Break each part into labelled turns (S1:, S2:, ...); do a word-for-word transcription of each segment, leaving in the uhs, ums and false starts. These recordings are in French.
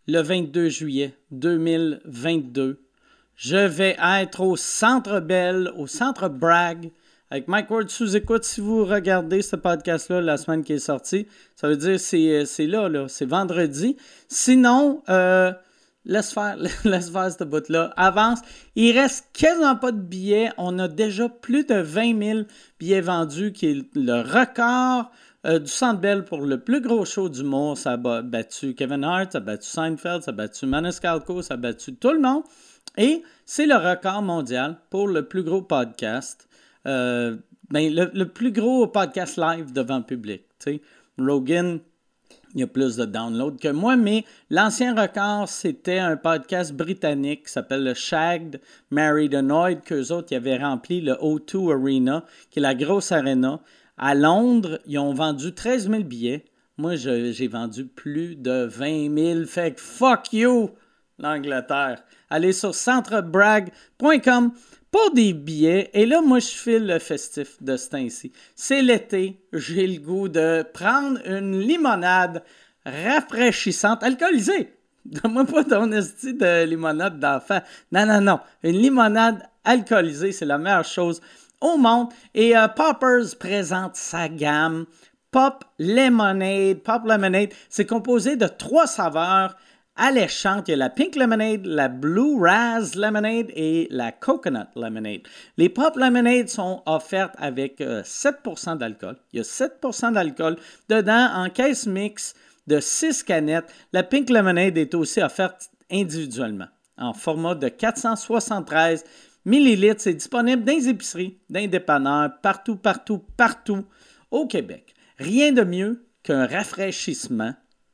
S1: le vingt-deux juillet deux mille vingt-deux. Je vais être au Centre Bell, au Centre Bragg, avec Mike Ward sous-écoute. Si vous regardez ce podcast-là la semaine qui est sortie, ça veut dire que c'est, c'est là, là, c'est vendredi. Sinon, euh, laisse faire, laisse faire ce bout-là. Avance. Il reste quasiment pas de billets. On a déjà plus de vingt mille billets vendus, qui est le record euh, du Centre Bell pour le plus gros show d'humour. Ça a battu Kevin Hart, ça a battu Seinfeld, ça a battu Maniscalco, ça a battu tout le monde. Et c'est le record mondial pour le plus gros podcast. Euh, ben, le, le plus gros podcast live devant le public. T'sais. Rogan, il y a plus de downloads que moi, mais l'ancien record, c'était un podcast britannique qui s'appelle le Shagged, Married Annoyed, qu'eux autres, ils avaient rempli le O deux Arena, qui est la grosse arena. À Londres, ils ont vendu treize mille billets. Moi, je, j'ai vendu plus de vingt mille. Fait que fuck you, l'Angleterre. Allez sur centre bragg point com pour des billets. Et là, moi, je file le festif de ce temps-ci. C'est l'été. J'ai le goût de prendre une limonade rafraîchissante, alcoolisée. Donne-moi pas ton esti de limonade d'enfant. Non, non, non. Une limonade alcoolisée, c'est la meilleure chose au monde. Et euh, Poppers présente sa gamme Pop Lemonade. Pop Lemonade, c'est composé de trois saveurs alléchantes. Il y a la Pink Lemonade, la Blue Raz Lemonade et la Coconut Lemonade. Les Pop Lemonade sont offertes avec euh, sept pour cent d'alcool. Il y a sept pour cent d'alcool dedans en caisse mix de six canettes. La Pink Lemonade est aussi offerte individuellement en format de quatre cent soixante-treize millilitres. C'est disponible dans les épiceries, dans les dépanneurs, partout, partout, partout au Québec. Rien de mieux qu'un rafraîchissement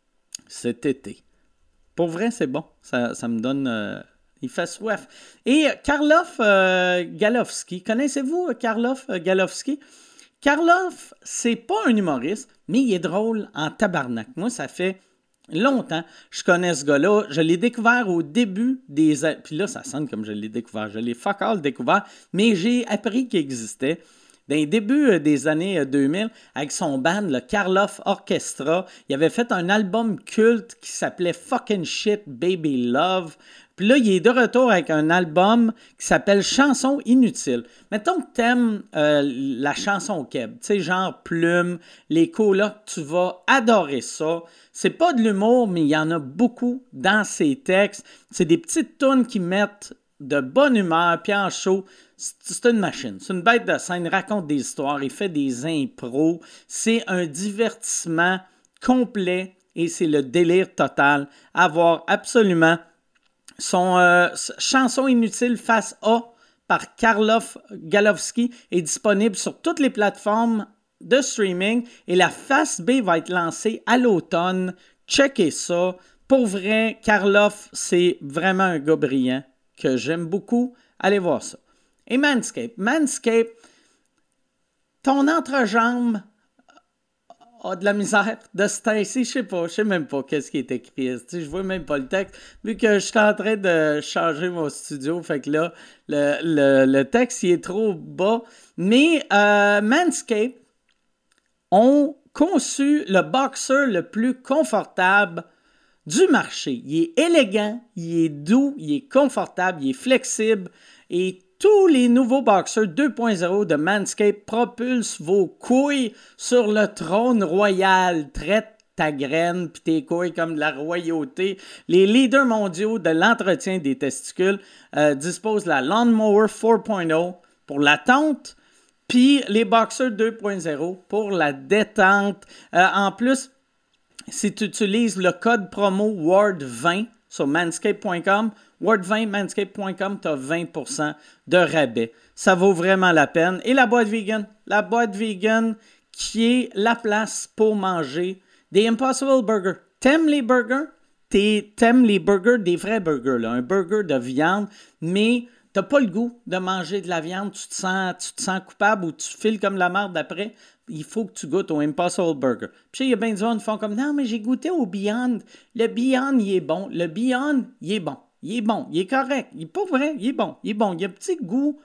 S1: cet été. Pour vrai, c'est bon. Ça, ça me donne... Euh, il fait soif. Et Karloff euh, Galofsky, connaissez-vous Karloff euh, Galofsky? Karloff, c'est pas un humoriste, mais il est drôle en tabarnak. Moi, ça fait longtemps que je connais ce gars-là. Je l'ai découvert au début des... Puis là, ça sonne comme je l'ai découvert. Je l'ai fuck all découvert, mais j'ai appris qu'il existait. Dans les débuts des années deux mille, avec son band, le Karloff Orchestra, il avait fait un album culte qui s'appelait Fucking Shit Baby Love. Puis là, il est de retour avec un album qui s'appelle Chansons Inutiles. Mettons que t'aimes euh, la chanson keb, tu sais, genre Plume, les colocs, tu vas adorer ça. C'est pas de l'humour, mais il y en a beaucoup dans ses textes. C'est des petites tunes qui mettent de bonne humeur, puis en show, c'est une machine. C'est une bête de scène, il raconte des histoires, il fait des impros. C'est un divertissement complet et c'est le délire total. À voir absolument. Son euh, chanson inutile face A par Karloff Galofsky est disponible sur toutes les plateformes de streaming et la face B va être lancée à l'automne. Checkez ça. Pour vrai, Karloff, c'est vraiment un gars brillant que j'aime beaucoup. Allez voir ça. Et Manscaped. Manscaped, ton entrejambe a de la misère de se tasser. Je sais pas, je sais même pas qu'est-ce qui est écrit. Je vois même pas le texte. Vu que je suis en train de changer mon studio, fait que là, le, le, le texte il est trop bas. Mais euh, Manscaped ont conçu le boxer le plus confortable du marché. Il est élégant, il est doux, il est confortable, il est flexible et tous les nouveaux boxers deux point zéro de Manscaped propulsent vos couilles sur le trône royal. Traite ta graine pis tes couilles comme de la royauté. Les leaders mondiaux de l'entretien des testicules euh, disposent de la Lawnmower quatre point zéro pour la tonte, puis les boxers deux point zéro pour la détente. Euh, en plus, si tu utilises le code promo Ward vingt sur manscaped point com, Ward vingt, manscaped point com, tu as vingt pour cent de rabais. Ça vaut vraiment la peine. Et la boîte vegan, la boîte vegan qui est la place pour manger des Impossible Burgers. T'aimes les burgers? T'es, t'aimes les burgers, des vrais burgers, là, un burger de viande, mais t'as pas le goût de manger de la viande, tu te sens, tu te sens coupable ou tu files comme la merde après. Il faut que tu goûtes au Impossible Burger. Puis il y a bien des gens qui font comme « Non, mais j'ai goûté au Beyond. Le Beyond, il est bon. Le Beyond, il est bon. Il est bon. Il est correct. Il est pas vrai. Il est bon. Il est bon. Il y a un petit goût. Il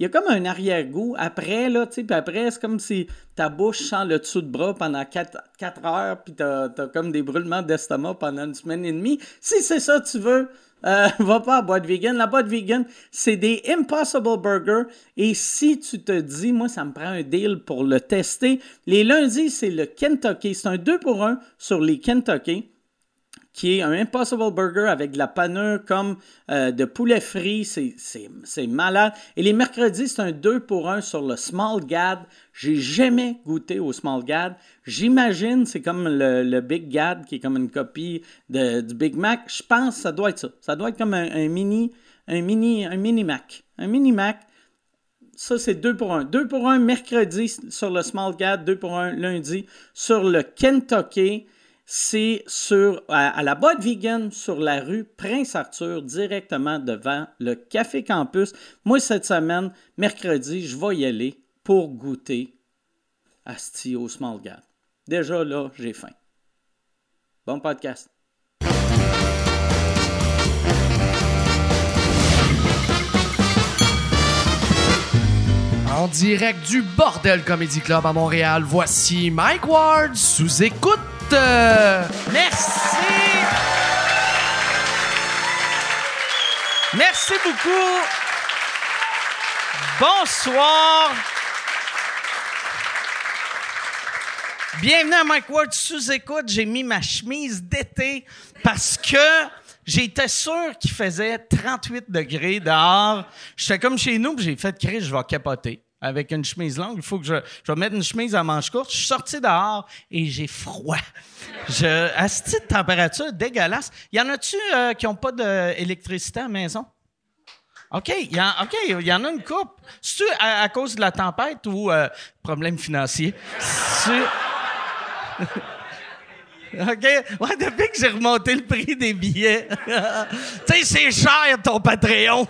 S1: il y a comme un arrière-goût. Après, là, tu sais, puis après, c'est comme si ta bouche sent le dessous de bras pendant quatre heures, puis t'as, t'as comme des brûlements d'estomac pendant une semaine et demie. Si c'est ça que tu veux, euh, va pas à Boîte Vegan. La Boîte Vegan, c'est des Impossible Burgers. Et si tu te dis, moi, ça me prend un deal pour le tester, les lundis, c'est le Kentucky. C'est un deux pour un sur les Kentucky, qui est un Impossible Burger avec de la panure comme euh, de poulet frit. C'est, c'est, c'est malade. Et les mercredis, c'est un deux pour un sur le Small Gad. J'ai jamais goûté au Small Gad. J'imagine c'est comme le, le Big Gad, qui est comme une copie de, du Big Mac. Je pense que ça doit être ça. Ça doit être comme un, un mini, un mini, un mini Mac. Un mini Mac. Ça, c'est deux pour un. deux pour un mercredi sur le Small Gad, deux pour un lundi sur le Kentucky. C'est sur, à, à la Boîte Vegan sur la rue Prince-Arthur, directement devant le Café Campus. Moi, cette semaine, mercredi, je vais y aller pour goûter asti au Small Gad. Déjà là, j'ai faim. Bon podcast.
S2: En direct du Bordel Comedy Club à Montréal, voici Mike Ward sous écoute.
S1: Merci! Merci beaucoup! Bonsoir! Bienvenue à Mike Ward sous-écoute. J'ai mis ma chemise d'été parce que j'étais sûr qu'il faisait trente-huit degrés dehors. J'étais comme chez nous, puis j'ai fait crier, je vais capoter. Avec une chemise longue, il faut que je, je vais mettre une chemise à manches courtes. Je suis sorti dehors et j'ai froid. Je, à cette petite température dégueulasse. Y en a-tu euh, qui n'ont pas d'électricité à la maison? OK, il y, en, OK, il y en a une couple. C'est-tu à, à cause de la tempête ou euh, problème financier? C'est... OK? Ouais, depuis que j'ai remonté le prix des billets. Tu sais, c'est cher ton Patreon.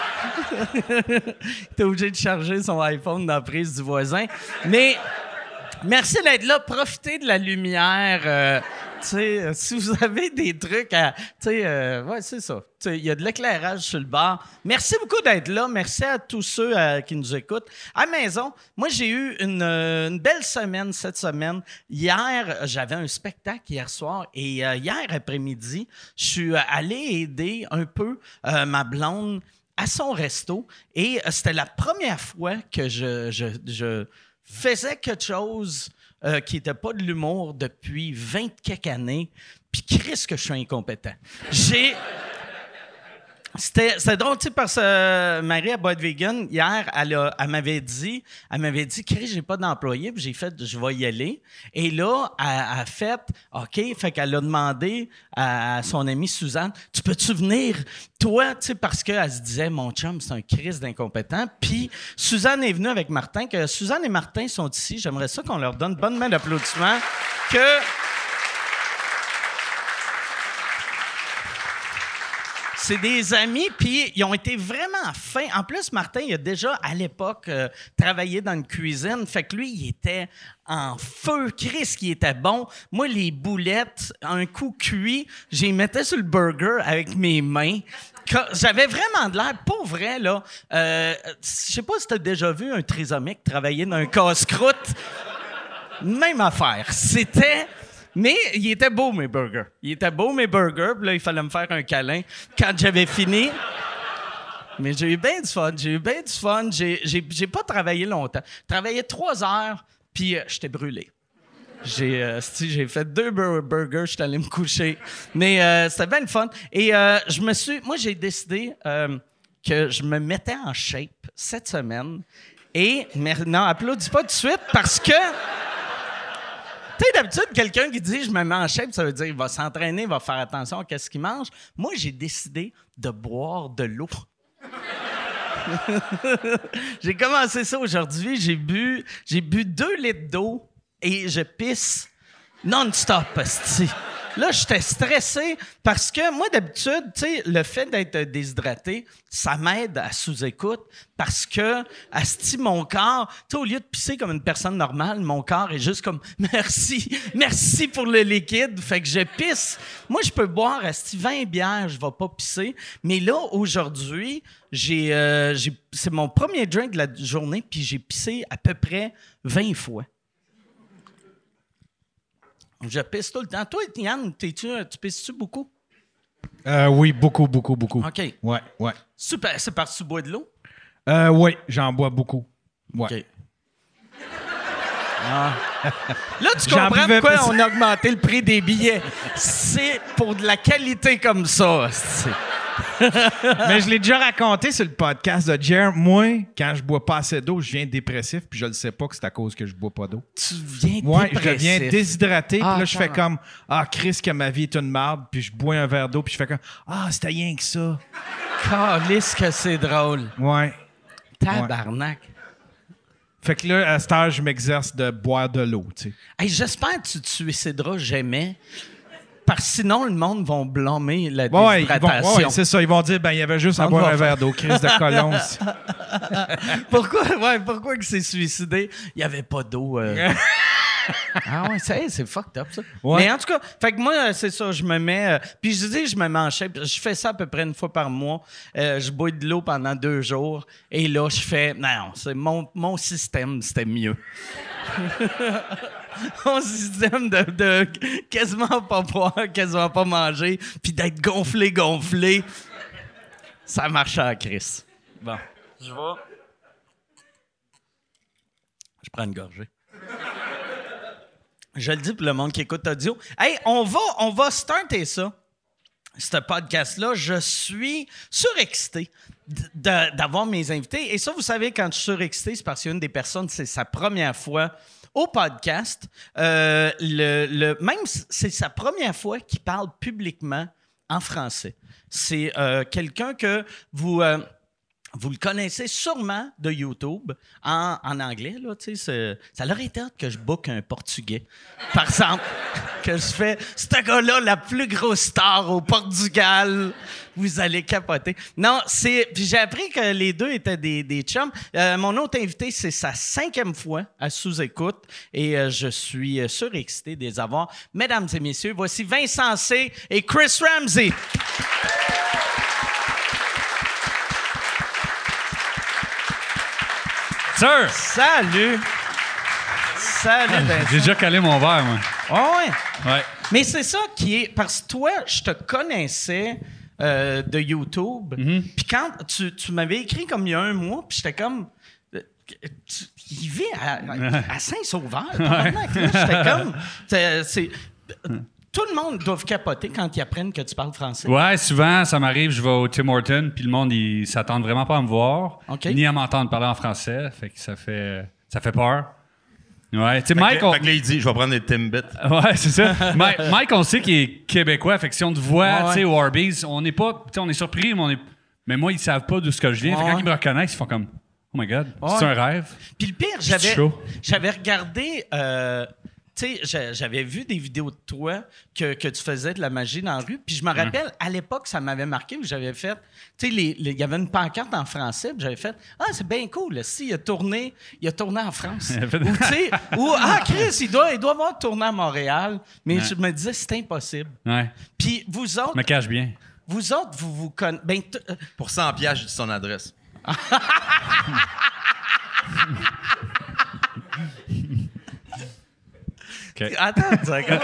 S1: T'es obligé de charger son iPhone dans la prise du voisin. Mais merci d'être là. Profitez de la lumière. Euh, t'sais, si vous avez des trucs à... Euh, ouais, c'est ça. Il y a de l'éclairage sur le bar. Merci beaucoup d'être là. Merci à tous ceux euh, qui nous écoutent. À la maison, moi, j'ai eu une, euh, une belle semaine cette semaine. Hier, j'avais un spectacle hier soir et euh, hier après-midi, je suis allé aider un peu euh, ma blonde à son resto et euh, c'était la première fois que je, je, je faisais quelque chose euh, qui n'était pas de l'humour depuis vingt quelques années, puis Christ que je suis incompétent. J'ai... C'était, c'était drôle, tu sais, parce que euh, Marie à Boîte Vegan, hier, elle, a, elle m'avait dit, elle m'avait dit, Chris, j'ai pas d'employé, puis j'ai fait, je vais y aller. Et là, elle a fait, OK, fait qu'elle a demandé à, à son amie Suzanne, tu peux-tu venir, toi, tu sais, parce qu'elle se disait, mon chum, c'est un Chris d'incompétent. Puis Suzanne est venue avec Martin, que Suzanne et Martin sont ici. J'aimerais ça qu'on leur donne une bonne main d'applaudissement. Que. C'est des amis, puis ils ont été vraiment fins. En plus, Martin, il a déjà, à l'époque, euh, travaillé dans une cuisine. Fait que lui, il était en feu. Chris, qui était bon. Moi, les boulettes, un coup cuit, je les mettais sur le burger avec mes mains. J'avais vraiment de l'air, pour vrai, là. Euh, je sais pas si tu as déjà vu un trisomique travailler dans un casse-croûte. Même affaire. C'était... Mais il était beau, mes burgers. Il était beau, mes burgers. Puis là, il fallait me faire un câlin quand j'avais fini. Mais j'ai eu bien du fun. J'ai eu bien du fun. J'ai, j'ai, j'ai pas travaillé longtemps. J'ai travaillé trois heures, puis euh, j'étais brûlé. J'ai, euh, j'ai fait deux bur- burgers, j'étais allé me coucher. Mais euh, c'était bien le fun. Et euh, je me suis... Moi, j'ai décidé euh, que je me mettais en shape cette semaine. Et... Mais, non, applaudis pas tout de suite, parce que... Tu sais, d'habitude, quelqu'un qui dit « je me mets en shape », ça veut dire qu'il va s'entraîner, il va faire attention à ce qu'il mange. Moi, j'ai décidé de boire de l'eau. J'ai commencé ça aujourd'hui. J'ai bu, j'ai bu deux litres d'eau et je pisse non-stop, asti. là, j'étais stressé parce que moi, d'habitude, tu sais, le fait d'être déshydraté, ça m'aide à sous-écoute parce que, asti, mon corps, tu sais, au lieu de pisser comme une personne normale, mon corps est juste comme « Merci, merci pour le liquide ». Fait que je pisse. Moi, je peux boire, asti, vingt bières, je vais pas pisser. Mais là, aujourd'hui, j'ai, euh, j'ai, c'est mon premier drink de la journée, puis j'ai pissé à peu près vingt fois. Je pisse tout le temps. Toi, Yann, t'es-tu, tu pisses-tu beaucoup?
S3: Euh, oui, beaucoup, beaucoup, beaucoup.
S1: OK.
S3: Ouais, ouais.
S1: Super, c'est parce que tu bois de l'eau?
S3: Euh, oui, j'en bois beaucoup. Ouais.
S1: OK. Ah. Là, tu
S3: J'en
S1: comprends
S3: buvais
S1: pourquoi
S3: plus.
S1: on a augmenté le prix des billets. C'est pour de la qualité comme ça. C'est...
S3: Mais je l'ai déjà raconté sur le podcast de Jer. Moi, quand je bois pas assez d'eau, je viens dépressif, puis je le sais pas que c'est à cause que je bois pas d'eau.
S1: Tu viens
S3: Ouais,
S1: dépressif.
S3: je deviens déshydraté, puis
S1: Ah,
S3: là, je fais
S1: carrément.
S3: comme Ah, Chris, que ma vie est une merde, puis je bois un verre d'eau, puis je fais comme Ah, c'était rien que ça.
S1: Calisse que c'est drôle.
S3: Ouais.
S1: Tabarnak.
S3: Fait que là, à cette heure, je m'exerce de boire de l'eau, tu sais.
S1: Hey, j'espère que tu te suicideras jamais. Parce que sinon, le monde va blâmer la
S3: Ouais, ils vont,
S1: déshydratation.
S3: ouais, c'est ça. Ils vont dire, ben, il y avait juste à
S1: On
S3: boire
S1: va
S3: un
S1: faire-
S3: verre d'eau. Crise de colon.
S1: Pourquoi, ouais, pourquoi il s'est suicidé? Il n'y avait pas d'eau. euh. Ah ouais, c'est, c'est fucked up, ça.
S3: Ouais.
S1: Mais en tout cas, fait que moi, euh, c'est ça, je me mets... euh, puis je dis, je me mets en shape. Je fais ça à peu près une fois par mois. Euh, je bois de l'eau pendant deux jours. Et là, je fais... Non, c'est mon, mon système, c'était mieux. Mon système de, de quasiment pas boire, quasiment pas manger, puis d'être gonflé, gonflé, ça marche à Chris. Bon, je vais... Je prends une gorgée. Je le dis pour le monde qui écoute audio. Hey, on va, on va starter ça, ce podcast-là. Je suis surexcité d- de- d'avoir mes invités. Et ça, vous savez, quand je suis surexcité, c'est parce qu'une des personnes, c'est sa première fois au podcast. Euh, le, le, même, c- c'est sa première fois qu'il parle publiquement en français. C'est euh, quelqu'un que vous... euh, Vous le connaissez sûrement de YouTube en, en anglais. Là, tu sais, c'est- ça leur été hâte que je book un Portugais, par exemple. Que je fais, ce gars-là, la plus grosse star au Portugal. Vous allez capoter. Non, c'est... Puis j'ai appris que les deux étaient des, des chums. Euh, mon autre invité, c'est sa cinquième fois à sous-écoute. Et euh, je suis euh, surexcité de les avoir. Mesdames et messieurs, voici Vincent C. et Chris Ramsey.
S4: Sir!
S1: Salut! Salut, Vincent.
S4: J'ai déjà calé mon verre, moi.
S1: Ah ouais.
S4: Ouais.
S1: Mais c'est ça qui est... Parce que toi, je te connaissais euh, de YouTube. Puis quand tu, tu m'avais écrit comme il y a un mois, puis j'étais comme... euh, tu- il vit à, à, à Saint-Sauveur. tabarnak, là. J'étais comme... c'est- c'est- tout le monde doit capoter quand ils apprennent que tu parles français.
S4: Ouais, souvent, ça m'arrive, je vais au Tim Hortons, puis le monde, il s'attend vraiment pas à me voir,
S1: OK.
S4: ni à m'entendre parler en français. Fait que ça fait, ça fait peur. Ouais, tu sais,
S5: Fait
S4: Mike,
S5: que,
S4: on...
S5: fait que là, il dit, je vais prendre des Timbits.
S4: Ouais, c'est ça. Mike, Mike, on sait qu'il est québécois. Fait que si on te voit,
S1: Ouais,
S4: tu sais,
S1: ouais.
S4: au Arby's, on n'est pas, tu sais, on est surpris, mais on est, mais moi, ils savent pas d'où ce que je viens. Fait que
S1: Ouais.
S4: quand ils me reconnaissent, ils font comme, oh my god,
S1: Ouais.
S4: c'est un rêve.
S1: Puis le pire, j'avais,
S4: chaud.
S1: j'avais regardé... euh, tu sais, j'a- j'avais vu des vidéos de toi que, que tu faisais de la magie dans la rue. Puis je me rappelle, à l'époque, ça m'avait marqué. Où j'avais fait... Tu sais, les- les- il y avait une pancarte en français. Puis j'avais fait « Ah, c'est bien cool. là. Si, il a tourné, il a tourné en France. »
S4: Il a fait-
S1: Ou tu sais, ou « Ah, Chris, il doit, il doit avoir tourné à Montréal. » Mais
S4: Ouais.
S1: je me disais « C'est impossible.
S4: Ouais. »
S1: Puis vous autres,
S4: Je me cache bien.
S1: vous autres, vous vous connaissez... Ben, t- euh,
S5: Pour cent piastres, j'ai dit son adresse.
S4: OK.
S1: Attends une seconde.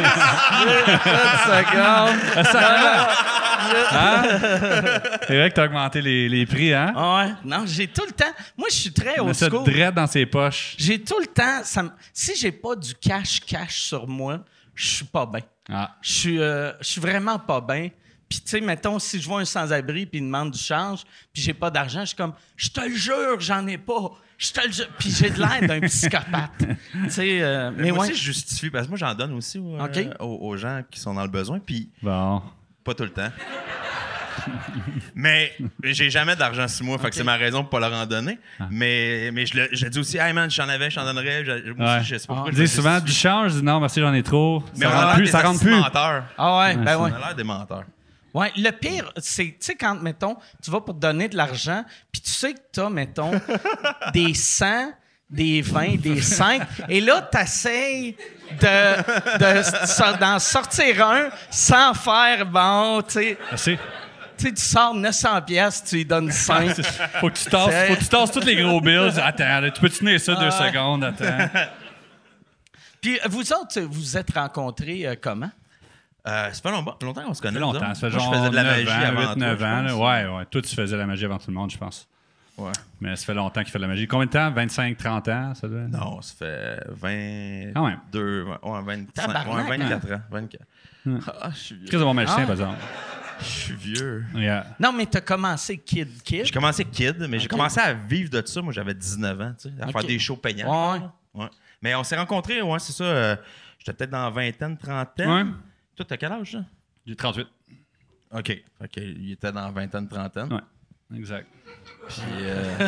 S1: Attends une seconde.
S4: C'est vrai que t'as augmenté les, les prix, hein?
S1: Ah ouais. Non, j'ai tout le temps... Moi, je suis très
S4: Il
S1: old
S4: met ça
S1: school.
S4: dread dans ses poches.
S1: J'ai tout le temps... Ça me- si j'ai pas du cash-cash sur moi, je suis pas bien.
S4: Ah.
S1: Je suis euh, je suis vraiment pas bien. Puis, tu sais, mettons, si je vois un sans-abri puis il demande du change, puis j'ai pas d'argent, je suis comme, je te le jure, j'en ai pas. Je te le jure. Puis j'ai de l'air d'un psychopathe. Tu sais, euh, mais
S5: moi
S1: ouais.
S5: aussi, je justifie, parce que moi, j'en donne aussi aux,
S1: OK.
S5: euh, aux, aux gens qui sont dans le besoin, puis
S4: Bon.
S5: pas tout le temps. mais j'ai jamais d'argent sur moi, fait que c'est ma raison pour pas leur en donner.
S4: Ah.
S5: Mais, mais je, le, je dis aussi, hey man, j'en avais, je t'en donnerais. Je, moi aussi, je sais pas pourquoi.
S4: Je
S5: je
S4: dis
S5: dis-
S4: souvent du change, je dis non, merci, j'en ai trop.
S5: Mais
S4: ça
S5: on a
S4: rentre
S5: l'air
S4: plus,
S5: des
S4: ça rentre
S5: astis
S4: plus.
S5: menteurs.
S1: Ah ouais, ben
S5: On
S1: ouais.
S5: a l'air des menteurs.
S1: Ouais, le pire, c'est, tu sais, quand, mettons, tu vas pour te donner de l'argent, puis tu sais que t'as, mettons, des cent, des vingt, des cinq, et là, t'essayes de, de, d'en sortir un sans faire, bon, tu sais,
S4: Merci.
S1: tu sais, tu sors neuf cents piastres, tu lui donnes cinq.
S4: Faut que tu tasses,
S1: C'est-
S4: faut que tu tasses tous les gros bills. Attends, là, tu peux tenir ça deux
S1: Ah ouais.
S4: secondes, attends.
S1: Puis vous autres, vous vous êtes rencontrés euh, comment?
S5: Euh, ça fait longtemps, longtemps qu'on se
S4: Ça
S5: connaît.
S4: fait longtemps,
S5: nous
S4: ça fait
S5: autres. Moi,
S4: genre
S5: je faisais de la
S4: neuf
S5: magie
S4: ans,
S5: avant
S4: huit
S5: toi,
S4: neuf
S5: je
S4: ans.
S5: pense.
S4: là. Ouais, ouais. Toi, tu faisais la magie avant tout le monde, je pense.
S5: Ouais.
S4: Mais ça fait longtemps qu'il fait de la magie. Combien de temps? vingt-cinq, trente ans, ça doit être?
S5: Non, ça fait vingt-deux,
S4: Quand même.
S5: ouais, vingt-cinq,
S1: Tabarnak,
S5: ouais, vingt-quatre ans. vingt-quatre. Ah, je suis vieux.
S4: Très de bon magicien,
S1: Ah.
S4: par exemple.
S5: Je suis vieux.
S4: Yeah.
S1: Non, mais t'as commencé kid, kid.
S5: J'ai commencé kid, mais j'ai
S1: Ok.
S5: commencé à vivre de ça. Moi, j'avais dix-neuf ans, tu sais, à
S1: Ok.
S5: faire des shows payants.
S1: Ouais.
S5: Ouais. Mais on s'est rencontrés, ouais, c'est ça. euh, J'étais peut-être dans vingtaine, trentaine.
S4: Ouais.
S5: Toi, t'as quel âge, ça?
S4: J'ai trente-huit.
S5: OK. Fait qu'il était dans vingtaine, trentaine.
S4: Ouais. Exact.
S5: Puis, euh,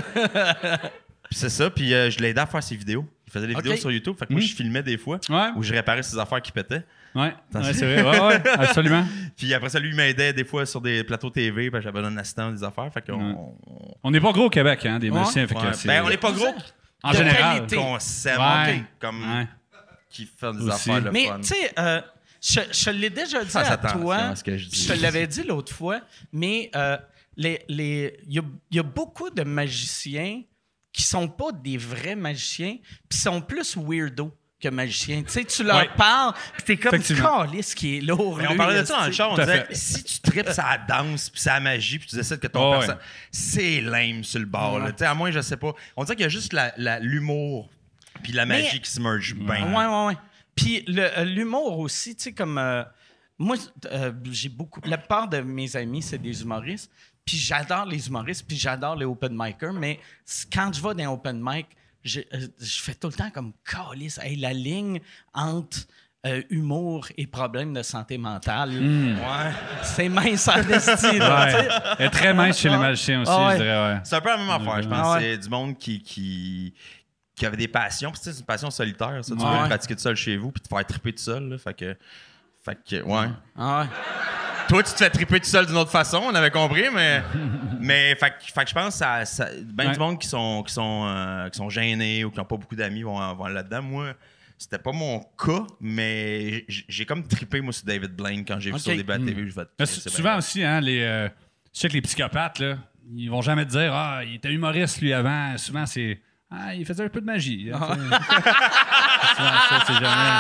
S5: puis c'est ça. Puis euh, je l'ai aidé à faire ses vidéos. Il faisait des
S1: Ok.
S5: vidéos sur YouTube. Fait que moi, je filmais des fois.
S4: Ouais.
S5: Où je réparais ses affaires qui pétaient.
S4: Ouais. Ouais, c'est vrai. Ouais, ouais. Absolument.
S5: Puis après ça, lui, il m'aidait des fois sur des plateaux T V. Puis j'avais un assistant des affaires. Fait qu'on.
S4: Ouais.
S5: on-
S4: On n'est pas gros au Québec, hein, des
S1: Ouais.
S4: magiciens. Fait que
S5: ouais.
S4: c'est-
S5: Ben, on n'est pas gros.
S4: En
S1: de
S4: général.
S1: qualité.
S5: Qu'on s'aime.
S4: Ouais.
S5: OK, comme.
S4: Ouais.
S5: Qui fait des
S4: Aussi.
S5: affaires le
S1: Mais
S5: fun.
S1: tu sais, euh, je, je l'ai déjà dit
S5: Fasse
S1: à
S5: attention
S1: toi.
S5: à ce que je dis.
S1: te l'avais dit l'autre fois, mais euh, les, les, il y a, il y a beaucoup de magiciens qui sont pas des vrais magiciens, puis sont plus weirdo que magiciens. Tu sais, tu leur
S4: Ouais.
S1: parles, puis t'es comme
S4: Effectivement.
S1: calice qui est lourd.
S5: Mais on
S1: lui,
S5: parlait de ça dans le
S1: esti.
S5: show, on
S4: Tout à
S5: disait
S4: fait.
S5: si tu tripes sa danse puis sa magie puis tu décides que ton
S4: Oh,
S5: personnage
S4: ouais.
S5: c'est lame sur le bord là. Tu sais, à moins je sais pas. On dirait qu'il y a juste la- la- l'humour puis la
S1: Mais-
S5: magie qui se merge bien.
S1: Ouais, ouais, ouais. Puis le- euh, l'humour aussi, tu sais, comme. euh, moi, euh, j'ai beaucoup. La plupart de mes amis, c'est des humoristes. Puis j'adore les humoristes, puis j'adore les open micers. Mais c- quand je vais dans un open mic, je, euh, je fais tout le temps comme calice. Hey, la ligne entre euh, humour et problème de santé mentale,
S5: Ouais.
S1: c'est mince en esti, là, tu sais.
S4: Ouais. Elle est très mince chez les magiciens aussi,
S1: Ah ouais.
S4: je dirais, ouais.
S5: C'est un peu la même affaire. Je pense
S1: Ah ouais.
S5: que c'est du monde qui, qui, qui avait des passions. Puis, tu sais, c'est une passion solitaire. Ça. Tu
S4: Ouais.
S5: veux le pratiquer tout seul chez vous puis te faire triper tout seul. Là. Fait que. Fait que, ouais.
S1: Ah ouais.
S5: Toi, tu te fais triper tout seul d'une autre façon, on avait compris, mais. mais fait, que- fait que je pense que ça, ça, ben
S4: Ouais.
S5: du monde qui sont, qui, sont, euh, qui sont gênés ou qui n'ont pas beaucoup d'amis vont, vont là-dedans. Moi, c'était pas mon cas, mais j- j'ai comme trippé, moi, sur David Blaine quand j'ai vu
S1: Ok.
S5: ça au débat de T V. Je vais
S4: Mais sou- souvent aussi, hein, les, euh, je sais que les psychopathes, là, ils vont jamais te dire ah, il était humoriste lui avant. Souvent, c'est ah, il faisait un peu de magie. hein, tu sais. Souvent, ça, c'est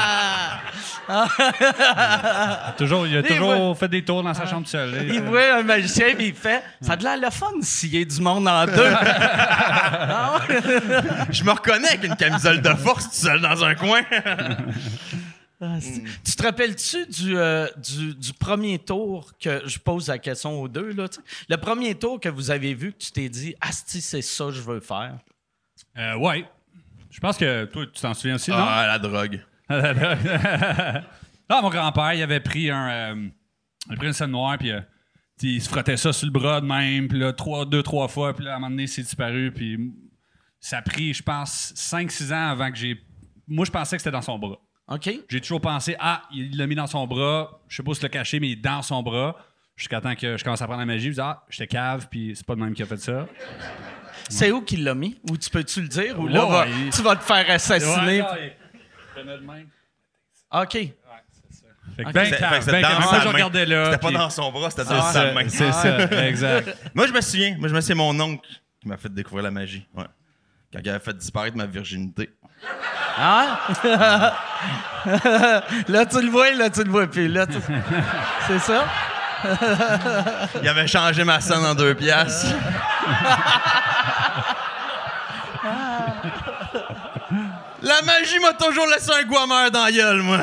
S4: jamais. toujours, il a
S1: Il
S4: toujours fait des tours dans sa chambre seul.
S1: Il voit un magicien, puis il fait ça a de l'air le fun s'il y a du monde en deux. Ah ouais.
S5: Je me reconnais avec une camisole de force tout seul dans un coin.
S1: Ah, c'est- Tu te rappelles-tu du, euh, du, du premier tour que je pose la question aux deux? Là, tu sais? Le premier tour que vous avez vu, que tu t'es dit, Asti, c'est ça que je veux faire.
S4: Euh, ouais. Je pense que toi, tu t'en souviens aussi, non?
S5: Ah, la drogue.
S4: Ah, mon grand-père, il avait pris un. Euh, il avait pris une scène noire, puis euh, il se frottait ça sur le bras de même, puis là, trois, deux, trois fois, puis là, à un moment donné, c'est disparu, puis ça a pris, je pense, cinq six ans avant que j'ai. Moi, je pensais que c'était dans son bras.
S1: OK?
S4: J'ai toujours pensé, ah, il l'a mis dans son bras, je sais pas si le cacher, mais il est dans son bras. Jusqu'à temps que je commence à prendre la magie, je dis, ah, j'étais cave, puis c'est pas le même qui a fait ça.
S1: C'est où qu'il l'a mis? Ou tu peux-tu le dire? Ou là,
S4: Ouais,
S1: va-
S4: il-
S1: tu vas te faire assassiner? OK.
S4: Fait que
S1: Ok.
S4: ben
S5: Fait- fait
S4: cave,
S5: que c'était
S4: ben
S5: dans
S4: cave.
S5: sa
S4: Moi, je
S5: main.
S4: regardais là.
S5: C'était pas
S4: puis-
S5: dans son bras, c'était
S4: C'est
S5: dans sa
S4: ça,
S5: main.
S4: c'est ça, exact.
S5: Moi, je me souviens. Moi, je me souviens, mon oncle qui m'a fait découvrir la magie. Ouais. Quand il avait fait disparaître ma virginité.
S1: Ah? Là, tu le vois, là, tu le vois plus. Là, tu- C'est ça?
S5: Il avait changé ma scène en deux piastres. La magie m'a toujours laissé un goût amer dans la gueule, moi.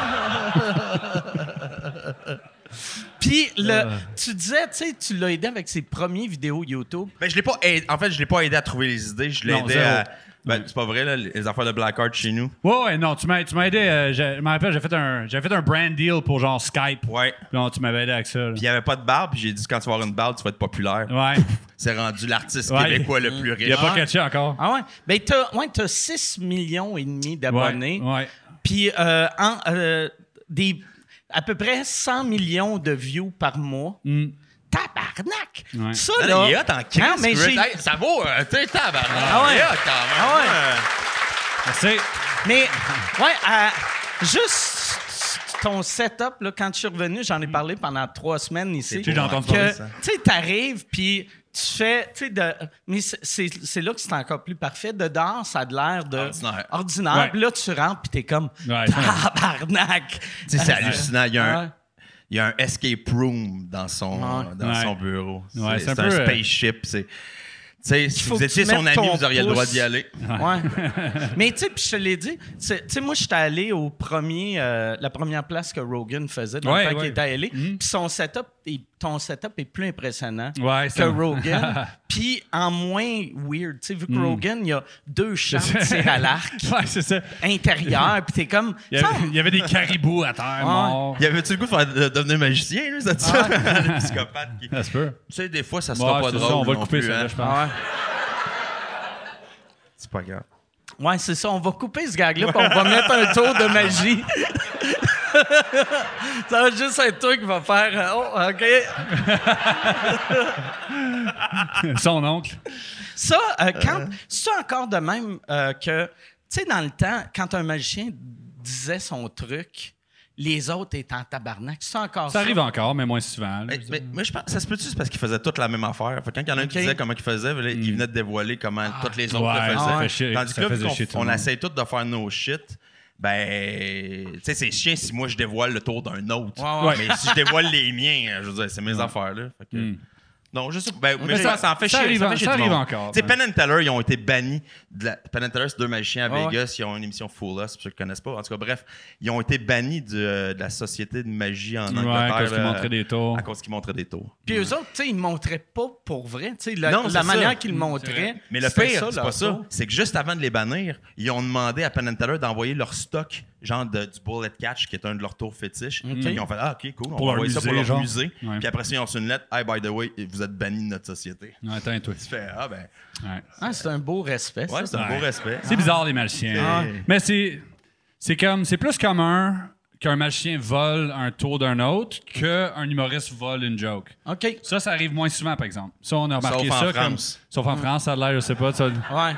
S1: Puis, le, tu disais, tu sais, tu l'as aidé avec ses premières vidéos YouTube.
S5: Ben, je l'ai pas aidé. En fait, je l'ai pas aidé à trouver les idées. Je l'ai
S4: Non,
S5: aidé
S4: zéro.
S5: à, Ben, c'est pas vrai, là, les affaires de Blackheart chez nous.
S4: Ouais, ouais, non, tu m'as, tu m'as aidé. Euh, je je me rappelle, j'ai fait, un, j'avais fait un brand deal pour genre Skype.
S5: Ouais.
S4: Puis non, tu m'avais aidé avec ça. là.
S5: Puis il n'y avait pas de barbe, puis j'ai dit quand tu vas avoir une barbe, tu vas être populaire.
S4: Ouais.
S5: C'est rendu l'artiste
S4: Ouais.
S5: québécois le plus
S4: Il a
S5: riche.
S4: pas catché encore.
S1: Ah ouais? Ben, t'as, ouais, t'as six millions et demi d'abonnés.
S4: Ouais. ouais.
S1: Puis, euh, en, euh, des, à peu près cent millions de views par mois.
S4: Mm.
S1: Tabarnak!
S4: Ouais.
S1: Ça,
S5: Non,
S1: là...
S5: il est hot en crise,
S1: Non, mais
S5: Chris.
S1: j'ai-
S5: Hey, ça vaut, euh, tu sais, tabarnak.
S1: Ah ouais.
S5: Il est hot quand même.
S1: Ah ouais.
S5: Euh,
S4: Merci.
S1: Mais, ouais, euh, juste ton setup, là, quand je suis revenu, j'en ai parlé pendant trois semaines ici.
S5: C'est
S4: J'ai entendu
S1: que,
S4: parler
S5: ça.
S1: tu sais, t'arrives, puis tu fais, tu sais, de... Mais c'est, c'est, c'est là que c'est encore plus parfait. De dehors, ça a de l'air de...
S5: Ordinaire.
S1: Ordinaire.
S4: Ouais.
S1: Puis là, tu rentres, puis t'es comme...
S4: Ouais,
S1: Tabarnak!
S5: Tu sais, c'est hallucinant. Il y a un...
S1: Ouais.
S5: Il y a un escape room dans son,
S1: Ouais.
S5: dans
S4: Ouais.
S5: son bureau.
S4: Ouais,
S5: c'est
S4: c'est un
S5: c'est un,
S4: peu, euh,
S5: spaceship. C'est, tu sais, si
S1: faut
S5: vous
S1: que
S5: étiez
S1: tu
S5: son
S1: mettes
S5: ami,
S1: ton
S5: vous auriez le droit
S1: pouce.
S5: d'y aller.
S1: Ouais. Mais tu sais, puis je te l'ai dit, tu sais, moi, j'étais allé au premier, euh, la première place que Rogan faisait dans
S4: Ouais,
S1: le temps
S4: ouais.
S1: qu'il était allé.
S4: Mm.
S1: Puis son setup, est- ton setup est plus impressionnant
S4: Ouais,
S1: que
S4: c'est-
S1: Rogan. Puis en moins weird. Tu sais, vu que Rogan, il y a deux champs de tir à l'arc
S4: Ouais, c'est ça.
S1: intérieur, puis t'es comme...
S4: Il y, avait, il y avait des caribous à terre,
S1: Ouais.
S4: morts.
S5: Y avait-tu le goût de, faire, de devenir magicien, lui, c'est ça? Le psychopathe qui... Tu
S4: Ça se peut.
S5: sais, des fois, ça sera
S4: Ouais,
S5: pas
S4: c'est
S5: drôle.
S4: ça, on va le
S5: non
S4: couper,
S5: plus,
S4: ça,
S5: hein.
S4: là, je pense.
S1: Ah ouais.
S5: C'est pas grave.
S1: Ouais, c'est ça. On va couper ce gag-là, puis on va mettre un tour de magie. Ça va juste être toi qui va faire... euh, Oh, OK.
S4: Son oncle.
S1: Ça, euh, quand... C'est encore de même euh, que... Tu sais, dans le temps, quand un magicien disait son truc, les autres étaient en tabarnak. C'est encore ça?
S4: Ça arrive encore, mais moins souvent. là.
S5: Mais, mais, mais je pense, ça se peut-tu, c'est parce qu'ils faisaient toutes la même affaire. Fait que quand il y en a un qui
S1: Ok.
S5: disait comment ils faisaient, là, il venait de dévoiler comment toutes les autres
S4: ouais,
S5: le
S4: ça
S5: faisaient.
S4: fait chier-
S5: Tandis
S4: ça
S5: que là,
S4: faisait
S5: vu
S4: chier
S5: qu'on
S4: tout le
S5: on
S4: monde.
S5: essaye tous de faire nos shit, ben, tu sais, c'est chiant si moi je dévoile le tour d'un autre.
S1: Ouais, ouais.
S5: Mais si je dévoile les miens, je veux dire, c'est mes affaires, là. Fait que,
S4: Mm.
S5: Non, je sais pas. Ben, mais
S4: Mais
S5: je
S4: ça-
S5: pense que ça en fait
S4: ça
S5: chier.
S4: arrive
S5: ça
S4: en-
S5: fait chier
S4: ça
S5: du
S4: arrive
S5: monde.
S4: encore,
S5: Tu sais,
S4: ouais.
S5: Penn and Teller, ils ont été bannis. De la... Penn and Teller, c'est deux magiciens à
S1: Ouais,
S5: Vegas. Ils ont une émission Full Us, pour ceux qui ne connaissent pas. En tout cas, bref, ils ont été bannis de, de la société de magie en
S4: Ouais,
S5: Angleterre.
S4: à cause qu'ils
S5: là,
S4: montraient des tours.
S5: À cause qu'ils montraient des tours.
S1: Puis eux autres, tu sais, ils ne montraient pas pour vrai. Tu sais, la,
S5: Non,
S1: la
S5: c'est
S1: manière
S5: ça.
S1: qu'ils le montraient.
S5: Mais le
S1: c'était
S5: pire,
S1: ça,
S5: c'est
S1: leur
S5: pas ça.
S1: tour.
S5: C'est que juste avant de les bannir, ils ont demandé à Penn and Teller d'envoyer leur stock, genre de- du Bullet Catch, qui est un de leurs tours fétiches. Ils ont fait Ah, ok, cool, on
S4: Pour
S5: va
S4: leur
S5: envoyer ça pour
S4: musée,
S5: leur
S4: genre.
S5: musée.
S4: Ouais.
S5: Puis après ça, ils ont reçu une lettre Hey, by the way, vous êtes bannis de notre société.
S4: Ouais, attends, toi.
S5: Tu fais Ah, ben,
S4: Ouais.
S1: Ah, c'est un beau respect, ça.
S5: ouais, c'est un
S4: Ouais.
S5: beau respect.
S4: C'est bizarre, les magiciens.
S5: Ah.
S4: Mais c'est, c'est comme, c'est plus commun qu'un magicien vole un tour d'un autre qu'un humoriste vole une joke.
S1: OK.
S4: Ça, ça arrive moins souvent, par exemple. Ça, on a remarqué
S5: Sauf en
S4: ça.
S5: France.
S4: Comme, sauf en France, ça a l'air, je sais pas. ça-
S1: Ouais.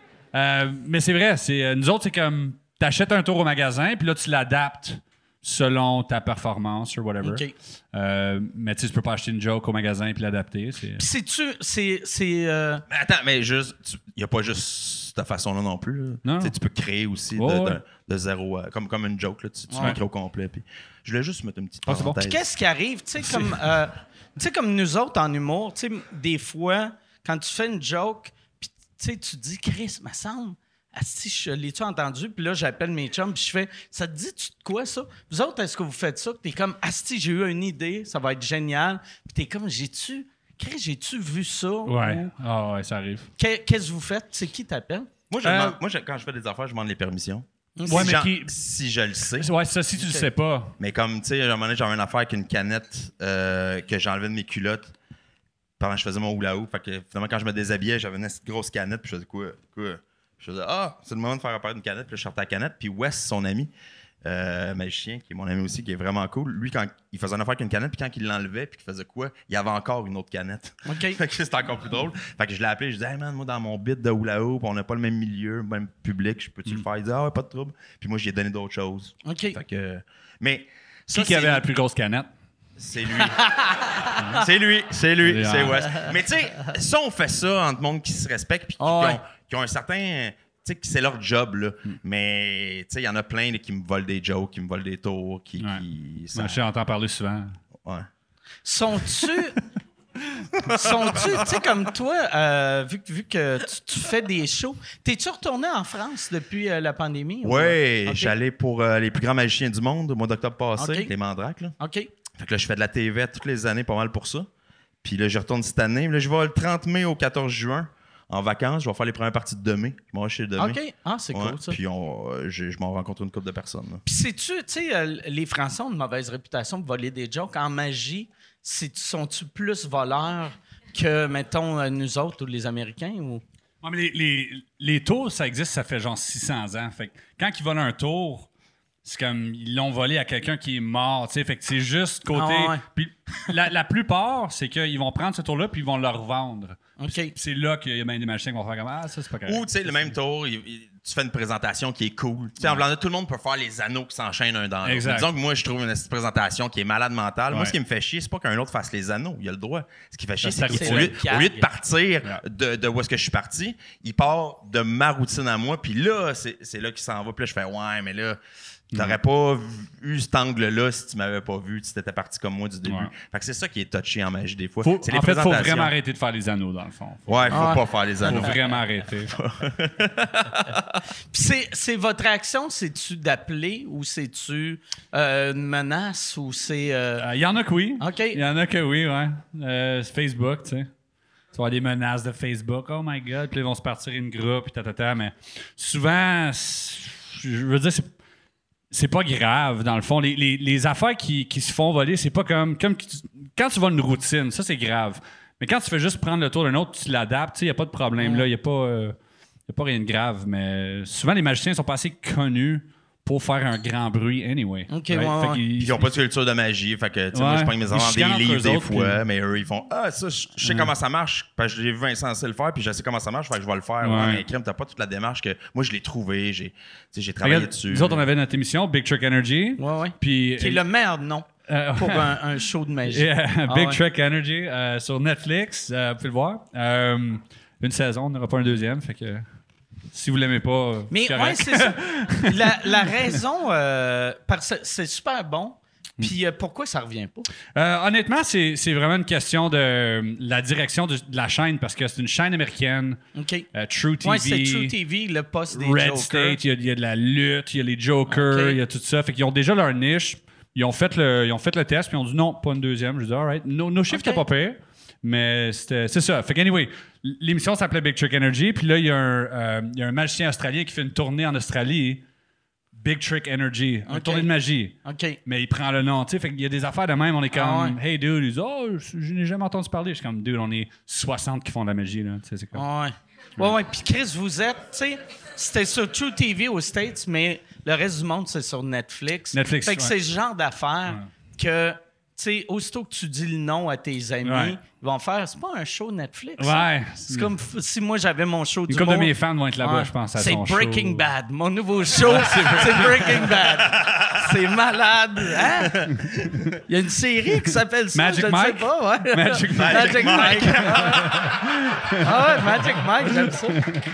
S4: Euh, mais c'est vrai, c'est, euh, nous autres, c'est comme, t'achètes un tour au magasin, puis là, tu l'adaptes selon ta performance ou whatever.
S1: OK.
S4: Euh, mais tu sais, tu peux pas acheter une joke au magasin puis l'adapter. C'est...
S1: Puis c'est-tu... C'est... c'est euh,
S5: Mais attends, mais juste, il n'y a pas juste cette façon-là non plus. là.
S4: Non.
S5: Tu sais, tu peux créer aussi de,
S4: Ouais, ouais.
S5: de- de zéro, à- comme, comme une joke. Là, tu tu
S1: Ouais.
S5: l'écris au complet. Puis je voulais juste mettre une petite
S4: Ah, c'est bon.
S5: parenthèse.
S1: Qu'est-ce qui arrive, tu sais, comme, euh, tu sais, comme nous autres en humour, tu sais, des fois, quand tu fais une joke, puis tu sais, tu dis, Chris, me semble, asti, je l'ai-tu entendu? Puis là, j'appelle mes chums, puis je fais, ça te dit-tu de quoi, ça? Vous autres, est-ce que vous faites ça? Puis t'es comme, asti, j'ai eu une idée, ça va être génial. Puis t'es comme, j'ai-tu, Chris, j'ai-tu vu ça?
S4: Ouais.
S1: Ou,
S4: Ah ouais, ça arrive.
S1: Qu'est- Qu'est-ce que vous faites? C'est qui t'appelle?
S5: Moi, je
S4: Euh,
S5: demande- moi je- quand je fais des affaires, je demande les permissions.
S4: Ouais,
S5: si,
S4: mais
S5: j'en-
S4: qui-
S5: si je le sais.
S4: Ouais, ça, si tu le sais pas.
S5: Mais comme, tu sais, à un moment donné, j'avais une affaire avec une canette euh, que j'enlevais de mes culottes pendant que je faisais mon hula-hoop. Fait que finalement, quand je me déshabillais, j'avais une grosse canette, puis je faisais quoi? Quoi? Je faisais Ah, c'est le moment de faire apparaître une canette, puis là, je sortais la canette. Puis Wes, son ami, euh, magicien, qui est mon ami aussi, qui est vraiment cool, lui, quand il faisait une affaire avec une canette, puis quand il l'enlevait, puis qu'il faisait quoi? Il y avait encore une autre canette.
S1: OK.
S5: Fait que c'était encore plus drôle. Fait que je l'ai appelé, je disais, hey man, moi, dans mon bit de hula-hoop, on n'a pas le même milieu, le même public, je peux-tu le faire? Il disait, ah ouais, pas de trouble. Puis moi, j'ai donné d'autres choses.
S1: OK.
S5: Fait que. Mais.
S4: Qui
S5: Ça,
S4: qui avait
S5: c'est-
S4: la plus grosse canette?
S5: c'est lui. c'est lui, c'est lui,
S4: Yeah.
S5: c'est Wes. Mais tu sais, ça, on fait ça entre monde qui se respecte puis qui,
S1: Ah ouais.
S5: qui ont, qui ont un certain. Tu sais, que c'est leur job, là. Mais, tu sais, il y en a plein là, qui me volent des jokes, qui me volent des tours, qui.
S4: Ouais.
S5: qui ça-
S4: Moi, je t'entends parler souvent.
S5: ouais.
S1: Sont-tu. Sont-tu, tu sais, comme toi, euh, vu, que- vu que tu, tu fais des shows, t'es-tu retourné en France depuis euh, la pandémie? ou-
S5: Ouais,
S1: OK.
S5: j'allais pour euh, les plus grands magiciens du monde au mois d'octobre passé,
S1: OK.
S5: les Mandraques, là.
S1: OK.
S5: Fait que là, je fais de la T V toutes les années, pas mal pour ça. Puis là, je retourne cette année. Là, je vais le trente mai au quatorze juin en vacances. Je vais faire les premières parties de Demé. Je m'en vais chez Demé.
S2: OK. Ah, c'est
S5: Ouais,
S2: cool, ça.
S5: Puis on, euh, je, je m'en rencontre une couple de personnes. là.
S2: Puis sais-tu, tu sais, euh, les Français ont une mauvaise réputation pour voler des jokes. En magie, c'est- sont-tu plus voleurs que, mettons, euh, nous autres ou les Américains? Ou...
S4: Ouais, mais les, les, les tours, ça existe, ça fait genre six cents ans. Fait que quand ils volent un tour, c'est comme ils l'ont volé à quelqu'un qui est mort, tu sais. Fait que c'est juste côté.
S2: Ah ouais.
S4: Puis la, la plupart, c'est qu'ils vont prendre ce tour-là puis ils vont le revendre.
S2: OK.
S4: Puis c'est là qu'il y a même des magiciens qui vont faire comme ah, ça, c'est pas correct.
S5: Ou, tu sais, le même tour, il- il- tu fais une présentation qui est cool. Tu sais, en blanc, tout le monde peut faire les anneaux qui s'enchaînent un dans l'autre.
S4: Exact.
S5: Disons que moi, je trouve une petite présentation qui est malade mentale. Moi,
S4: Ouais.
S5: ce qui me fait chier, c'est pas qu'un autre fasse les anneaux. Il a le droit. Ce qui fait chier,
S4: Ça,
S5: c'est
S4: c'est
S5: qu'au
S2: le
S5: lieu,
S2: gag.
S5: au lieu de partir
S4: Ouais.
S5: de, de où est-ce que je suis parti, il part de ma routine à moi. Puis là, c'est c'est là qu'il s'en va. Puis là, je fais ouais, mais là, t'aurais pas vu cet angle-là si tu m'avais pas vu, si t'étais parti comme moi du début.
S4: Ouais.
S5: Fait que c'est ça qui est touché en magie des fois.
S4: Faut-
S5: C'est les
S4: en fait, il faut
S5: présentations.
S4: vraiment arrêter de faire les anneaux, dans le fond. Faut,
S5: Ouais, faut
S2: Ah.
S5: pas faire les
S4: faut
S5: anneaux.
S4: vraiment arrêter.
S2: Puis c'est, c'est votre réaction, c'est-tu d'appeler ou c'est-tu euh, une menace ou c'est... euh,
S4: Il y en a que oui.
S2: OK.
S4: Il y en a que oui, ouais. Euh, c'est Facebook, tu sais. Tu vas avoir des menaces de Facebook. Oh my God. Puis là, ils vont se partir une groupe, puis tatata. Mais souvent, c'est- je veux dire, c'est, c'est pas grave, dans le fond. Les, les, les affaires qui, qui se font voler, c'est pas comme. comme que tu- quand tu vas une routine, ça, c'est grave. Mais quand tu fais juste prendre le tour d'un autre, tu l'adaptes, tu sais, il n'y a pas de problème là. Il n'y a pas. euh, y a pas rien de grave. Mais souvent, les magiciens sont pas assez connus pour faire un grand bruit anyway.
S2: OK,
S4: Right?
S2: ouais,
S4: Fait
S2: ouais.
S4: qu'ils-
S5: Puis ils ont pas de culture de magie. Fait que, tu sais, moi,
S4: Ouais.
S5: je prends mes
S4: Ils
S5: enfants
S4: chicanent
S5: des
S4: entre
S5: livres
S4: eux
S5: des
S4: autres,
S5: fois,
S4: puis-
S5: mais eux, ils font Ah, ça, je je sais comment ça marche. Parce que j'ai vu Vincent Cé le faire, puis je sais comment ça marche, fait que je vais le faire.
S4: Ouais.
S5: Ouais, mais crime, t'as pas toute la démarche que moi, je l'ai trouvé, j'ai tu sais, j'ai travaillé
S4: Regarde,
S5: dessus.
S4: nous autres, on avait notre émission Big Trick Energy.
S2: Ouais, ouais.
S4: Puis,
S2: Qui est le meilleur nom
S4: euh,
S2: pour un, un show de magie.
S4: Yeah,
S2: Ah
S4: Big
S2: ouais.
S4: Trick Energy euh, sur Netflix. euh, vous pouvez le voir. Euh, une saison, on n'aura pas un deuxième. Fait que si vous l'aimez pas, euh,
S2: Mais
S4: c'est
S2: ouais,
S4: correct.
S2: c'est ça. La, la raison, euh, parce que c'est super bon. Puis euh, pourquoi ça revient pas?
S4: Euh, honnêtement, c'est c'est vraiment une question de euh, la direction de, de la chaîne parce que c'est une chaîne américaine.
S2: OK.
S4: euh, True T V.
S2: Ouais, c'est True T V, le poste des
S4: Red
S2: Jokers.
S4: State, il y, a- il y a de la lutte, il y a les Jokers,
S2: Ok.
S4: il y a tout ça. Fait qu'ils ont déjà leur niche. Ils ont fait le, ils ont fait le test, puis ils ont dit non, pas une deuxième. Je dis, all right. Nos, nos chiffres
S2: Ok.
S4: étaient pas pires, mais c'était- c'est ça. Fait qu'anyway, l'émission s'appelait Big Trick Energy, puis là, il y, a un, euh, il y a un magicien australien qui fait une tournée en Australie, Big Trick Energy, une
S2: Ok.
S4: tournée de magie.
S2: OK.
S4: Mais il prend le nom, tu sais. Fait qu'il y a des affaires de même, on est comme,
S2: Ah ouais.
S4: hey dude, ils disent, oh, je, je n'ai jamais entendu parler. Je suis comme, dude, on est soixante qui font de la magie, là. Tu sais, c'est comme.
S2: Ouais. Ouais, ouais. Puis Chris, vous êtes, tu sais, c'était sur True T V aux States, mais le reste du monde, c'est sur Netflix.
S4: Netflix,
S2: Fait que
S4: ouais.
S2: c'est ce genre d'affaires que, tu sais, aussitôt que tu dis le nom à tes amis,
S4: Ouais.
S2: ils vont faire, c'est pas un show Netflix.
S4: Ouais.
S2: C'est comme f- si moi j'avais mon show
S4: Une
S2: du
S4: couple de mes fans vont être là-bas,
S2: Ouais.
S4: je pense, à
S2: C'est
S4: son
S2: Breaking
S4: show.
S2: Bad. Mon nouveau show, c'est Breaking Bad. C'est malade. Hein? Il y a une série qui s'appelle ça.
S4: Magic
S2: je ne sais
S4: Mike?
S2: pas. Ouais.
S4: Magic Mike.
S2: Magic Mike. Ah ouais, Magic Mike, j'aime ça.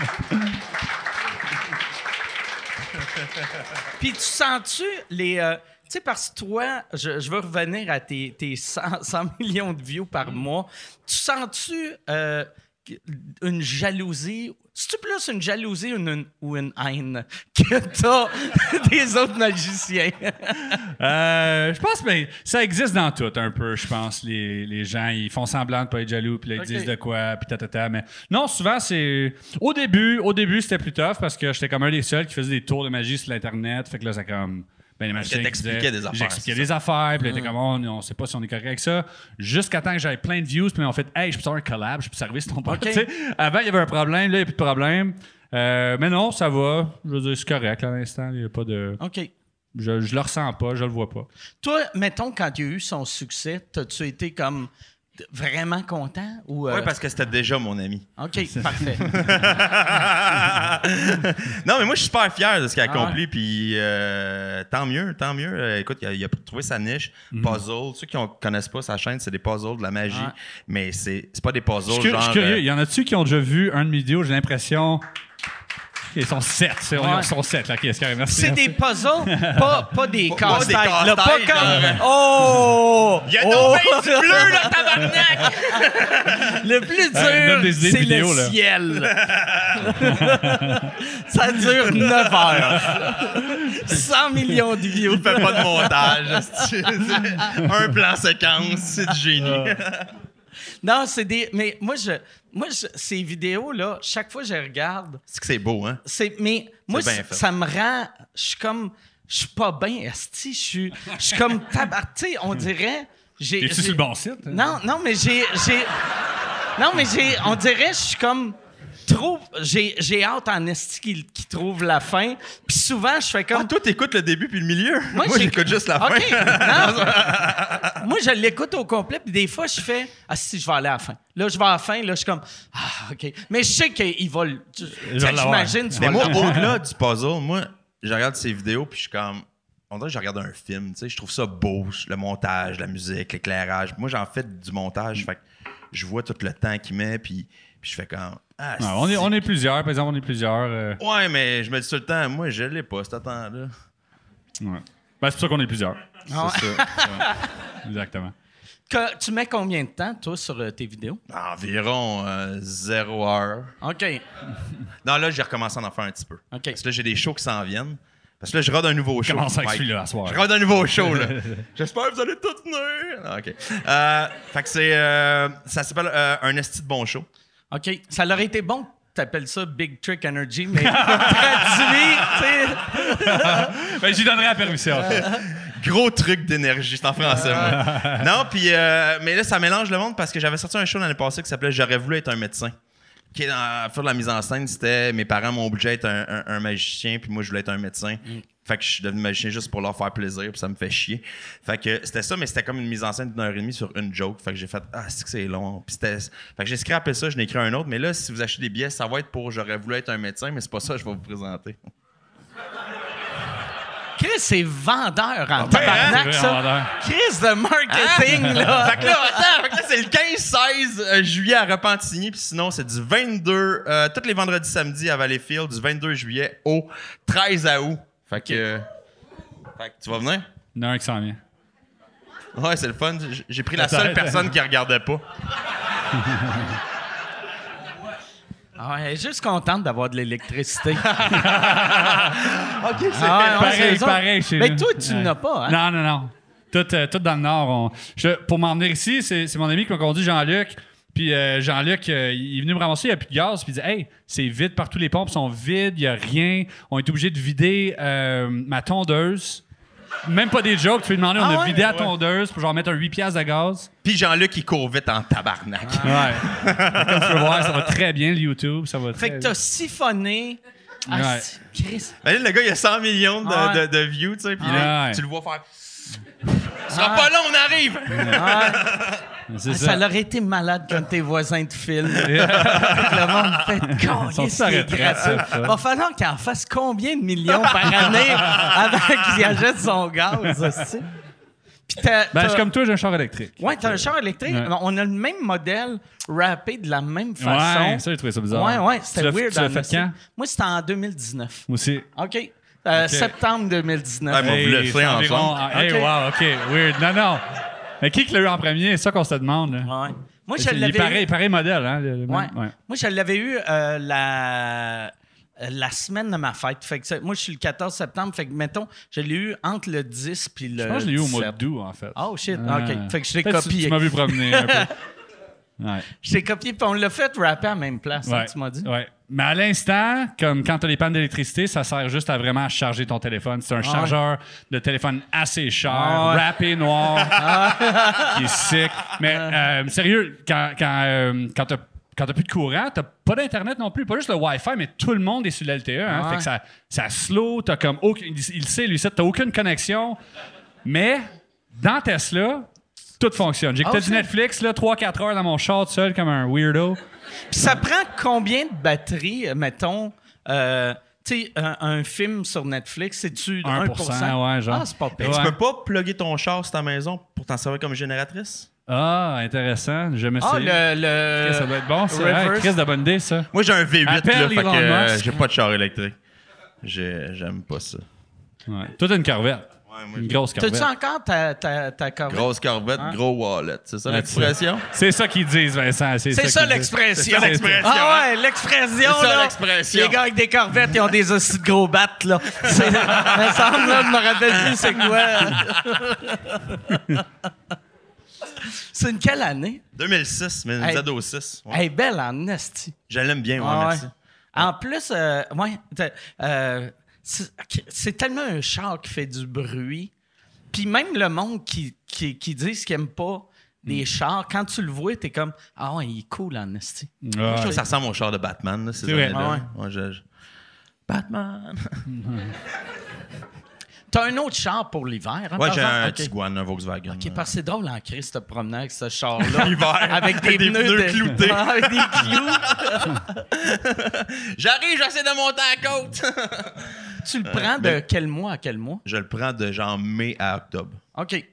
S2: Puis tu sens-tu les... euh, tu sais, parce que toi, je, je veux revenir à tes, tes cent, cent millions de views par mois. Tu sens-tu euh, une jalousie? C'est-tu plus une jalousie ou une, ou une haine que t'as des autres magiciens?
S4: Euh, je pense que ça existe dans tout un peu, je pense. Les, les gens, ils font semblant de pas être jaloux, puis là, ils
S2: Ok.
S4: disent de quoi, puis tatata. Mais non, souvent, c'est... Au début, au début c'était plus tough parce que j'étais comme un des seuls qui faisait des tours de magie sur l'Internet. Fait que là, c'est comme... Ben, les magiciens qui
S5: t'expliquais
S4: disaient-
S5: des affaires,
S4: J'expliquais
S5: c'est
S4: des affaires, puis là, t'es comme, oh, on sait pas si on est correct avec ça. Jusqu'à temps que j'avais plein de views, puis on fait, hey, je peux avoir un collab, je peux servir sur ton podcast.
S2: Ok.
S4: Tu sais, avant, il y avait un problème, là, il n'y a plus de problème. Euh, mais non, ça va. Je veux dire, c'est correct, là, à l'instant. Il n'y a pas de...
S2: OK.
S4: Je, je le ressens pas, je le vois pas.
S2: Toi, mettons, quand il y a eu son succès, t'as-tu été comme vraiment content? Ou, euh,
S5: Oui, parce que c'était déjà mon ami.
S2: OK, parfait.
S5: Non, mais moi, je suis super fier de ce qu'il a
S2: Ah
S5: accompli. Puis euh, tant mieux, tant mieux. Euh, écoute, il a, il a trouvé sa niche. Puzzle. Ceux qui ne connaissent pas sa chaîne, c'est des puzzles, de la magie.
S2: Ouais.
S5: Mais c'est c'est pas des puzzles
S4: Je suis, cur- je
S5: genre.
S4: suis curieux.
S5: euh,
S4: Il y en a-tu qui ont déjà vu un de mes vidéos? J'ai l'impression. Ils sont sept. C'est,
S2: Ouais.
S4: Ils sont sept, là. OK, c'est carré, merci.
S2: C'est des puzzles, pas, pas des
S5: Pas- pas
S2: casse-têtes.
S5: des
S2: là, pas
S5: casse-têtes,
S2: comme...
S5: là.
S2: Oh!
S5: Il y a
S2: oh!
S5: donc bien du bleu, là, tabarnak!
S2: Le plus
S4: Euh, donne des
S2: dur,
S4: idées de
S2: c'est
S4: vidéos,
S2: le
S4: là.
S2: ciel. Ça dure neuf heures. cent millions de views.
S5: Il fait pas de montage. c'est- c'est un plan séquence, c'est du génie.
S2: Non, c'est des... Mais moi, je, moi je, ces vidéos-là, chaque fois que je les regarde...
S5: C'est que c'est beau, hein?
S2: C'est, mais moi,
S5: bien
S2: c-
S5: fait.
S2: ça me rend... Je suis comme... Je suis pas bien, esti. Je suis je suis comme... tabar- Tu sais, on dirait... J'ai,
S4: Es-tu
S2: j'ai-
S4: sur le bon site? hein?
S2: Non, non, mais j'ai... j'ai non, mais j'ai... On dirait, je suis comme... Trop... J'ai, j'ai hâte en esti qu'ils qu'ils trouvent la fin. Puis souvent, je fais comme...
S5: Ah, toi, t'écoutes le début puis le milieu. Moi,
S2: j'ai-
S5: j'écoute juste la
S2: OK,
S5: fin.
S2: non. Moi, je l'écoute au complet, puis des fois, je fais « Ah, si, je vais aller à la fin. » Là, je vais à la fin, là, je suis comme « Ah, OK. » Mais je sais qu'il va le... tu-
S4: va l'avoir.
S2: J'imagine, tu
S5: Mais
S2: vas
S5: moi,
S2: l'avoir.
S5: au-delà du puzzle, moi, je regarde ces vidéos puis je suis comme... On dirait que je regarde un film, tu sais. Je trouve ça beau, le montage, la musique, l'éclairage. Moi, j'en fais du montage, fait que je vois tout le temps qu'il met, puis, puis je fais comme... Ah,
S4: Ouais, on, est, on est plusieurs, par exemple, on est plusieurs. euh,
S5: Ouais, mais je me dis tout le temps, moi, je l'ai pas, cet temps-là.
S4: ouais. Ben, c'est pour ça qu'on est plusieurs.
S2: Ah
S4: C'est ça. Ouais. Exactement.
S2: Que- tu mets combien de temps, toi, sur euh, tes vidéos?
S5: Environ euh, zéro heure.
S2: OK.
S5: Non, là, j'ai recommencé à en faire un petit peu.
S2: OK.
S5: Parce que là, j'ai des shows qui s'en viennent. Parce que là, je rode un nouveau show.
S4: Commence avec
S5: Mike.
S4: celui-là à soir.
S5: Je rode un nouveau show, là. J'espère que vous allez tous venir. Non, OK. Euh, fait que c'est... euh, ça s'appelle euh, Un esti de bon show.
S2: OK. Ça aurait été bon que t'appelles ça Big Trick Energy, mais traduit, tu sais...
S4: Ben, j'y donnerai la permission.
S5: Gros truc d'énergie, c'est en français, moi. Non, puis... euh, mais là, ça mélange le monde parce que j'avais sorti un show l'année passée qui s'appelait « J'aurais voulu être un médecin ». Qui est dans faire de la mise en scène, c'était mes parents m'ont obligé à être un, un, un magicien, puis moi je voulais être un médecin. Fait que je suis devenu magicien juste pour leur faire plaisir, puis ça me fait chier. Fait que c'était ça, mais c'était comme une mise en scène d'une heure et demie sur une joke. Fait que j'ai fait ah c'est que c'est long. Puis c'était, fait que j'ai scrappé ça, je n'ai écrit un autre. Mais là, si vous achetez des billets, ça va être pour j'aurais voulu être un médecin, mais c'est pas ça que je vais vous présenter.
S2: Chris, c'est vendeur en
S5: ben,
S2: tabarnak,
S4: hein? C'est
S2: ça.
S4: vendeur.
S2: Chris de marketing, là.
S5: Fait que là, attends, fait que là, c'est le quinze seize euh, juillet à Repentigny, puis sinon c'est du vingt-deux, euh, tous les vendredis samedis à Valleyfield, du vingt-deux juillet au treize août. Fait que, euh, fait que tu vas venir?
S4: Il y en a un qui s'en vient.
S5: Ouais, c'est le fun. J- J'ai pris la
S4: Attends,
S5: seule
S4: attends.
S5: personne qui regardait pas.
S2: Ah, elle est juste contente d'avoir de l'électricité.
S5: OK, c'est
S2: Ah, ouais,
S4: Pareil,
S2: c'est eux
S4: pareil
S2: autres.
S4: chez
S2: Mais
S4: nous.
S2: toi, tu
S4: Ouais.
S2: n'as pas, hein?
S4: Non, non, non. Tout, euh, tout dans le Nord. on- je- pour m'en venir ici, c'est c'est mon ami qui m'a conduit, Jean-Luc. Puis euh, Jean-Luc, euh, il est venu me ramasser, il n'y a plus de gaz. Puis il dit Hey, c'est vide partout, les pompes sont vides, il n'y a rien. On est obligé de vider euh, ma tondeuse. Même pas des jokes, tu peux demander, on
S2: Ah
S4: a
S2: ouais?
S4: vidé la tondeuse pour genre mettre un huit piastres de gaz.
S5: Puis Jean-Luc, il court vite en tabarnak.
S4: Ouais. Comme tu peux voir, ça va très bien, le YouTube. Ça va
S2: Fait
S4: très
S2: que t'as siphonné. Ah,
S4: Ouais.
S2: c'est- Chris.
S5: Mais là, le gars, il a cent millions de,
S2: Ah ouais.
S5: de- de views, tu sais. Puis là,
S4: Ouais.
S5: tu le vois faire. Ce sera pas long, on arrive!
S2: Ah,
S4: C'est
S2: ça
S4: ça.
S2: l'aurait été malade quand tes voisins te filment. Le monde fait
S4: Ils sont
S2: Calisse,
S4: tous à
S2: c'est
S4: retraite,
S2: gratuit.
S4: ça.
S2: Va falloir qu'il en fasse combien de millions par année avant qu'il achète son gaz, hostie? Puis t'as,
S4: Ben,
S2: t'as-
S4: je suis comme toi, j'ai un char électrique.
S2: Ouais, t'as un char électrique.
S4: Ouais.
S2: On a le même modèle rappé de la même façon.
S4: Ouais, ça, j'ai trouvé ça bizarre.
S2: Ouais, ouais,
S4: Tu
S2: c'était
S4: l'as-
S2: weird.
S4: Tu l'as
S2: en
S4: fait
S2: esti.
S4: quand?
S2: Moi, c'était en deux mille dix-neuf.
S4: Moi aussi.
S2: OK. Euh, septembre deux mille dix-neuf.
S5: Ouais, bon, vous le
S4: Hey,
S5: ferez
S4: c'est environ-
S5: ensemble.
S4: ah, Hey,
S2: Ok.
S4: wow, OK, weird. Non, non. Mais qui qui l'a eu en premier? C'est ça qu'on se demande. là.
S2: Ouais. Moi, je
S4: Il est
S2: l'avais
S4: pareil,
S2: eu.
S4: pareil modèle, hein? le- le même-
S2: Ouais.
S4: ouais.
S2: Moi, je l'avais eu euh, la... la semaine de ma fête. Fait que ça- moi, je suis le quatorze septembre. Fait que, mettons, je l'ai eu entre le dix puis le
S4: Je pense que je l'ai eu au mois
S2: dix-sept.
S4: d'août, en fait.
S2: Oh, shit.
S4: Ah.
S2: OK. Fait que je l'ai
S4: Peut-être que tu-
S2: copié.
S4: Tu m'as vu promener un peu. Ouais.
S2: Je l'ai copié, puis on l'a fait rapper à la même place, hein,
S4: Ouais.
S2: tu m'as dit.
S4: Ouais. Mais à l'instant, comme quand tu as les pannes d'électricité, ça sert juste à vraiment charger ton téléphone. C'est un chargeur de téléphone assez cher,
S2: Ah ouais.
S4: râpé noir, qui est sick. Mais euh, sérieux, quand, quand, euh, quand tu quand t'as plus de courant, t'as pas d'internet non plus, pas juste le Wi-Fi, mais tout le monde est sur l'L T E. Hein?
S2: Ouais.
S4: Fait que ça, ça slow, t'as comme aucun, il, il sait, lui, ça, t'as aucune connexion. Mais dans Tesla, tout fonctionne. J'ai écouté
S2: Ah,
S4: du
S2: ok.
S4: Netflix, là, trois quatre heures dans mon char tout seul comme un weirdo.
S2: Puis ça prend combien de batteries, euh, mettons, euh, tu sais, un, un film sur Netflix, c'est-tu
S4: un pour cent, ouais, genre.
S2: Ah, c'est pas pire.
S4: Ouais.
S5: Tu peux pas plugger ton char sur ta maison pour t'en servir comme génératrice?
S4: Ah, intéressant. Je me
S2: Ah,
S4: suis.
S2: le... le...
S4: Ça doit être bon, ça.
S2: reverse.
S4: Hey, Chris, de bonne idée, ça.
S5: Moi, j'ai un V huit,
S4: Appelle
S5: là, fait que
S4: Elon
S5: euh,
S4: Musk.
S5: j'ai pas de char électrique. J'ai- J'aime pas ça.
S4: Ouais. Toi, t'as une Corvette.
S5: Ouais, moi,
S4: Une
S5: j'ai-
S4: grosse Corvette.
S2: T'as-tu encore ta, ta, ta Corvette?
S5: Grosse Corvette,
S2: Hein?
S5: gros wallet. C'est ça
S4: Là-dessus.
S5: l'expression?
S4: C'est ça qu'ils disent, Vincent. C'est
S2: C'est ça
S4: qu'ils disent.
S2: l'expression.
S5: C'est ça l'expression,
S2: Ah ouais, l'expression,
S5: C'est ça,
S2: là.
S5: l'expression.
S2: Les gars avec des corvettes, ils ont des hosties de gros battes, là. C'est... Il me semble, là, je me rappelle plus c'est quoi. C'est une quelle année?
S5: deux mille six, mais une
S2: Hey.
S5: Z O six. Ouais.
S2: Elle est belle en esti.
S5: Je l'aime bien, ouais,
S2: Ah ouais.
S5: merci.
S2: En plus, euh, ouais, t'as- euh, c'est, c'est tellement un char qui fait du bruit. Puis même le monde qui, qui, qui disent qu'ils n'aiment pas les chars, quand tu le vois, t'es comme « Ah ouais, il est cool en esti.
S5: Je trouve que ça ressemble au char de Batman, là, ces
S3: C'est vrai.
S5: années-là.
S2: Ah
S5: Ouais, je- je- Batman! »
S2: T'as un autre char pour l'hiver, hein,
S5: Ouais,
S2: par
S5: j'ai
S2: exemple?
S5: un
S2: Ok.
S5: Tiguan, un Volkswagen.
S2: OK, parce que c'est drôle en crise de te promener avec ce char-là.
S5: L'hiver.
S2: Avec des,
S5: Avec des
S2: pneus,
S5: pneus
S2: de-
S5: cloutés.
S2: avec des clous.
S5: J'arrive, j'essaie de monter à la côte!
S2: Tu le prends de
S5: ben-
S2: quel mois à quel mois?
S5: Je le prends de genre mai à octobre.
S2: OK.
S5: Ouais.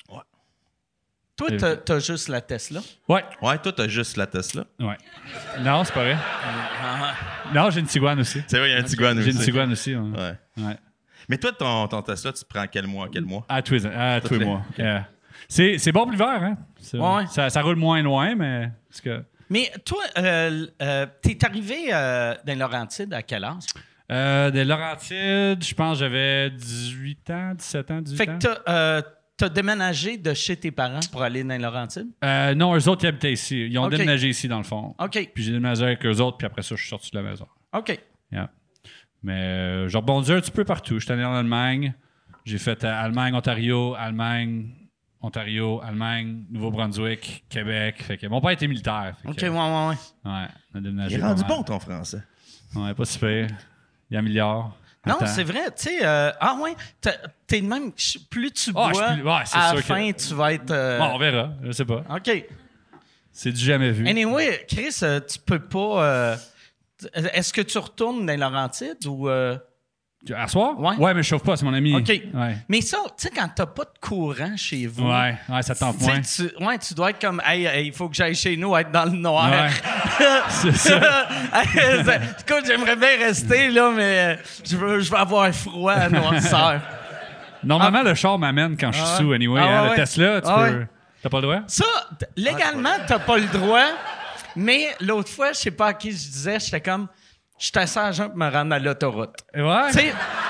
S2: Toi,
S3: Et-
S2: t'as, t'as juste la Tesla.
S3: Ouais.
S5: Ouais, toi, t'as juste la Tesla.
S3: Ouais. Non, c'est pas vrai. Non, j'ai une Tiguan aussi.
S5: C'est vrai, il y a un Tiguan
S3: J'ai
S5: aussi.
S3: une Tiguan aussi. Ouais.
S5: Ouais.
S3: Ouais.
S5: Mais toi, ton, ton Tesla, tu prends quel mois, quel mois?
S3: À tous les, à tous les
S5: les-
S3: mois. Yeah. C'est, c'est bon pour l'hiver, hein? C'est-
S2: Ouais.
S3: ça, ça roule moins loin, mais. Parce que,
S2: Mais toi, euh, euh, t'es arrivé euh, dans Laurentides à quel âge?
S3: euh, des Laurentides, je pense que j'avais dix-huit ans, dix-sept ans, dix-huit
S2: Fait
S3: ans.
S2: que t'as, euh, t'as déménagé de chez tes parents pour aller dans Laurentides?
S3: Euh, non, eux autres, ils habitaient ici. Ils ont
S2: Ok.
S3: déménagé ici, dans le fond.
S2: OK.
S3: Puis j'ai déménagé avec eux autres, puis après ça, je suis sorti de la maison.
S2: OK.
S3: Yeah. Mais euh, j'ai rebondi un petit peu partout. Je suis allé en Allemagne. J'ai fait euh, Allemagne, Ontario, Allemagne, Ontario, Allemagne, Nouveau-Brunswick, Québec. Fait que mon père était militaire. Fait
S2: OK,
S3: que,
S2: ouais, ouais, ouais.
S3: ouais, on a déménagé
S5: Il est
S3: pas
S5: rendu
S3: mal.
S5: bon, ton français.
S3: Ouais, pas super. Il y a un milliard.
S2: Non,
S3: Attends.
S2: c'est vrai. Tu sais, euh, ah ouais, t'as- t'es de même. Plus tu
S3: Ah,
S2: bois,
S3: je suis plus- ouais, c'est
S2: à la
S3: sûr que-
S2: fin, tu vas être. euh,
S3: Bon, on verra. Je sais pas.
S2: OK.
S3: C'est du jamais vu.
S2: Anyway, Chris, euh, tu peux pas. euh, t- Est-ce que tu retournes dans Laurentides ou. euh,
S3: À soir?
S2: Ouais.
S3: Ouais, mais je chauffe pas, c'est mon ami.
S2: OK.
S3: Ouais.
S2: Mais ça, tu sais, quand t'as pas de courant chez vous.
S3: Ouais, ouais, ça tente
S2: Tu sais,
S3: moins.
S2: tu, ouais, tu dois être comme, hey, hey, il faut que j'aille chez nous, être dans le noir.
S3: Ouais. C'est ça.
S2: Hey, c'est- Écoute, j'aimerais bien rester, là, mais je veux, je veux avoir froid à noirceur.
S3: Normalement, le char m'amène quand je suis
S2: Ah
S3: sous,
S2: ouais.
S3: anyway.
S2: Ah
S3: hein.
S2: ouais,
S3: Le
S2: ouais.
S3: Tesla, tu
S2: Ah
S3: peux.
S2: ouais.
S3: T'as pas le droit?
S2: Ça, t- légalement, t'as pas le droit, mais l'autre fois, je sais pas à qui je disais, j'étais comme, je suis assez agent pour me rendre à l'autoroute.
S3: Ouais.
S2: Tu sais,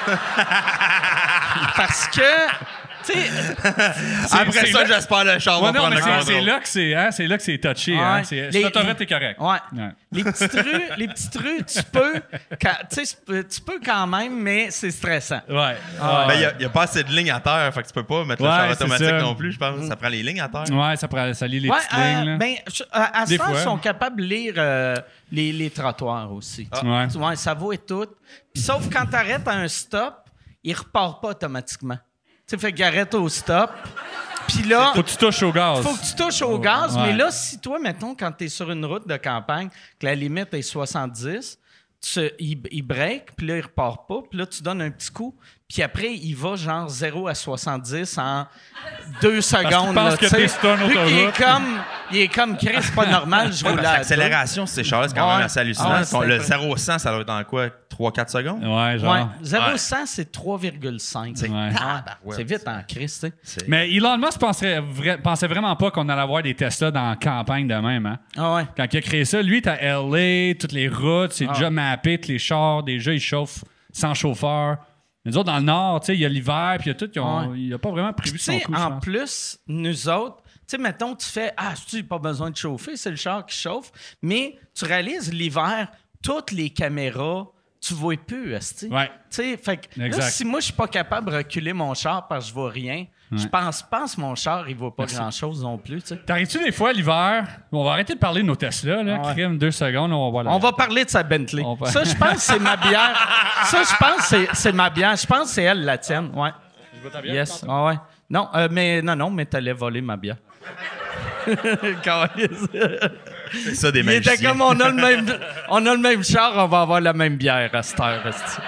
S2: parce que, tu sais,
S5: Après
S3: c'est
S5: ça,
S3: là-
S5: j'espère le char
S3: Ouais,
S5: va
S3: non,
S5: prendre
S3: mais
S5: le
S3: c'est, c'est
S5: contrôle.
S3: là que c'est, hein, c'est là que c'est touché.
S2: Ouais.
S3: Hein. C'est,
S2: Les-
S3: sur l'autoroute, t'es correct.
S2: ouais.
S3: Ouais.
S2: Les petites rues, les petites rues, tu peux, quand- tu sais, tu peux quand même, mais c'est stressant.
S3: Ouais.
S2: Ah,
S5: Ben, il n'y a, pas assez de lignes à terre, fait que tu peux pas mettre
S3: Ouais,
S5: le char
S3: c'est
S5: automatique
S3: ça.
S5: non plus, je pense. Ça prend les lignes à terre.
S3: Ouais, ça, prend, ça lit les
S2: Ouais,
S3: petites
S2: euh,
S3: lignes. Là.
S2: ben, je- à, à
S3: Des
S2: ce temps,
S3: fois.
S2: ils sont capables de lire euh, les, les trottoirs aussi.
S3: Ouais.
S2: Tu vois, ça vaut et tout. Puis sauf quand tu arrêtes à un stop, il repart pas automatiquement. Tu sais, fait qu'il arrête au stop. Puis là,
S3: Faut que tu touches au gaz.
S2: faut que tu touches au gaz.
S3: Ouais.
S2: Mais là, si toi, mettons, quand tu es sur une route de campagne, que la limite est soixante-dix, tu, il, il break, puis là, il repart pas. Puis là, tu donnes un petit coup. Puis après, il va genre zéro à soixante-dix en deux secondes.
S3: pense
S2: là,
S3: que
S2: tu sais.
S3: t'es sur une
S2: Vu qu'il est
S3: autoroute.
S2: comme, il est comme Chris, c'est pas normal, je
S5: Ouais,
S2: roule
S5: parce
S2: à
S5: que
S2: deux.
S5: l'accélération, c'est char, c'est quand
S2: Ouais.
S5: même assez hallucinant.
S2: Ah ouais, c'est
S5: le
S2: vrai.
S5: zéro à cent, ça doit être dans quoi? trois quatre secondes?
S3: Ouais, genre.
S2: Ouais, zéro à
S5: Ouais.
S2: cent, c'est trois virgule cinq.
S5: C'est
S3: Ouais.
S5: tabarouette.
S2: C'est vite en Chris, tu sais.
S5: C'est-
S3: Mais Elon Musk penserait, vra- pensait vraiment pas qu'on allait avoir des Tesla dans la campagne de même. Hein?
S2: Ah ouais.
S3: Quand il a créé ça, lui, t'as L A, toutes les routes, c'est
S2: Ah.
S3: déjà mappé, tous les chars, déjà, ils chauffent sans chauffeur. Nous autres, dans le Nord, tu sais, il y a l'hiver, puis il y a tout. ils ont-
S2: Ouais.
S3: Il n'a pas vraiment prévu
S2: Tu
S3: son
S2: sais,
S3: coup, je
S2: en
S3: pense.
S2: plus, nous autres, tu sais, mettons, tu fais, ah, tu pas besoin de chauffer, c'est le char qui chauffe, mais tu réalises l'hiver, toutes les caméras, tu vois plus, esti.
S3: Ouais.
S2: Tu sais, fait que là,
S3: Exact.
S2: si moi, je suis pas capable de reculer mon char parce que je vois rien, je pense, pense mon char, il voit pas grand-chose non plus, tu sais.
S3: T'arrives-tu des fois l'hiver? On va arrêter de parler de nos Tesla, là.
S2: Ouais.
S3: Crime, deux secondes, on va voir la
S2: On va parler de sa Bentley.
S3: On va-
S2: Ça, je pense que c'est ma bière. Ça, je pense que c'est- c'est ma bière. Je pense que c'est elle, la tienne. Ouais. Yes. Ah ouais. Non, euh, mais non, non, mais t'allais voler ma bière. Câlisse.
S5: C'est ça, des
S2: Il était
S5: magiciens.
S2: comme on a le même, on a le même char, on va avoir la même bière à cette heure. esti.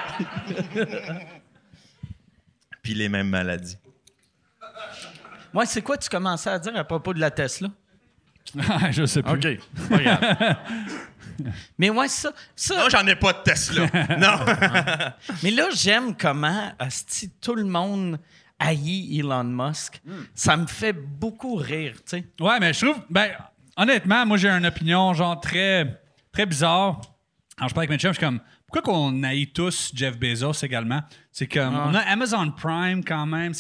S5: Puis les mêmes maladies.
S2: Ouais, c'est quoi tu commençais à dire à propos de la Tesla?
S3: Je sais plus.
S2: OK. Pas grave. Mais ouais, ça, ça
S5: Non, j'en ai pas de Tesla. Non.
S2: mais là, j'aime comment asti, tout le monde haït Elon Musk. Ça me fait beaucoup rire, tu sais.
S3: Ouais, mais je trouve, ben, honnêtement, moi, j'ai une opinion, genre, très, très bizarre. Alors, je parle avec mes chums, je suis comme, pourquoi qu'on haït tous Jeff Bezos également? C'est comme, on a Amazon Prime quand même. C'est,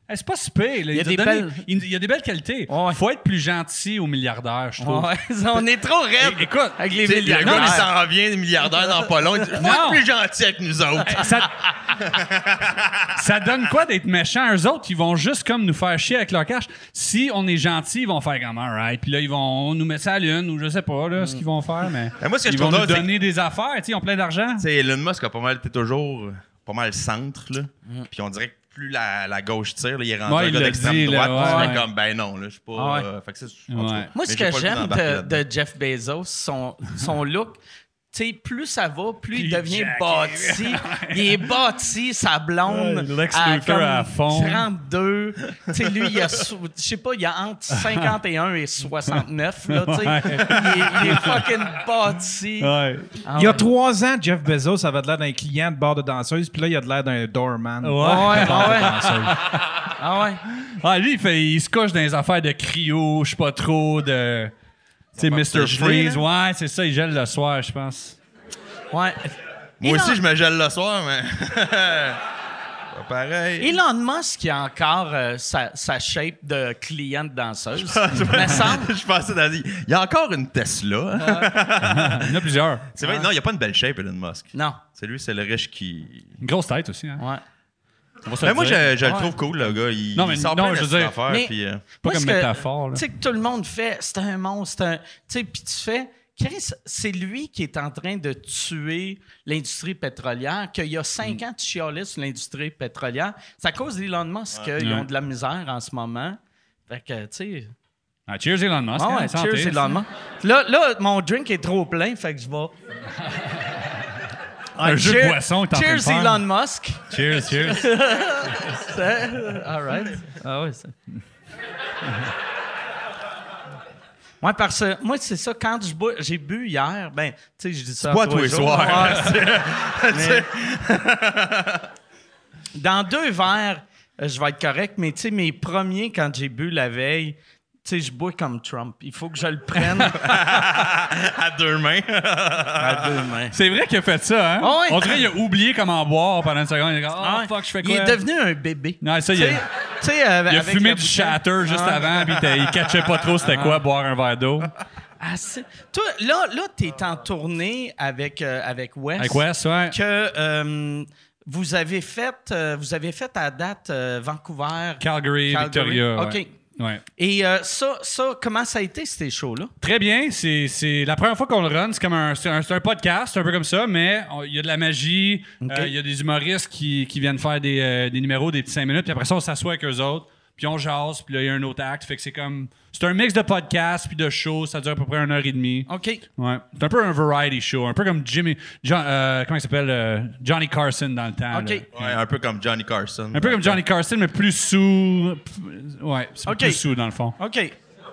S3: Hey, c'est pas si pire. Là.
S2: Il y a
S3: Il,
S2: des
S3: donné-
S2: belles-
S3: il, il y a des belles qualités.
S2: Ouais.
S3: Faut être plus gentil aux milliardaires, je trouve.
S2: Ouais, on est trop raide
S3: É- écoute,
S2: avec les
S5: Tu sais, le gars,
S2: milliardaires.
S5: il s'en revient des milliardaires dans pas long. Il dit, faut
S3: Non.
S5: être plus gentil avec nous autres.
S3: Ça, ça donne quoi d'être méchants? Eux autres, ils vont juste comme nous faire chier avec leur cash. Si on est gentil, ils vont faire comme alright. Puis là, ils vont nous mettre ça à la lune ou je sais pas là, ce qu'ils vont faire. Mais
S5: Mais moi, ce que je
S3: ils vont
S5: trouve
S3: nous
S5: drôle, c'est
S3: donner des affaires. tu sais, Ils ont plein d'argent.
S5: Tu sais, Elon Musk a pas mal été toujours euh, pas mal centre, là. Puis on dirait que plus la, la gauche tire, là, il est rendu
S3: Ouais,
S5: un
S3: il
S5: gars
S3: l'a
S5: d'extrême
S3: dit, là,
S5: droite. puis
S3: ouais,
S5: tu fais
S3: ouais.
S5: comme, ben non, là, je suis pas...
S2: Ah ouais.
S5: euh, fait que c'est... en tout cas,
S3: Ouais.
S2: Moi,
S5: mais
S2: ce
S5: j'ai
S2: que
S5: pas le goût
S2: j'aime
S5: d'embarquer
S2: de,
S5: là-dedans.
S2: de Jeff Bezos, son, son look, tu sais, plus ça va, plus il
S3: Plus
S2: devient
S3: jacké.
S2: bâti. Il est bâti, sa blonde,
S3: Ouais, Lex
S2: à
S3: Luthor
S2: comme
S3: à fond.
S2: trente-deux. Tu sais, lui, il a, sou- je sais pas, il a entre cinquante et un et soixante-neuf, là, tu sais.
S3: Ouais.
S2: Il, est- il est fucking bâti.
S3: Ouais.
S2: Ah
S6: Il y a
S2: ouais.
S6: trois ans, Jeff Bezos avait de l'air d'un client de bar de danseuse, puis là, il a de l'air d'un doorman.
S3: Ouais.
S2: Ah ouais, ah ouais.
S3: Danseuse.
S2: Ah ouais.
S3: Ah, lui, il, fait, il se couche dans les affaires de cryo, je sais pas trop, de. Tu sais,
S5: de
S3: mister
S5: geler,
S3: Freeze. Ouais, c'est ça, il gèle le soir, je pense.
S2: Ouais.
S5: Moi
S2: Elon-
S5: aussi, je me gèle le soir, mais... pas pareil.
S2: Elon Musk, il a encore euh, sa, sa shape de client de danseuse. me semble.
S5: Je pensais dans il y a encore une Tesla.
S3: Il y en a plusieurs.
S5: C'est vrai, non, il n'y a pas une belle shape, Elon Musk.
S2: Non.
S5: C'est lui, c'est le riche qui...
S3: Une grosse tête aussi, hein.
S2: Ouais.
S3: On va se
S5: Mais
S3: le
S5: moi,
S3: dire.
S5: je, je le
S2: Ouais.
S5: trouve cool, le gars. Il,
S3: Non, mais
S5: il sort
S3: non,
S5: plein
S3: je veux
S5: de
S3: dire-
S5: affaires,
S2: Mais-
S5: puis, euh,
S3: Pas
S2: Moi,
S3: comme
S2: ce que-
S3: métaphore, là.
S2: Tu sais que tout le monde fait, c'est un monstre, c'est un. Tu sais, puis tu fais. Chris, c'est lui qui est en train de tuer l'industrie pétrolière, qu'il y a cinq ans, tu chialais sur l'industrie pétrolière. C'est à cause d'Elon Musk qu'ils
S3: Ouais.
S2: ont de la misère en ce moment. Fait que, tu sais.
S3: Ah, cheers, Elon Musk.
S2: Ah
S3: hein,
S2: ouais,
S3: santé.
S2: cheers, Elon Musk. Là, là, mon drink est trop plein, fait que je vais.
S3: Un
S2: Ouais,
S3: jeu de
S2: cheers-
S3: boisson que t'es en train de
S2: Cheers,
S3: faire.
S2: Elon Musk.
S3: Cheers, cheers.
S2: C'est- All right. Ah ouais, ça. Ouais, parce que moi, c'est ça, quand je bois, j'ai bu hier, ben, tu sais, je dis ça.
S5: pas
S2: à
S5: tous les
S2: jours.
S5: soirs.
S2: Ouais, mais- Dans deux verres, euh, je vais être correct, mais tu sais, mes premiers, quand j'ai bu la veille, tu sais, je bois comme Trump. Il faut que je le prenne
S5: à deux mains.
S2: à deux mains.
S3: C'est vrai qu'il a fait ça, hein?
S2: Ah ouais.
S3: On dirait qu'il a oublié comment boire pendant une seconde. Il a dit, oh,
S2: Ouais.
S3: fuck, je fais
S2: Il
S3: quoi?
S2: est devenu un bébé.
S3: Non, ça,
S2: Tu
S3: il a,
S2: sais- tu sais, euh,
S3: il a
S2: avec
S3: fumé
S2: la
S3: du
S2: bouteille.
S3: shatter juste
S2: Ah.
S3: avant, puis il était- il catchait pas trop c'était quoi boire un verre d'eau.
S2: Ah, c'est- Toi, là, là tu es en tournée avec, euh, avec Wes.
S3: Avec Wes, ouais.
S2: Que euh, vous avez fait, euh, vous avez fait à date euh, Vancouver.
S3: Calgary,
S2: Calgary.
S3: Victoria.
S2: OK.
S3: Ouais. Ouais.
S2: Et euh, ça, ça, comment ça a été, ces shows-là?
S3: Très bien. C'est, c'est la première fois qu'on le run. C'est comme un, c'est un, c'est un podcast, un peu comme ça, mais on- il y a de la magie.
S2: OK.
S3: euh, Il y a des humoristes qui, qui viennent faire des, euh, des numéros, des petits cinq minutes, puis après ça, on s'assoit avec eux autres, puis on jase, puis là, il y a un autre acte. Fait que c'est comme. C'est un mix de podcast puis de show. Ça dure à peu près une heure et demie.
S2: OK.
S3: Ouais. C'est un peu un variety show. Un peu comme Jimmy. John- euh, comment il s'appelle euh, Johnny Carson dans le temps.
S2: OK.
S3: là.
S5: Ouais, un peu comme Johnny Carson.
S3: Un peu comme Johnny Carson, mais plus sous. Ouais, c'est
S2: OK.
S3: plus sous dans le fond.
S2: OK.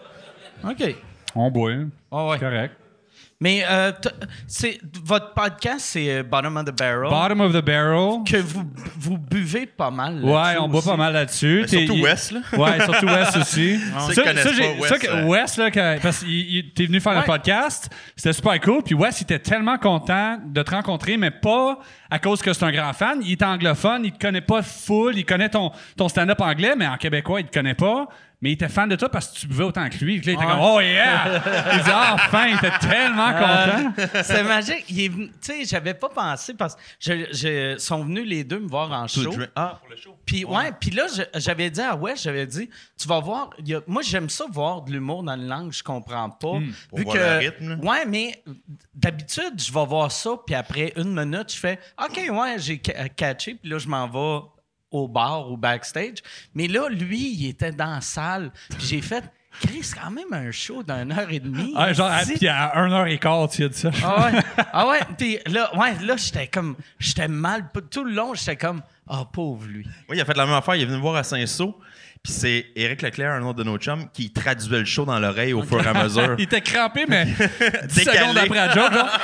S2: OK.
S3: On boit. hein.
S2: Ah ouais.
S3: C'est correct.
S2: Mais euh, t- c'est, votre podcast, c'est euh, Bottom of the Barrel.
S3: Bottom of the barrel.
S2: Que vous, vous buvez pas mal.
S3: Ouais,
S2: là-dessus
S3: on boit
S2: aussi.
S3: pas mal là-dessus.
S5: Mais
S3: T'es-
S5: surtout
S3: il-
S5: Wes, là.
S3: Ouais, surtout Wes aussi.
S5: Ceux qui connaissent
S3: j'ai-
S5: pas Wes,
S3: ça que-
S5: euh,
S3: Wes, là, quand- parce qu'il il- t'es venu faire
S2: Ouais.
S3: le podcast, c'était super cool. Puis Wes, il était tellement content de te rencontrer, mais pas à cause que c'est un grand fan. Il est anglophone, il te connaît pas full, il connaît ton, ton stand-up anglais, mais en québécois, il te connaît pas. Mais il était fan de toi parce que tu buvais autant que lui. Puis là, il était
S2: Ouais.
S3: comme, oh yeah! Il disait, ah, enfin, il était tellement content.
S2: Euh, c'est magique. Il est venu- Tu sais, j'avais pas pensé parce que je, je- sont venus les deux me voir en
S5: To
S2: show.
S5: drink- Ah, pour le show.
S2: Puis ouais, puis là je- j'avais dit à Wes, j'avais dit tu vas voir, il y a- moi j'aime ça voir de l'humour dans une langue que je comprends pas.
S5: Pour voir le rythme, là.
S2: Ouais, mais d'habitude, je vais voir ça puis après une minute, je fais OK, ouais, j'ai ca- catché puis là je m'en vais au bar ou backstage. Mais là lui, il était dans la salle, puis j'ai fait Chris, c'est quand même un show d'une heure et demie.
S3: Ah, genre, à,
S2: Dis-
S3: puis à une heure et quart, tu as dit ça.
S2: ah ouais, ah ouais, puis là, ouais, là j'étais comme, j'étais mal, tout le long, j'étais comme, ah pauvre lui.
S5: Oui, il a fait la même affaire. Il est venu me voir à Saint-Saul. Puis c'est Éric Leclerc, un autre de nos chums, qui traduisait le show dans l'oreille au fur et à mesure.
S3: Il était crampé, mais dix
S5: Décalé.
S3: secondes après la joke, genre.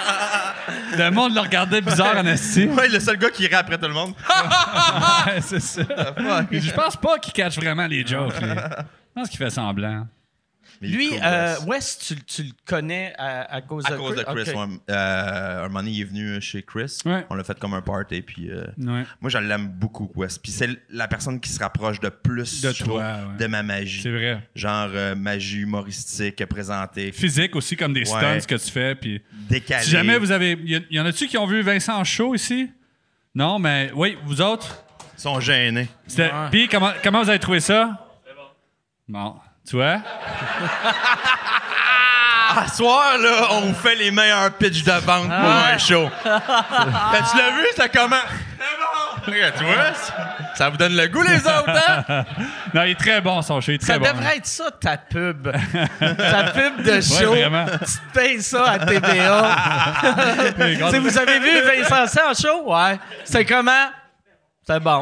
S3: Le monde le regardait bizarre en esti.
S5: Ouais, le seul gars qui rit après tout le monde.
S3: Ouais, c'est ça. Il dit, je pense pas qu'il catch vraiment les jokes. lui. Je pense qu'il fait semblant.
S5: Mais
S2: Lui,
S5: cool,
S2: euh,
S5: Wes.
S2: Wes, tu, tu le connais à, à cause
S5: À
S2: de
S5: cause de Chris,
S2: Ok.
S5: ouais. Euh, un moment donné, il est venu chez Chris.
S3: Ouais.
S5: On l'a fait comme un party. Puis, euh,
S3: Ouais.
S5: moi, je l'aime beaucoup, Wes. Puis c'est la personne qui se rapproche de plus
S3: De
S5: je
S3: toi,
S5: trouve,
S3: ouais.
S5: de ma magie.
S3: C'est vrai.
S5: Genre euh, magie humoristique présentée,
S3: Physique aussi, comme des stunts
S5: Ouais.
S3: que tu fais. Puis
S5: décalée.
S3: si jamais vous avez. Y, y en a-tu qui ont vu Vincent en show ici? Non, mais oui, vous autres?
S5: Ils sont gênés.
S3: C'était- Puis comment, comment vous avez trouvé ça? C'est bon. Bon, tu vois?
S5: À soir, là, on vous fait les meilleurs pitchs de vente pour un show. Ben, tu l'as vu, c'était comment? C'est bon! Regarde, tu vois, ça- ça vous donne le goût, les autres, hein?
S3: Non, il est très bon, son show. Il est très
S2: Ça
S3: bon.
S2: devrait être ça, ta pub. ta pub de show.
S3: vraiment.
S2: Tu te payes ça à T V A. Tu sais, vous avez vu Vincent C en show? Ouais. C'est comment? C'est bon.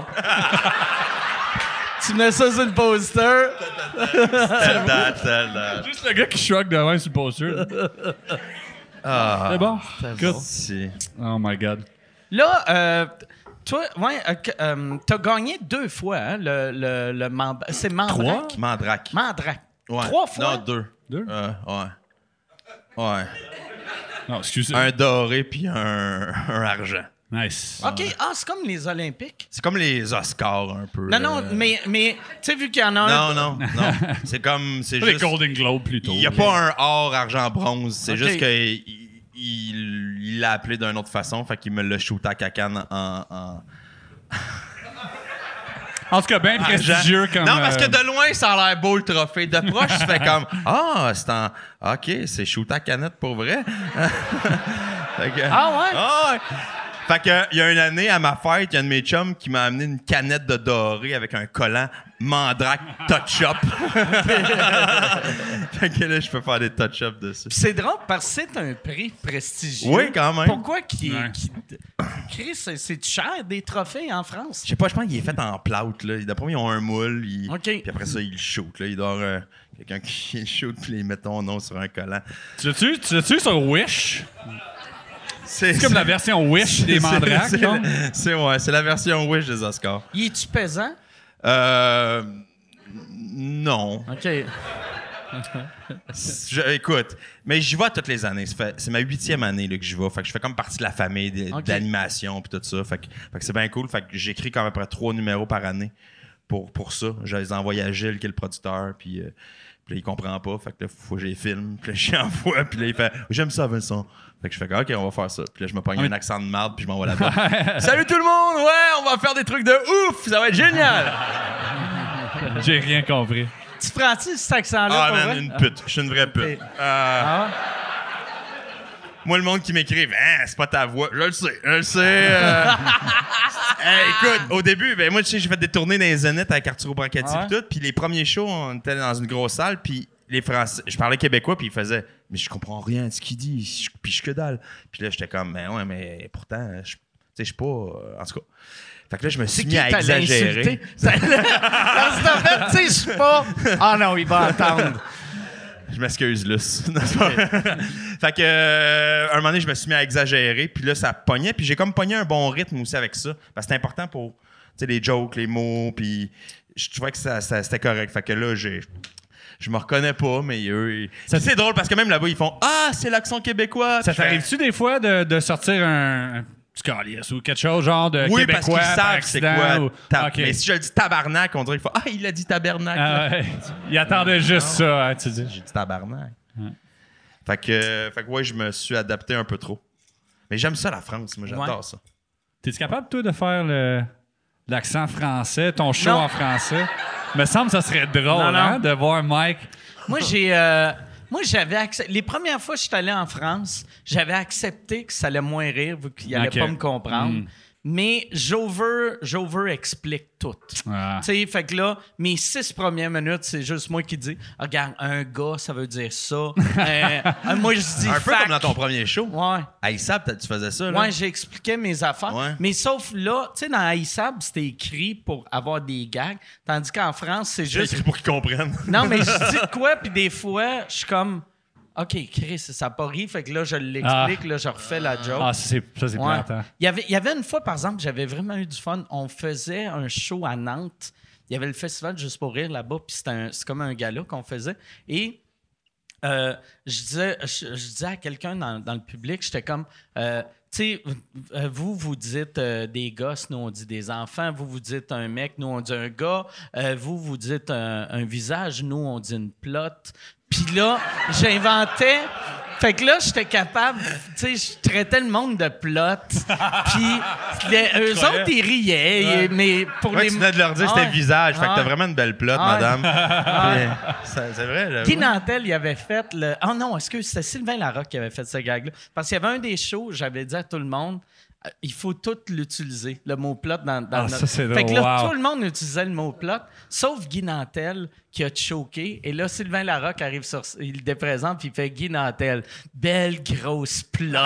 S2: Tu mets ça sur le poster.
S5: Telle date, telle date.
S3: Juste le gars qui shrug de même sur le poster.
S5: Ah,
S3: C'est bon. Good.
S5: si.
S3: Oh my God.
S2: Là, euh, toi, ouais, euh, que- euh, t'as gagné deux fois hein, le, le, le Mand- C'est Mandrake?
S5: Mandrake.
S2: Mandrake.
S5: Ouais.
S2: Trois fois?
S5: Non, deux.
S3: Deux?
S5: Euh, ouais. Ouais.
S3: Non, excusez.
S5: Un doré puis un, un argent.
S3: Nice.
S2: OK. Ah, c'est comme les Olympiques.
S5: C'est comme les Oscars, un peu.
S2: Non, non,
S5: euh.
S2: mais, mais tu sais, vu qu'il y en a un...
S5: Non, non, non. C'est comme. C'est
S3: Les
S5: juste.
S3: Golden Globes plutôt.
S5: Il n'y a pas un or, argent, bronze. C'est
S2: Ok.
S5: juste qu'il il, il l'a appelé d'une autre façon. Fait qu'il me l'a shooté à cacane en. en...
S3: En tout cas, bien prestigieux comme.
S5: Non, parce que
S3: euh,
S5: de loin, ça a l'air beau le trophée. De proche, tu fais comme ah, c'est en. OK, c'est shooté à canette pour vrai. Fait que-
S2: Ah ouais?
S5: Ah ouais. Fait que, il y a une année, à ma fête, il y a un de mes chums qui m'a amené une canette de doré avec un collant Mandrake Touch-Up. Fait que là, je peux faire des touch-ups dessus.
S2: Puis c'est drôle parce que c'est un prix prestigieux.
S5: Oui, quand même.
S2: Pourquoi qui,
S3: Ouais.
S2: qui- Chris, c'est c'est cher des trophées en France?
S5: Je sais pas, je pense qu'il est fait en plâtre. Là. D'après moi, ils ont un moule. Ils...
S2: OK.
S5: Puis après ça, ils le shootent. Là. Il doit y avoir euh, quelqu'un qui le shoot puis ils mettent ton nom sur un collant.
S3: Tu l'as-tu tu l'as-tu sur Wish?
S5: C'est
S3: C'est comme la version Wish des Mandrake.
S5: C'est,
S3: genre.
S5: c'est, ouais, c'est la version Wish des Oscars.
S2: Y es-tu pesant?
S5: Euh. Non.
S2: OK.
S5: Je- écoute, mais j'y vais toutes les années. Ça fait- c'est ma huitième année là, que j'y vais. Fait que je fais comme partie de la famille, de,
S2: Ok.
S5: d'animation puis tout ça. Fait que, fait que c'est bien cool. Fait que j'écris quand même à peu près trois numéros par année pour, pour ça. Je les envoie à Gilles, qui est le producteur, puis, euh, puis là, il comprend pas. Fait que là, faut que je les filme. Puis là, j'y envoie. Puis là, il fait « J'aime ça, Vincent. » Fait que je fais « OK, on va faire ça. » Puis là, je me pogne un accent de merde, puis je m'envoie là-bas. « Salut tout le monde! Ouais, on va faire des trucs de ouf! Ça va être génial! »
S3: J'ai rien compris.
S2: Tu prends-tu cet accent-là?
S5: Ah,
S2: pour
S5: man,
S2: vrai?
S5: une pute. Je suis une vraie pute.
S2: Ok.
S5: Euh,
S2: Ah ouais?
S5: Moi, le monde qui m'écrive, hein, c'est pas ta voix. Je le sais, je le sais. euh. Hey, écoute, au début, ben moi, tu sais, j'ai fait des tournées dans les Zénith avec Arturo Brancati
S2: Ah ouais?
S5: et tout. Puis les premiers shows, on était dans une grosse salle. Puis les Français, je parlais québécois, puis ils faisaient, mais je comprends rien de ce qu'il dit. Je- Puis je que dalle. Puis là, j'étais comme, ben ouais, mais pourtant, je, tu sais, je suis pas. euh, en tout cas. Fait que là, je me suis
S2: C'est
S5: mis
S2: qui
S5: à
S2: t'allais
S5: exagérer.
S2: insulter? Parce qu'en fait, tu sais, je suis pas... Ah non, il va entendre.
S5: Je m'excuse, Luce. Non, c'est pas vrai. Fait que, euh, un moment donné, je me suis mis à exagérer, puis là, ça pognait, puis j'ai comme pogné un bon rythme aussi avec ça. Parce que c'est important pour, tu sais, les jokes, les mots, puis je trouvais que ça, ça- c'était correct. Fait que là, j'ai... Je me reconnais pas, mais eux... ils- Ça, c'est drôle, parce que même là-bas, ils font « Ah, c'est l'accent québécois! »
S3: Ça
S5: Puis je fais,
S3: t'arrive-tu des fois de, de sortir un, un petit calice ou quelque chose genre de
S5: Oui, parce
S3: québécois
S5: qu'ils
S3: par
S5: savent c'est
S3: accident,
S5: quoi.
S3: ou-
S5: tab-
S3: Ok.
S5: Mais si je le dis tabarnak, on dirait qu'il faut « Ah, il a dit tabarnak!
S3: Ah ouais. Il attendait juste ça, hein, tu dis.
S5: J'ai dit tabarnak. Fait que, euh, fait que ouais, je me suis adapté un peu trop. Mais j'aime ça, la France. Moi, j'adore
S2: Ouais.
S5: ça.
S3: T'es-tu capable, toi, de faire le, l'accent français, ton show
S2: Non.
S3: en français? Me semble que ça serait drôle,
S2: Non, non.
S3: hein, de voir Mike.
S2: Moi, j'ai... euh, Moi, j'avais accepté... Les premières fois que je suis allé en France, j'avais accepté que ça allait moins rire vu qu'il allait
S3: Ok.
S2: pas me comprendre.
S3: Mm.
S2: Mais j'over, j'over explique tout.
S3: Ah.
S2: Tu sais, fait que là, mes six premières minutes, c'est juste moi qui dis « Regarde, un gars, ça veut dire ça. Euh, euh, moi, je dis
S5: Un peu
S2: fac.
S5: comme dans ton premier show.
S2: Ouais.
S5: Aïssa, peut-être tu faisais ça, là.
S2: Ouais, j'expliquais mes affaires.
S5: Ouais.
S2: Mais sauf là, tu sais, dans Aïssab, c'était écrit pour avoir des gags. Tandis qu'en France, c'est
S5: J'ai
S2: juste...
S5: écrit pour qu'ils comprennent.
S2: Non, mais je dis de quoi, puis des fois, je suis comme... OK, Chris, ça n'a pas ri. Fait que là, je l'explique, là, je refais la joke.
S3: Ah, c'est, ça, c'est
S2: Ouais.
S3: plate, hein.
S2: Il y avait, il y avait une fois, par exemple, j'avais vraiment eu du fun. On faisait un show à Nantes. Il y avait le festival Juste pour rire là-bas, puis c'était, un- c'est comme un gala qu'on faisait. Et euh, je, disais, je, je disais à quelqu'un dans, dans le public, j'étais comme, euh, tu sais, vous, vous dites euh, des gosses, nous, on dit des enfants. Vous, vous dites un mec, nous, on dit un gars. Euh, vous, vous dites un, un visage, nous, on dit une plotte. Puis là, j'inventais... Fait que là, j'étais capable, tu sais, je traitais le monde de plot. Puis les- eux autres, ils riaient,
S5: Ouais.
S2: mais pour
S5: Ouais,
S2: les...
S5: tu venais de leur dire que c'était
S2: Ouais.
S5: le visage. Fait que t'as
S2: Ouais.
S5: vraiment une belle plotte,
S2: Ouais.
S5: madame. Puis, ça- c'est vrai, là.
S2: Guy Nantel, il avait fait le... Ah non, est-ce que c'était Sylvain Larocque qui avait fait ce gag-là? Parce qu'il y avait un des shows, j'avais dit à tout le monde, euh, il faut tout l'utiliser, le mot plot dans, dans
S3: Ah,
S2: notre...
S3: ça, c'est
S2: Fait que là,
S3: drôle. Wow.
S2: tout le monde utilisait le mot plot, sauf Guy Nantel qui a choqué. Et là, Sylvain Larocque arrive sur... Il le présente, puis il fait Guy Nantel. Belle grosse plot.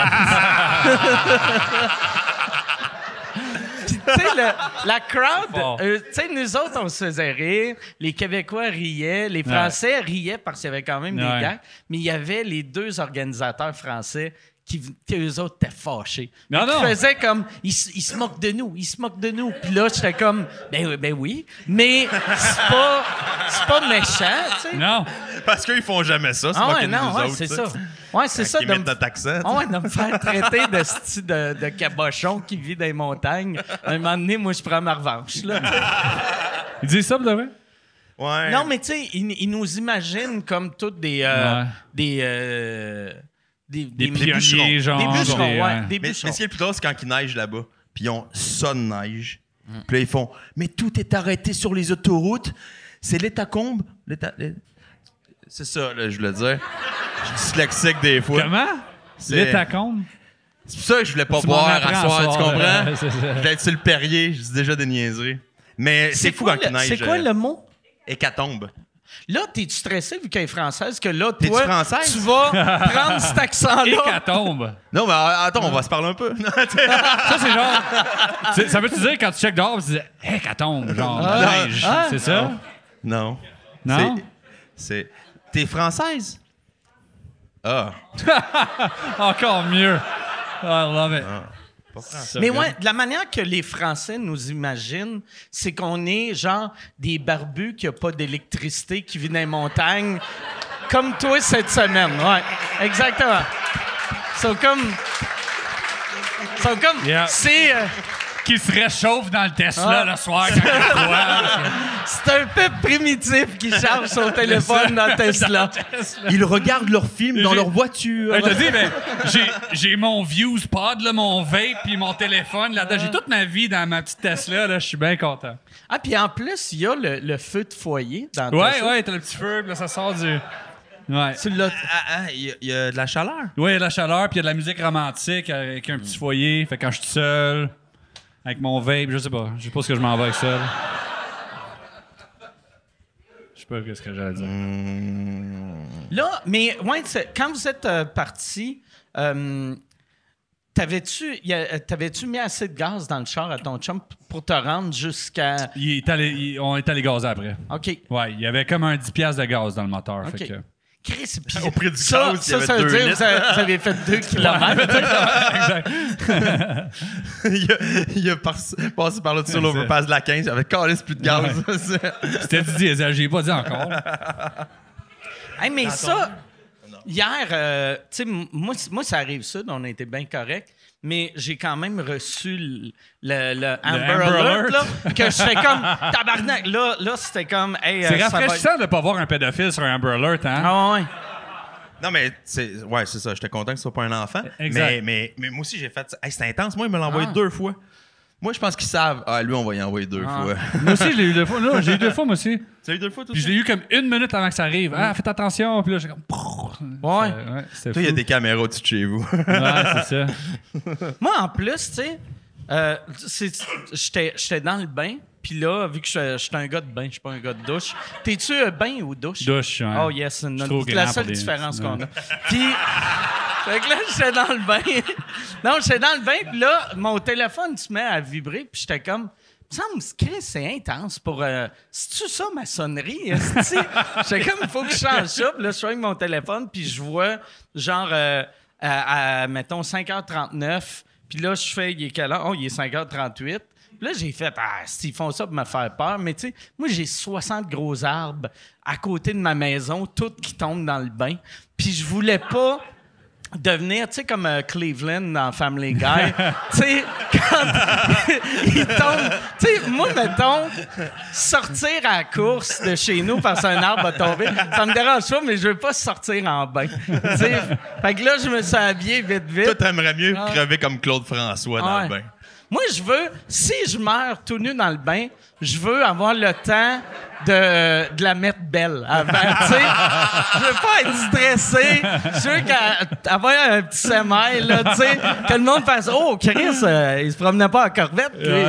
S2: Puis, tu sais, le- la crowd,
S3: Fort.
S2: euh, tu sais, nous autres, on se faisait rire. Les Québécois riaient. Les Français riaient parce qu'il y avait quand même des
S3: Ouais.
S2: gags. Mais il y avait les deux organisateurs français qui, qui eux autres, étaient fâchés.
S3: Non,
S2: Ils
S3: non.
S2: faisaient comme, ils, se- ils se moquent de nous, ils se moquent de nous. Puis là, j'étais comme, ben, oui, ben oui. Mais c'est pas, c'est pas méchant, tu sais.
S3: Non.
S5: Parce qu'ils font jamais ça, c'est
S2: Ah
S5: moquer
S2: ouais,
S5: de
S2: non,
S5: nous
S2: ouais,
S5: autres.
S2: c'est
S5: tu
S2: ça.
S5: sais.
S2: Ouais, c'est ça.
S5: Qui
S2: de
S5: imitent
S2: me-
S5: notre accent.
S2: Ah ouais, de me faire traiter de style de, de cabochon qui vit dans les montagnes. Un moment donné, moi, je prends ma revanche. Là.
S3: Ils disent ça, pour de vrai?
S5: Ouais.
S2: Non, mais tu sais, ils, ils nous imaginent comme toutes des... euh,
S3: Ouais.
S2: des, euh, des,
S3: Des
S2: des
S3: pionniers,
S2: bûcherons.
S3: genre.
S2: Des bûcherons,
S3: des,
S2: ouais.
S3: ouais.
S2: Des
S5: Mais, mais
S2: bûcherons.
S5: ce qui est le plus drôle, c'est quand il neige là-bas. Puis ils ont ça de neige.
S2: Mm.
S5: Puis là, ils font « Mais tout est arrêté sur les autoroutes. C'est l'État-Combe. L'État... l'É- C'est ça, là, je voulais dire. Je suis dyslexique des fois.
S3: Comment?
S5: C'est-
S3: L'État-Combe?
S5: C'est pour ça que je voulais pas
S3: Tu m'en
S5: boire à
S3: apprends
S5: soir,
S3: à
S5: tu
S3: soir,
S5: comprends?
S3: euh, c'est ça.
S5: Je voulais être sur le Perrier. Je dis déjà des niaiseries. Mais c'est fou
S2: quoi
S5: quand il
S2: le-
S5: neige.
S2: C'est quoi
S5: euh,
S2: le mot?
S5: Hécatombe.
S2: Là, t'es-tu stressé vu qu'elle est française que là,
S5: T'es-tu
S2: toi,
S5: française?
S2: tu vas prendre cet accent-là?
S3: Hécatombe.
S5: Non, mais euh, attends, on va se parler un peu.
S3: Ça, c'est genre. c'est- Ça veut-tu dire quand tu checkes dehors, tu dis hécatombe, genre
S2: Ah.
S3: neige.
S2: Ah.
S3: C'est ça?
S5: non.
S3: Non?
S5: C'est- C'est... T'es française? Ah.
S3: Encore mieux. I love it.
S5: Pas français.
S2: Mais ouais, de la manière que les Français nous imaginent, c'est qu'on est genre des barbus qui n'ont pas d'électricité, qui vivent dans les montagnes, comme toi cette semaine. Ouais, exactement. Ils sont comme... Ils sont comme...
S3: Yeah.
S2: C'est... euh,
S3: Qui se réchauffe dans le Tesla
S2: Ah.
S3: le soir quand il fait froid.
S2: c'est un peu primitif qui charge son téléphone dans Tesla.
S5: Ils regardent leurs films dans
S3: J'ai-
S5: leur voiture.
S3: Ouais, je te dis, mais j'ai, j'ai mon Views Pod, là, mon vape, puis mon téléphone là-dedans. J'ai toute ma vie dans ma petite Tesla. Là, je suis bien content.
S2: Ah, puis en plus, il y a le, le feu de foyer dans
S3: Ouais,
S2: Tesla.
S3: ouais, t'as le petit feu, puis là, ça sort du. Ouais.
S2: Tu l'as...
S5: Ah, ah, il y, a- il y a de la chaleur.
S3: Ouais, il y a de la chaleur, puis il y a de la musique romantique avec un petit foyer. Fait que quand je suis seul, avec mon vape, je sais pas. Je sais pas ce que je m'en vais avec ça. là. Je sais pas ce que j'allais dire.
S2: Là, mais ouais, c'est- quand vous êtes euh, parti, euh, t'avais-tu, y a- t'avais-tu mis assez de gaz dans le char à ton chum p- pour te rendre jusqu'à...
S3: Il est allé, il- on est allé gazer après.
S2: OK.
S3: Ouais, il y avait comme un dix piastres de gaz dans le moteur.
S2: OK.
S3: Fait que...
S2: Chris, puis
S5: Au prix du
S2: ça,
S5: gaz, il y
S2: ça,
S5: avait
S2: ça veut
S5: deux
S2: dire que
S5: litres.
S2: vous avez, vous avez fait deux kilomètres.
S5: il, a, il a par- passé par là-dessus l'overpass de la quinze. Il avait calé plus de gaz.
S3: C'était du diesel, j'ai pas dit encore.
S2: Hey, mais ça, hier, euh, tu sais, m- moi, c- moi, ça arrive ça, on a été bien correct, mais j'ai quand même reçu le, le- le Amber,
S3: Amber
S2: Alert,
S3: Alert.
S2: là, que je fais comme tabarnak. Là, là c'était comme, hey,
S3: C'est
S2: euh, ça va être-
S3: rafraîchissant de pas voir un pédophile sur un Amber Alert, hein?
S2: Ah ouais.
S5: Non, mais c'est, ouais, c'est ça. J'étais content que ce soit pas un enfant.
S3: Exact.
S5: Mais, mais, mais moi aussi, j'ai fait ça. Hey, c'est intense. Moi, il me l'a envoyé
S2: Ah.
S5: deux fois. Moi, je pense qu'ils savent. Ah, lui, on va y envoyer deux
S2: Ah.
S5: fois.
S3: Moi aussi, je l'ai eu deux fois. Non, j'ai eu deux fois, moi aussi.
S5: Tu l'as eu deux fois, toi?
S3: Puis je l'ai eu comme une minute avant que ça arrive. Ah, faites attention. Puis là, j'ai comme.
S2: Ouais.
S3: Ça- ouais, c'était
S5: Toi, il y a
S3: fou.
S5: des caméras au-dessus de chez vous.
S3: Ouais, c'est ça.
S2: Moi, en plus, tu sais, euh, c'est- j'étais j'étais dans le bain, puis là, vu que je je suis un gars de bain, je suis pas un gars de douche. T'es-tu euh, bain ou douche?
S3: Douche, ouais.
S2: Oh yes, c'est
S3: Je suis
S2: notre-
S3: trop
S2: c'est la
S3: grand
S2: seule
S3: pour les-
S2: différence
S3: Ouais.
S2: qu'on a. Puis, fait que là, j'étais dans le bain. Non, j'étais dans le bain, puis là, mon téléphone se met à vibrer, puis j'étais comme... Il me semble que c'est intense pour... Euh, C'est-tu ça, ma sonnerie? esti? J'étais comme, il faut que je change ça. Puis là, je suis avec mon téléphone, puis je vois, genre, euh, à, à, mettons, cinq heures trente-neuf. Puis là, je fais, il est quelle heure? Oh, il est cinq heures trente-huit. Puis là, j'ai fait, ah, s'ils font ça pour me faire peur. Mais tu sais, moi, j'ai soixante gros arbres à côté de ma maison, toutes qui tombent dans le bain. Puis je voulais pas devenir, tu sais, comme euh, Cleveland dans Family Guy. Tu sais, quand il tombe... Tu sais, moi, mettons, sortir à la course de chez nous parce qu'un arbre va tomber, ça me dérange pas, mais je veux pas sortir en bain. Tu sais, fait que là, je me suis habillé vite, vite.
S5: Toi, t'aimerais mieux
S2: Ah.
S5: crever comme Claude François dans
S2: Ouais.
S5: le bain.
S2: Moi, je veux, si je meurs tout nu dans le bain, je veux avoir le temps de, de la mettre belle avant, tu sais. Je veux pas être stressé. Je veux qu'à- avoir un petit sommeil, là, tu sais, que le monde fasse « Oh, Chris, euh, il se promenait pas en corvette, lui.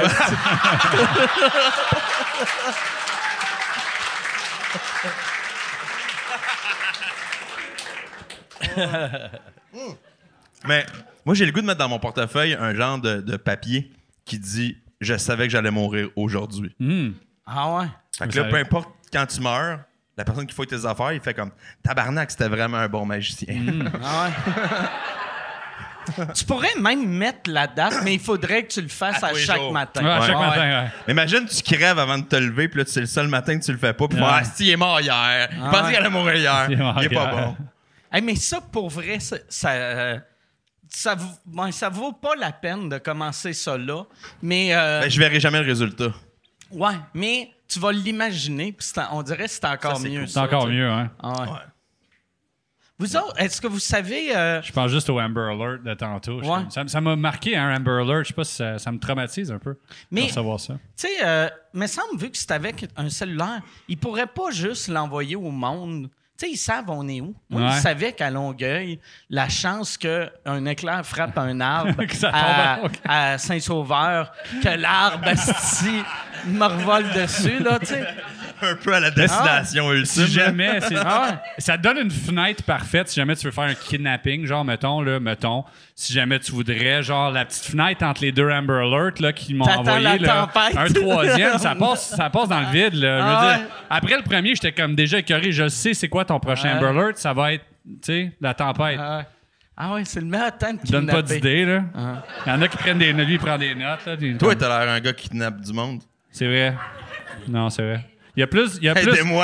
S5: Mais moi, j'ai le goût de mettre dans mon portefeuille un genre de, de papier qui dit « Je savais que j'allais mourir aujourd'hui
S3: Hmm.
S2: Ah ouais? ».
S5: Fait que
S3: Ça
S5: là, peu
S3: savais.
S5: importe quand tu meurs, la personne qui fouille tes affaires, il fait comme « Tabarnak, c'était vraiment un bon magicien.
S2: Ah ouais. Tu pourrais même mettre la date, mais il faudrait que tu le fasses
S5: À
S2: à,
S5: tous les
S2: chaque
S5: jours.
S2: matin.
S3: Ouais, à chaque
S2: Ouais.
S3: matin, ouais.
S5: Mais imagine, tu crèves avant de te lever, puis là, c'est le seul matin que tu le fais pas, puis
S3: Ouais.
S5: ah, si, il est mort hier. Il pensait
S2: ouais.
S5: qu'il allait mourir hier.
S3: Il est mort
S5: Il est pas
S3: hier.
S5: bon.
S2: Hey, mais ça, pour vrai, ça, ça, euh, ça, v- bon, ça vaut pas la peine de commencer ça là. Mais, euh,
S5: Ben, je verrai jamais le résultat.
S2: ouais, mais tu vas l'imaginer, puis c'est en- on dirait que c'est encore
S5: Ça, c'est
S2: mieux.
S5: cool.
S3: C'est
S2: ça,
S3: encore
S2: tu sais.
S3: mieux, hein.
S2: Ah ouais.
S5: Ouais.
S2: Vous autres, est-ce que vous savez... euh,
S3: Je pense juste au Amber Alert de tantôt. Je-
S2: Ouais.
S3: Ça, ça m'a marqué, un Amber Alert. Je sais pas si ça, ça me traumatise un peu
S2: Mais-
S3: de savoir ça.
S2: Tu sais, euh, me semble, vu que c'est avec un cellulaire, ils pourraient pas juste l'envoyer au monde. Tu sais, ils savent on est où. Moi,
S3: Ouais.
S2: ils savaient qu'à Longueuil, la chance qu'un éclair frappe un arbre
S3: Que ça tombe
S2: à,
S3: à Longueuil.
S2: à Saint-Sauveur, que l'arbre, asti, me revole dessus, là, tu sais.
S5: Un peu à la destination ultime.
S3: Si
S5: là.
S3: jamais, c'est- ça te donne une fenêtre parfaite si jamais tu veux faire un kidnapping, genre, mettons, là, mettons, si jamais tu voudrais, genre, la petite fenêtre entre les deux Amber Alert, là, qu'ils m'ont
S2: T'attends
S3: envoyé,
S2: la
S3: là,
S2: tempête.
S3: un troisième, ça passe, ça passe dans le vide, là. Je veux
S2: Ah
S3: dire,
S2: ouais.
S3: après le premier, j'étais comme déjà écœuré, je sais c'est quoi ton prochain
S2: Ouais.
S3: Amber Alert, ça va être, tu sais, la tempête.
S2: Ah ouais. Ah ouais, c'est le meilleur temps de
S3: Donne pas
S2: kidnapper.
S3: d'idée, là. Il y en a qui prennent des notes, lui, il prend des notes, là. des-
S5: Toi, t'as l'air un gars qui kidnappe du monde.
S3: C'est vrai. Non, c'est vrai. Il y a plus, il y a plus,
S5: Aidez-moi.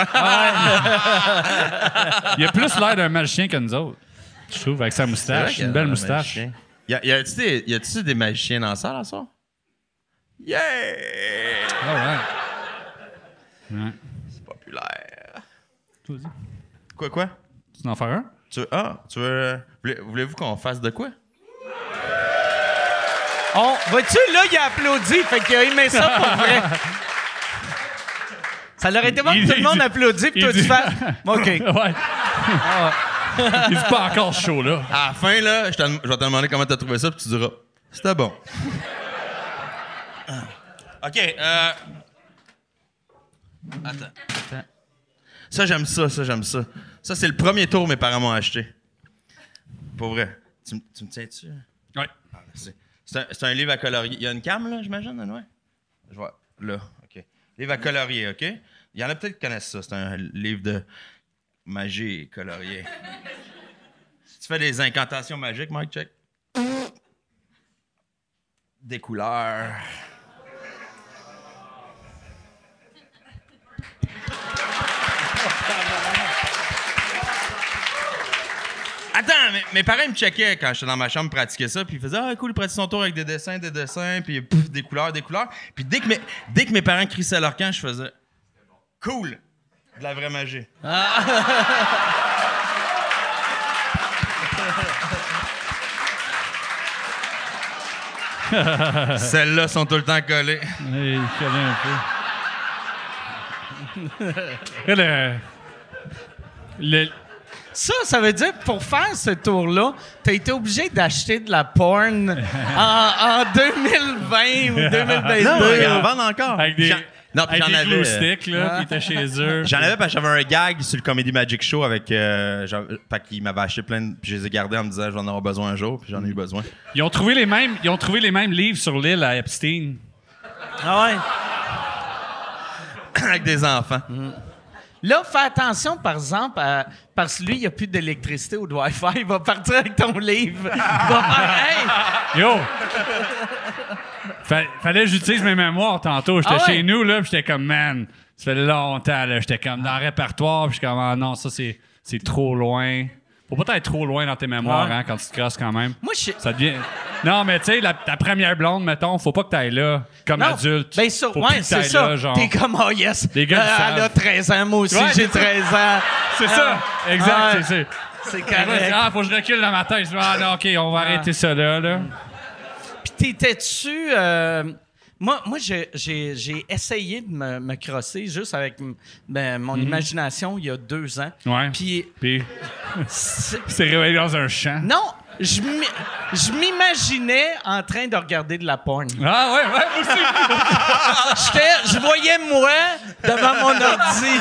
S3: il y a plus l'air d'un magicien que nous autres. Je trouve, avec sa
S5: C'est vrai
S3: moustache,
S5: qu'il y a
S3: une belle
S5: un
S3: moustache.
S5: magicien. Y a- y a-tu des, y a-tu des magiciens dans la salle, à ça? Yeah!
S3: Ah ouais. Ouais.
S5: C'est populaire.
S3: Toi aussi.
S5: Quoi, quoi?
S3: Tu veux en faire un?
S5: Tu veux, ah, tu veux... voulez- Voulez-vous qu'on fasse de quoi?
S2: On, vois-tu, là, il a applaudi, fait qu'il a aimé ça pour vrai. Ça aurait été bon
S3: Il-
S2: que tout le
S3: il
S2: monde
S3: dit-
S2: applaudisse, puis
S3: il
S2: toi, tu
S3: dit-
S2: fasses. OK.
S3: Ouais. Il est pas encore chaud, là.
S5: À la fin, là, je, te- je vais te demander comment t'as trouvé ça, puis tu diras « C'était bon. » OK, euh... Attends. Ça, j'aime ça, ça, j'aime ça. Ça, c'est le premier tour que mes parents m'ont acheté. Pour vrai. Tu, m- tu me tiens-tu?
S3: Ouais.
S5: Ah, merci. C'est un, c'est un livre à colorier. Il y a une cam, là, j'imagine, ouais? Je vois. Là, OK. Livre à colorier, OK? Il y en a peut-être qui connaissent ça. C'est un livre de magie et colorier. Tu fais des incantations magiques, Mike, check. Des couleurs. Attends, mais mes parents ils me checkaient quand j'étais dans ma chambre pratiquer ça, puis ils faisaient « Ah, cool, il pratique son tour avec des dessins, des dessins, puis pouf, des couleurs, des couleurs. » Puis dès que, mes, dès que mes parents crissaient leur camp, je faisais « Cool! De la vraie magie. Celles-là sont tout le temps collées.
S3: Ouais, il connaît un peu. le, le,
S2: Ça, ça veut dire que pour faire ce tour-là, t'as été obligé d'acheter de la porn en, en deux mille vingt ou deux mille vingt-deux.
S5: Non, ils en vendent encore.
S3: avec des,
S5: J'en- non, puis
S3: avec
S5: j'en
S3: des
S5: avais.
S3: glue
S5: euh,
S3: sticks, là, puis il était chez eux.
S5: J'en avais parce que j'avais un gag sur le Comedy Magic Show avec. Euh, j'avais- fait qu'il m'avait acheté plein de. Puis je les ai gardés en me disant, je vais en avoir besoin un jour, puis j'en ai eu besoin.
S3: Ils ont trouvé les mêmes, ils ont trouvé les mêmes livres sur l'île à Epstein.
S2: Ah ouais.
S5: Avec des enfants.
S2: Là, fais attention, par exemple, à- parce que lui, il n'y a plus d'électricité ou de Wi-Fi. Il va partir avec ton livre. Il va faire Hey!
S3: Yo! Fa- fallait que j'utilise mes mémoires tantôt. J'étais
S2: Ah ouais?
S3: chez nous, là, puis j'étais comme, man, ça fait longtemps, là. J'étais comme dans le répertoire, puis je suis comme, ah non, ça, c'est, c'est trop loin. Faut pas être trop loin dans tes mémoires
S2: Ouais.
S3: hein, quand tu te crosses quand même.
S2: Moi, je...
S3: Ça devient. Non, mais tu sais, la- ta première blonde, mettons, faut pas que t'ailles là comme
S2: Non,
S3: adulte.
S2: Ben, ça,
S3: faut
S2: ouais,
S3: plus que
S2: c'est
S3: t'ailles
S2: ça.
S3: là, genre.
S2: T'es comme, oh yes,
S3: Les gars,
S2: euh,
S3: ils
S2: elle a
S3: savent.
S2: treize ans, moi aussi,
S3: Ouais,
S2: j'ai
S3: c'est ça.
S2: treize ans.
S3: C'est ça, exact,
S2: Ouais.
S3: c'est ça.
S2: C'est
S3: Correct.
S2: correct.
S3: Ah, faut que je recule dans ma tête. Je dis, ah, non, OK, on va arrêter ça là. là.
S2: Puis t'étais-tu... euh, Moi, moi j'ai, j'ai, j'ai essayé de me, me crosser juste avec m- ben, mon imagination il y a deux ans.
S3: Ouais.
S2: Puis...
S3: Puis,
S2: c'est-
S3: c'est réveillé dans un champ.
S2: Non, je m'i- je m'imaginais en train de regarder de la porn.
S3: Ah, ouais, ouais, moi aussi.
S2: J'étais, je voyais moi devant mon ordi.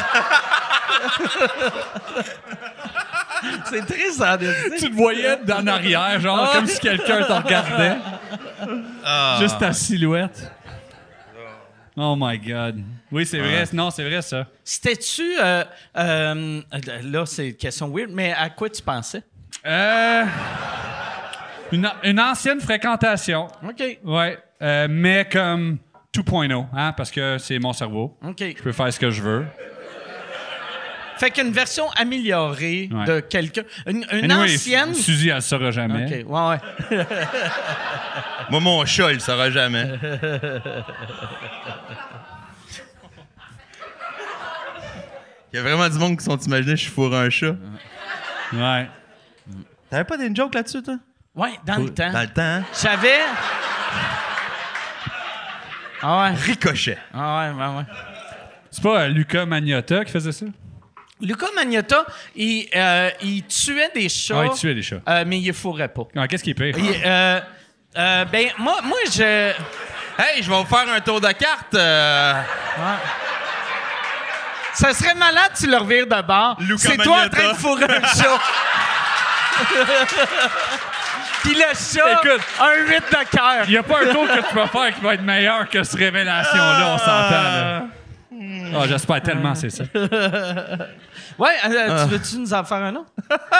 S2: C'est triste en esti.
S3: Tu te voyais d'en arrière, genre, comme si quelqu'un te regardait. Juste ta silhouette. Oh my God. Oui, c'est vrai. Non, c'est vrai, ça.
S2: C'était-tu... euh, euh, là, c'est une question weird, mais à quoi tu pensais?
S3: Euh, une, une ancienne fréquentation.
S2: OK.
S3: Ouais. Euh, mais comme deux point zéro, hein, parce que c'est mon cerveau.
S2: OK.
S3: Je peux faire ce que je veux.
S2: Fait qu'une version améliorée
S3: Ouais.
S2: de quelqu'un... Une, une
S3: Anyway,
S2: ancienne...
S3: Suzy, elle le saura jamais.
S2: OK, ouais, ouais.
S5: Moi, mon chat, il le saura jamais. Il y a vraiment du monde qui sont imaginés, je fourre un chat.
S3: Ouais.
S5: T'avais pas des jokes là-dessus, toi?
S2: Ouais, dans le temps.
S5: Dans le temps, hein?
S2: J'avais... Ah ouais.
S5: Ricochet.
S2: Ah ouais, ouais, ouais.
S3: C'est pas euh, Luca Magnotta qui faisait ça?
S2: Luca Magnotta, il, euh, il tuait des chats.
S3: Ah, il tuait des chats.
S2: euh, mais il les fourrait pas.
S3: Ah, qu'est-ce qui est pire?
S2: Il- euh, euh, ben, moi, moi, je...
S5: Hey, je vais vous faire un tour de carte. euh,
S2: Ça serait malade si tu le revires de bord.
S5: Luca
S2: C'est toi en
S5: Magnotta.
S2: train de fourrer un chat. Puis le chat,
S3: Écoute.
S2: un huit de cœur.
S3: Il n'y a pas un tour que tu vas faire qui va être meilleur que cette révélation-là, on s'entend. Là. Ah, j'espère tellement c'est ça.
S2: Ouais, euh, tu veux-tu nous en faire un autre?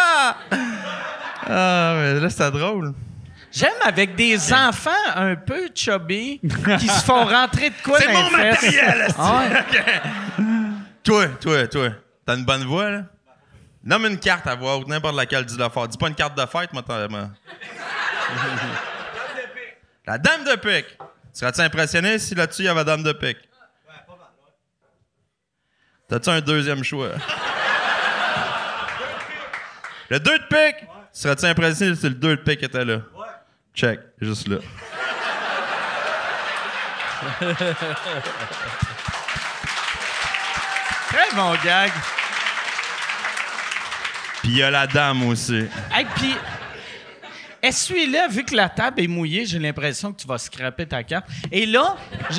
S5: Ah, mais là, c'était drôle.
S2: J'aime avec des enfants un peu chubby qui se font rentrer de quoi
S5: C'est
S2: dans
S5: mon
S2: les fesses.
S5: matériel, esti.
S2: Ah ouais.
S5: Toi, toi, toi, t'as une bonne voix, là? Nomme une carte à voix haute, n'importe laquelle, dis-le fort. Dis pas une carte de fête, moi, t'en... moi. La dame de pique. Serais-tu impressionné si là-dessus, il y avait dame de pique? T'as-tu un deuxième choix? Le deux de pique? Serais-tu impressionné si le deux de pique était là? Check, juste là.
S2: Très bon gag.
S5: Puis il y a la dame aussi.
S2: Hey, puis, essuie-le, vu que la table est mouillée, j'ai l'impression que tu vas scraper ta carte. Et là, je-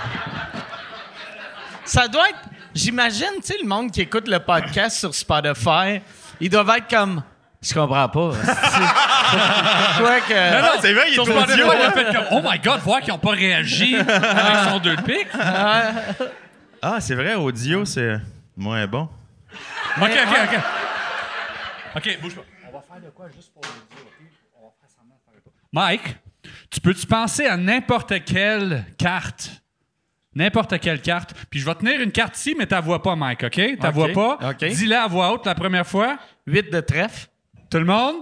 S2: ça doit être... J'imagine, tu sais, le monde qui écoute le podcast sur Spotify, ils doivent être comme... Je comprends pas. C'est quoi que...
S3: Non, non,
S5: c'est vrai, il est
S3: sur
S5: trop
S3: Spotify,
S5: idiot,
S3: il a
S5: hein.
S3: fait comme, oh my God, voir qu'ils n'ont pas réagi avec son deux de pique.
S5: Ah, c'est vrai, audio, c'est moins bon.
S3: OK, OK, OK. OK, bouge pas. On va faire de quoi juste pour le dire, OK? On va faire semblant de faire de quoi. Mike, tu peux-tu penser à n'importe quelle carte? N'importe quelle carte. Puis je vais tenir une carte ici, mais tu la vois pas, Mike, OK? Tu la
S2: OK,
S3: vois pas.
S2: OK.
S3: Dis-la à voix haute la première fois.
S2: Huit de trèfle.
S3: Tout le monde?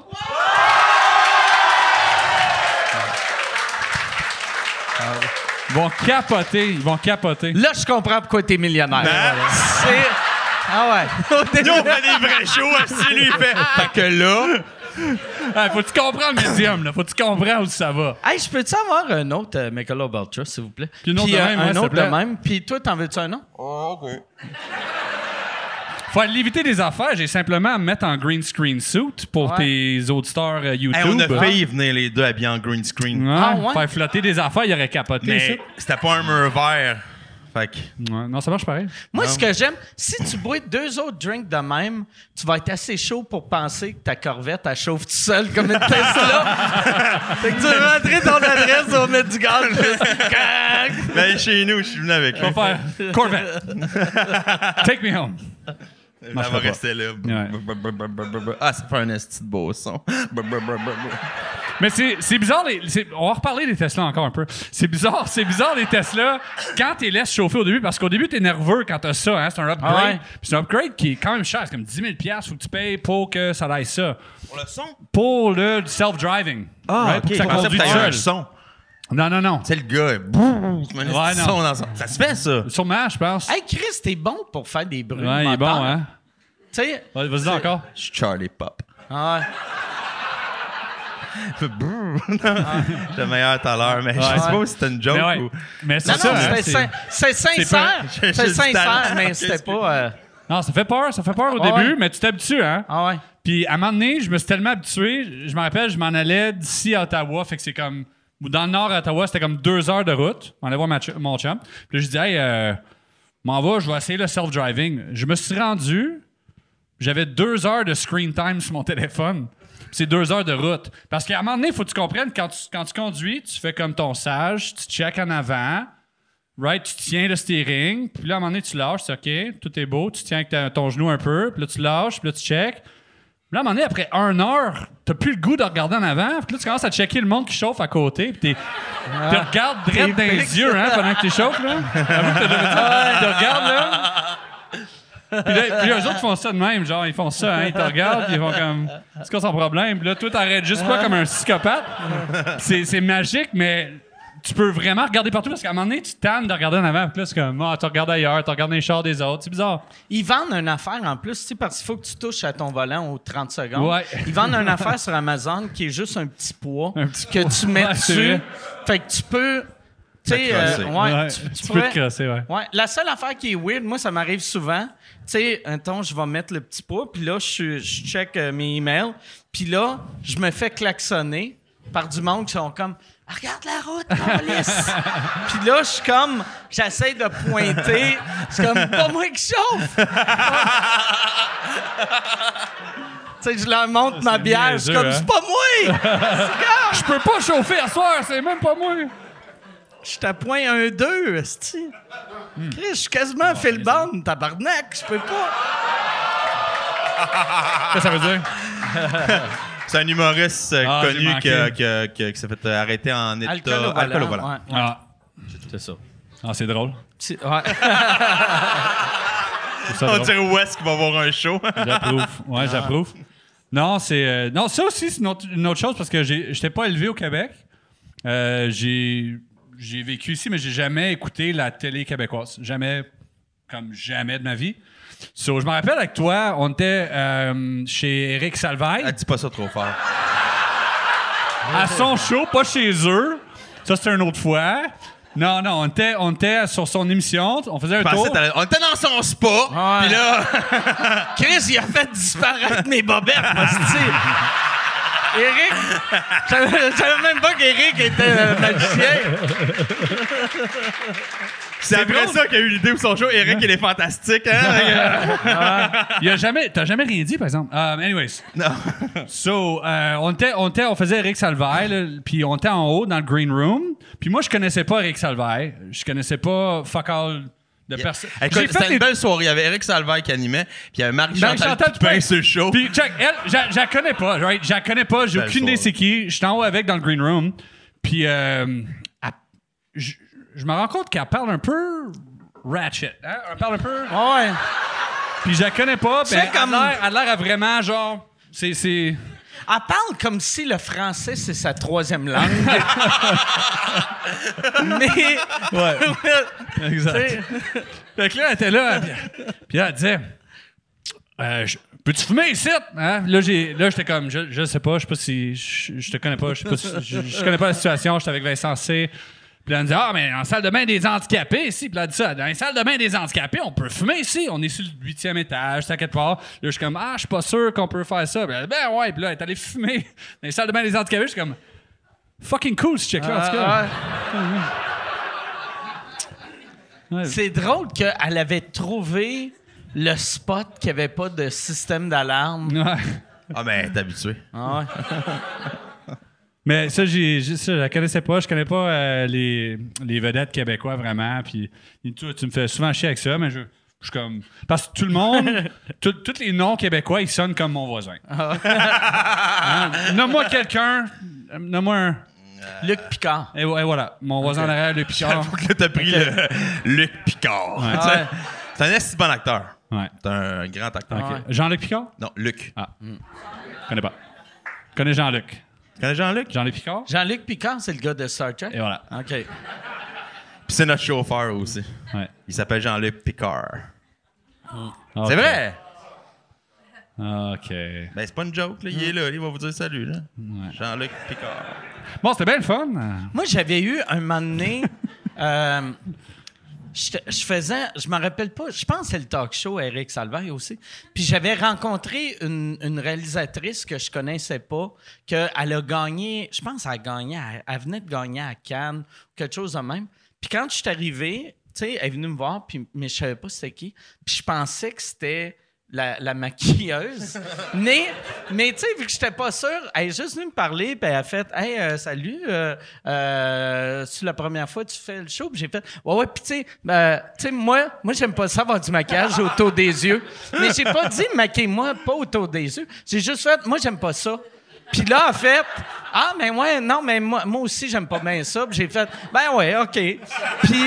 S3: Ils vont capoter, ils vont capoter.
S2: Là, je comprends pourquoi t'es millionnaire. Voilà. C'est... Ah ouais.
S5: Nous, on fait des vrais shows, si lui, il fait. Fait que là,
S3: Ah, faut-tu comprendre le médium, là? Faut-tu comprendre où ça va?
S2: Hey, je peux-tu avoir un autre euh, Michelob Ultra, s'il vous plaît?
S3: Puis une autre de
S2: euh,
S3: même, ouais,
S2: un
S3: s'il te
S2: autre de
S3: plaît.
S2: même. Puis toi, t'en veux-tu un autre?
S3: Faut l'éviter des affaires, j'ai simplement à me mettre en green screen suit pour
S2: Ouais.
S3: tes auditeurs euh, YouTube.
S5: hey, on a failli venir les deux habillés en green screen.
S3: Ouais,
S2: Ah, ouais?
S3: Faire flotter des affaires, il aurait capoté
S5: Mais
S3: ça.
S5: c'était pas un mur vert. Fait que.
S3: Ouais, non, ça marche pareil.
S2: Moi, ce que j'aime, si tu bois deux autres drinks de même, tu vas être assez chaud pour penser que ta Corvette, elle chauffe tout seul comme une Tesla. Fait que tu vas rentrer ton adresse, on va mettre du gaz. juste-
S5: Ben, chez nous, je suis venu avec
S3: On
S5: lui.
S3: va faire Corvette. Take me home.
S5: Elle
S3: marchera
S5: va
S3: pas.
S5: rester là.
S3: Ouais.
S5: Ah, ça fait un esti de beau son.
S3: Mais c'est, c'est bizarre, les, c'est, on va reparler des Tesla encore un peu. C'est bizarre, c'est bizarre les Tesla quand tu les laisses chauffer au début, parce qu'au début, tu es nerveux quand tu as ça. Hein, c'est un upgrade.
S2: Ah ouais.
S3: Puis c'est un upgrade qui est quand même cher. C'est comme dix mille dollars, faut que tu payes pour que ça aille ça.
S5: Pour le son?
S3: Pour le self-driving.
S5: Ah,
S3: Right? Pour que ça
S5: Je pensais
S3: conduit
S5: que
S3: tout
S5: t'avais un
S3: seul.
S5: son.
S3: Non, non, non.
S5: Tu sais, le gars, boum, il met
S3: Ouais,
S5: un
S3: non.
S5: son dans son... Ça se fait, ça?
S3: Sûrement, je pense.
S2: Hey, Chris, t'es bon pour faire des bruits.
S3: Ouais, il est bon,
S2: moteurs.
S3: hein?
S2: Tu sais.
S3: Ouais, vas-y encore.
S5: Je suis Charlie Pop.
S2: Ah ouais.
S5: J'étais le meilleur tout à l'heure, mais je sais pas si c'était une joke
S3: Mais, ouais.
S5: ou...
S3: Mais c'est
S2: Non,
S3: ça,
S2: non,
S3: hein,
S2: c'était
S3: c'est-
S2: sin- c'est sincère.
S5: J'ai-
S2: C'est
S5: j'ai du
S2: sincère,
S5: talent.
S2: mais c'était pas. euh,
S3: Non, ça fait peur, ça fait peur au
S2: Ah
S3: début,
S2: ouais.
S3: mais tu t'habitues, hein?
S2: Ah ouais.
S3: Puis à un moment donné, je me suis tellement habitué, je me rappelle, je m'en allais d'ici à Ottawa, fait que c'est comme... Ou dans le nord à Ottawa, c'était comme deux heures de route. On allait voir ma ch- mon chum. Puis là, je dis, hey, euh, m'en va, je vais essayer le self-driving. Je me suis rendu, j'avais deux heures de screen time sur mon téléphone. Puis c'est deux heures de route. Parce qu'à un moment donné, il faut que tu comprennes, quand tu, quand tu conduis, tu fais comme ton sage, tu check en avant, right, tu tiens le steering, puis là, à un moment donné, tu lâches, c'est OK, tout est beau, tu tiens avec ta- ton genou un peu, puis là, tu lâches, puis là, tu check. Là, à un moment donné, après une heure, t'as plus le goût de regarder en avant. Puis là, tu commences à checker le monde qui chauffe à côté. Puis t'es, te regardes direct dans les yeux hein, pendant que tu chauffes. Là. Avoue que t'as jamais dit ça. Tu regardes, là. Puis là, puis eux autres font ça de même. Genre, ils font ça. Hein, ils te regardent, puis ils font comme... C'est quoi son problème? Puis là, toi, t'arrêtes juste pas comme un psychopathe. C'est, c'est magique, mais... Tu peux vraiment regarder partout parce qu'à un moment donné, tu tannes de regarder en avant. Puis là, c'est comme, ah, tu regardes ailleurs, tu regardes les chars des autres. C'est bizarre.
S2: Ils vendent une affaire en plus, tu sais, parce qu'il faut que tu touches à ton volant aux trente secondes.
S3: Ouais.
S2: Ils vendent une affaire sur Amazon qui est juste un petit poids
S3: Un petit
S2: que
S3: poids.
S2: tu mets
S3: Ouais, c'est
S2: dessus.
S3: vrai.
S2: Fait que tu peux. Tu sais,
S5: Te crosser.
S2: euh, ouais,
S3: Ouais,
S2: tu, tu
S3: tu peux
S2: pourrais-
S3: te crosser, ouais.
S2: Ouais. La seule affaire qui est weird, moi, ça m'arrive souvent. Tu sais, un temps, je vais mettre le petit poids, puis là, je, je check euh, mes emails, puis là, je me fais klaxonner par du monde qui sont comme. Regarde la route, police! Puis là, je suis comme, j'essaie de pointer. C'est comme, pas moi qui chauffe! Tu sais, je leur montre ma bière. Je suis
S3: niaiseux,
S2: comme,
S3: hein?
S2: c'est pas moi!
S3: Je peux pas chauffer à soir, c'est même pas moi.
S2: Je te pointe un deux, esti. Chris, je suis quasiment Phil Bond, tabarnak. Je peux pas.
S3: Qu'est-ce que ça veut dire?
S5: C'est un humoriste euh,
S3: Ah, j'ai
S5: connu qui,
S3: manqué.
S5: a- qui, a- qui a- qui s'est fait euh, arrêter en état...
S2: Alcool au volant.
S5: alcool au volant.
S2: ouais.
S3: Ah,
S5: C'est ça.
S3: ah c'est drôle.
S2: C'est- ouais.
S3: C'est ça
S5: On
S3: drôle.
S5: dirait West qui va voir un show.
S3: J'approuve. Ouais, j'approuve. Non, c'est. euh, non, ça aussi, c'est une autre, une autre chose parce que j'ai- j'étais pas élevé au Québec. Euh, j'ai, j'ai vécu ici, mais j'ai jamais écouté la télé québécoise. Jamais, comme jamais de ma vie. So, je me rappelle avec toi, on était euh, chez Éric Salvaille.
S5: Ah, dis pas ça trop fort.
S3: À son show, pas chez eux. Ça, c'était une autre fois. Non, non, on était, on était sur son émission. On faisait un
S5: Je pensais
S3: tour.
S5: que t'allais- on était dans son spa,
S2: Ouais.
S5: puis là...
S2: Chris, il a fait disparaître mes bobettes, hostie. Éric, je savais- je savais même pas qu'Éric était euh, magicien.
S5: C'est après ça qu'il a eu l'idée pour son show. Eric, il est fantastique, hein?
S3: Il a jamais, t'as jamais rien dit, par exemple. Um, anyways.
S5: Non.
S3: So, euh, on, était, on, était, on faisait Éric Salvaille, là, puis on était en haut dans le green room. Puis moi, je connaissais pas Éric Salvaille. Je connaissais pas fuck all de personne.
S5: Écoute,
S3: J'ai
S5: c'était
S3: fait
S5: une
S3: les-
S5: belle soirée. Il y avait Eric Salvaille qui animait, puis il y avait Marie-Chantal
S3: Marie-Chantal
S5: Toupin
S3: Toupin.
S5: sur le show.
S3: Puis, check, elle, j'a- je la connais pas, right? Je la connais pas, j'ai
S5: Belle
S3: aucune idée
S5: soirée.
S3: c'est qui. J'étais en haut avec dans le green room. Puis, euh, elle- je je me rends compte qu'elle parle un peu ratchet. Hein? Elle parle un peu.
S2: Ouais.
S3: Puis, je la connais pas. Puis,
S2: C'est
S3: elle,
S2: comme-
S3: elle a l'air- elle a l'air à vraiment, genre. C'est. c'est...
S2: Elle parle comme si le français, c'est sa troisième langue. Mais.
S3: Ouais. Exact.
S2: T'sais,
S3: Fait que là, elle était là. Puis, puis là, elle disait euh, je- Peux-tu fumer ici? Hein? Là, j'ai, là, j'étais comme Je, je sais pas, je sais pas si. Je, je te connais pas, je sais pas si- je, je connais pas la situation. J'étais avec Vincent C. Puis là, elle me dit Ah, mais en salle de bain des handicapés ici. Puis là, elle dit ça Dans les salles de bain des handicapés, on peut fumer ici. On est sur le huitième étage, ça quelque part. Là, je suis comme Ah, je suis pas sûr qu'on peut faire ça. Puis elle dit, ben ouais. Puis là, elle est allée fumer dans les salles de bain des handicapés. Je suis comme Fucking cool, ce chick-là, en tout cas.
S2: ouais.
S3: Ouais.
S2: C'est drôle qu'elle avait trouvé le spot qui avait pas de système d'alarme.
S3: Ouais.
S5: Ah, ben, t'es habitué.
S2: Ah ouais.
S3: Mais ça, j'ai, j'ai- ça, je la connaissais pas. Je connais pas euh, les, les vedettes québécois vraiment. Puis tu, tu me fais souvent chier avec ça, mais je, je suis comme. Parce que tout le monde, tout- tous les noms québécois, ils sonnent comme mon voisin. Hein? Nomme-moi quelqu'un Euh, Nomme-moi un.
S2: Luc Picard.
S3: Et, et voilà, mon voisin en arrière, Luc Picard.
S5: J'avoue que là, t'as pris le Luc Picard.
S3: Ouais.
S5: Tu sais,
S2: Ouais.
S5: C'est un esti bon acteur.
S3: Ouais.
S5: C'est un grand acteur.
S3: Ok.
S2: Ouais.
S3: Jean-Luc Picard?
S5: Non, Luc.
S3: Ah. Je connais pas. Je connais Jean-Luc.
S5: Tu connais Jean-Luc?
S3: Jean-Luc Picard?
S2: Jean-Luc Picard, c'est le gars de Star Trek?
S3: Et voilà.
S2: OK.
S5: Puis c'est notre chauffeur aussi.
S3: Ouais.
S5: Il s'appelle Jean-Luc Picard.
S3: Ok.
S5: C'est vrai?
S3: OK.
S5: Ben, c'est pas une joke, là. Il est là, il va vous dire salut, là. Jean-Luc Picard.
S3: Bon, c'était bien le fun.
S2: Moi, j'avais eu un moment donné... euh, je je faisais... Je me rappelle pas... Je pense que c'est le talk show Eric Salvaille aussi. Puis j'avais rencontré une, une réalisatrice que je connaissais pas, qu'elle a gagné... Je pense qu'elle a gagné... Elle, elle venait de gagner à Cannes, ou quelque chose de même. Puis quand je suis arrivé, tu sais, elle est venue me voir, puis, mais je savais pas c'était qui. Puis je pensais que c'était... La, la maquilleuse. mais, mais tu sais, vu que j'étais pas sûr, elle est juste venue me parler, puis elle a fait « Hey, euh, salut, euh, euh, c'est la première fois que tu fais le show? » Puis j'ai fait « Ouais, ouais, puis tu sais, ben, tu sais, moi, moi j'aime pas ça avoir du maquillage autour des yeux. » Mais j'ai pas dit « Maquille-moi pas autour des yeux. » J'ai juste fait « Moi, j'aime pas ça. » Puis là, en fait, « Ah, mais ouais, non, mais moi, moi aussi, j'aime pas bien ça. » Puis j'ai fait « Ben ouais, OK. » Puis...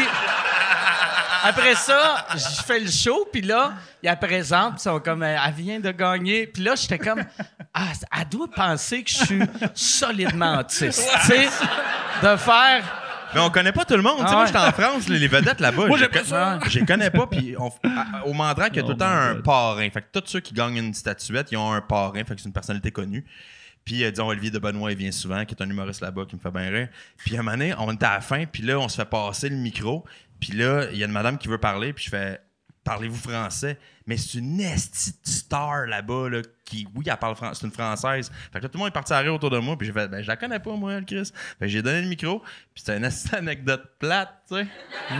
S2: Après ça, je fais le show, puis là, il la présente, puis ils sont comme, elle vient de gagner. Puis là, j'étais comme, ah, elle doit penser que je suis solidement autiste. Tu sais, de faire.
S5: Mais on connaît pas tout le monde. Tu sais,
S2: Ah
S5: moi,
S2: ouais.
S5: j'étais en France, les les vedettes là-bas.
S3: Moi,
S5: je
S3: j'aime pas ça.
S5: Je les connais pas. Puis on- à- au Mandrake, il y a tout le temps
S3: Oh my
S5: un
S3: God.
S5: parrain. Fait que tous ceux qui gagnent une statuette, ils ont un parrain. Fait que c'est une personnalité connue. Puis, euh, disons, Olivier de Benoît, il vient souvent, qui est un humoriste là-bas, qui me fait bien rire. Puis, à un moment donné, on était à la fin, puis là, on se fait passer le micro. Puis là, il y a une madame qui veut parler, puis je fais « Parlez-vous français? » Mais c'est une esti de star là-bas, là, qui, oui, elle parle français, c'est une Française. Fait que là, tout le monde est parti à rire autour de moi, puis j'ai fait « Ben, je la connais pas, moi, elle, Chris. » Fait que j'ai donné le micro, puis c'était une esti anecdote plate, tu sais.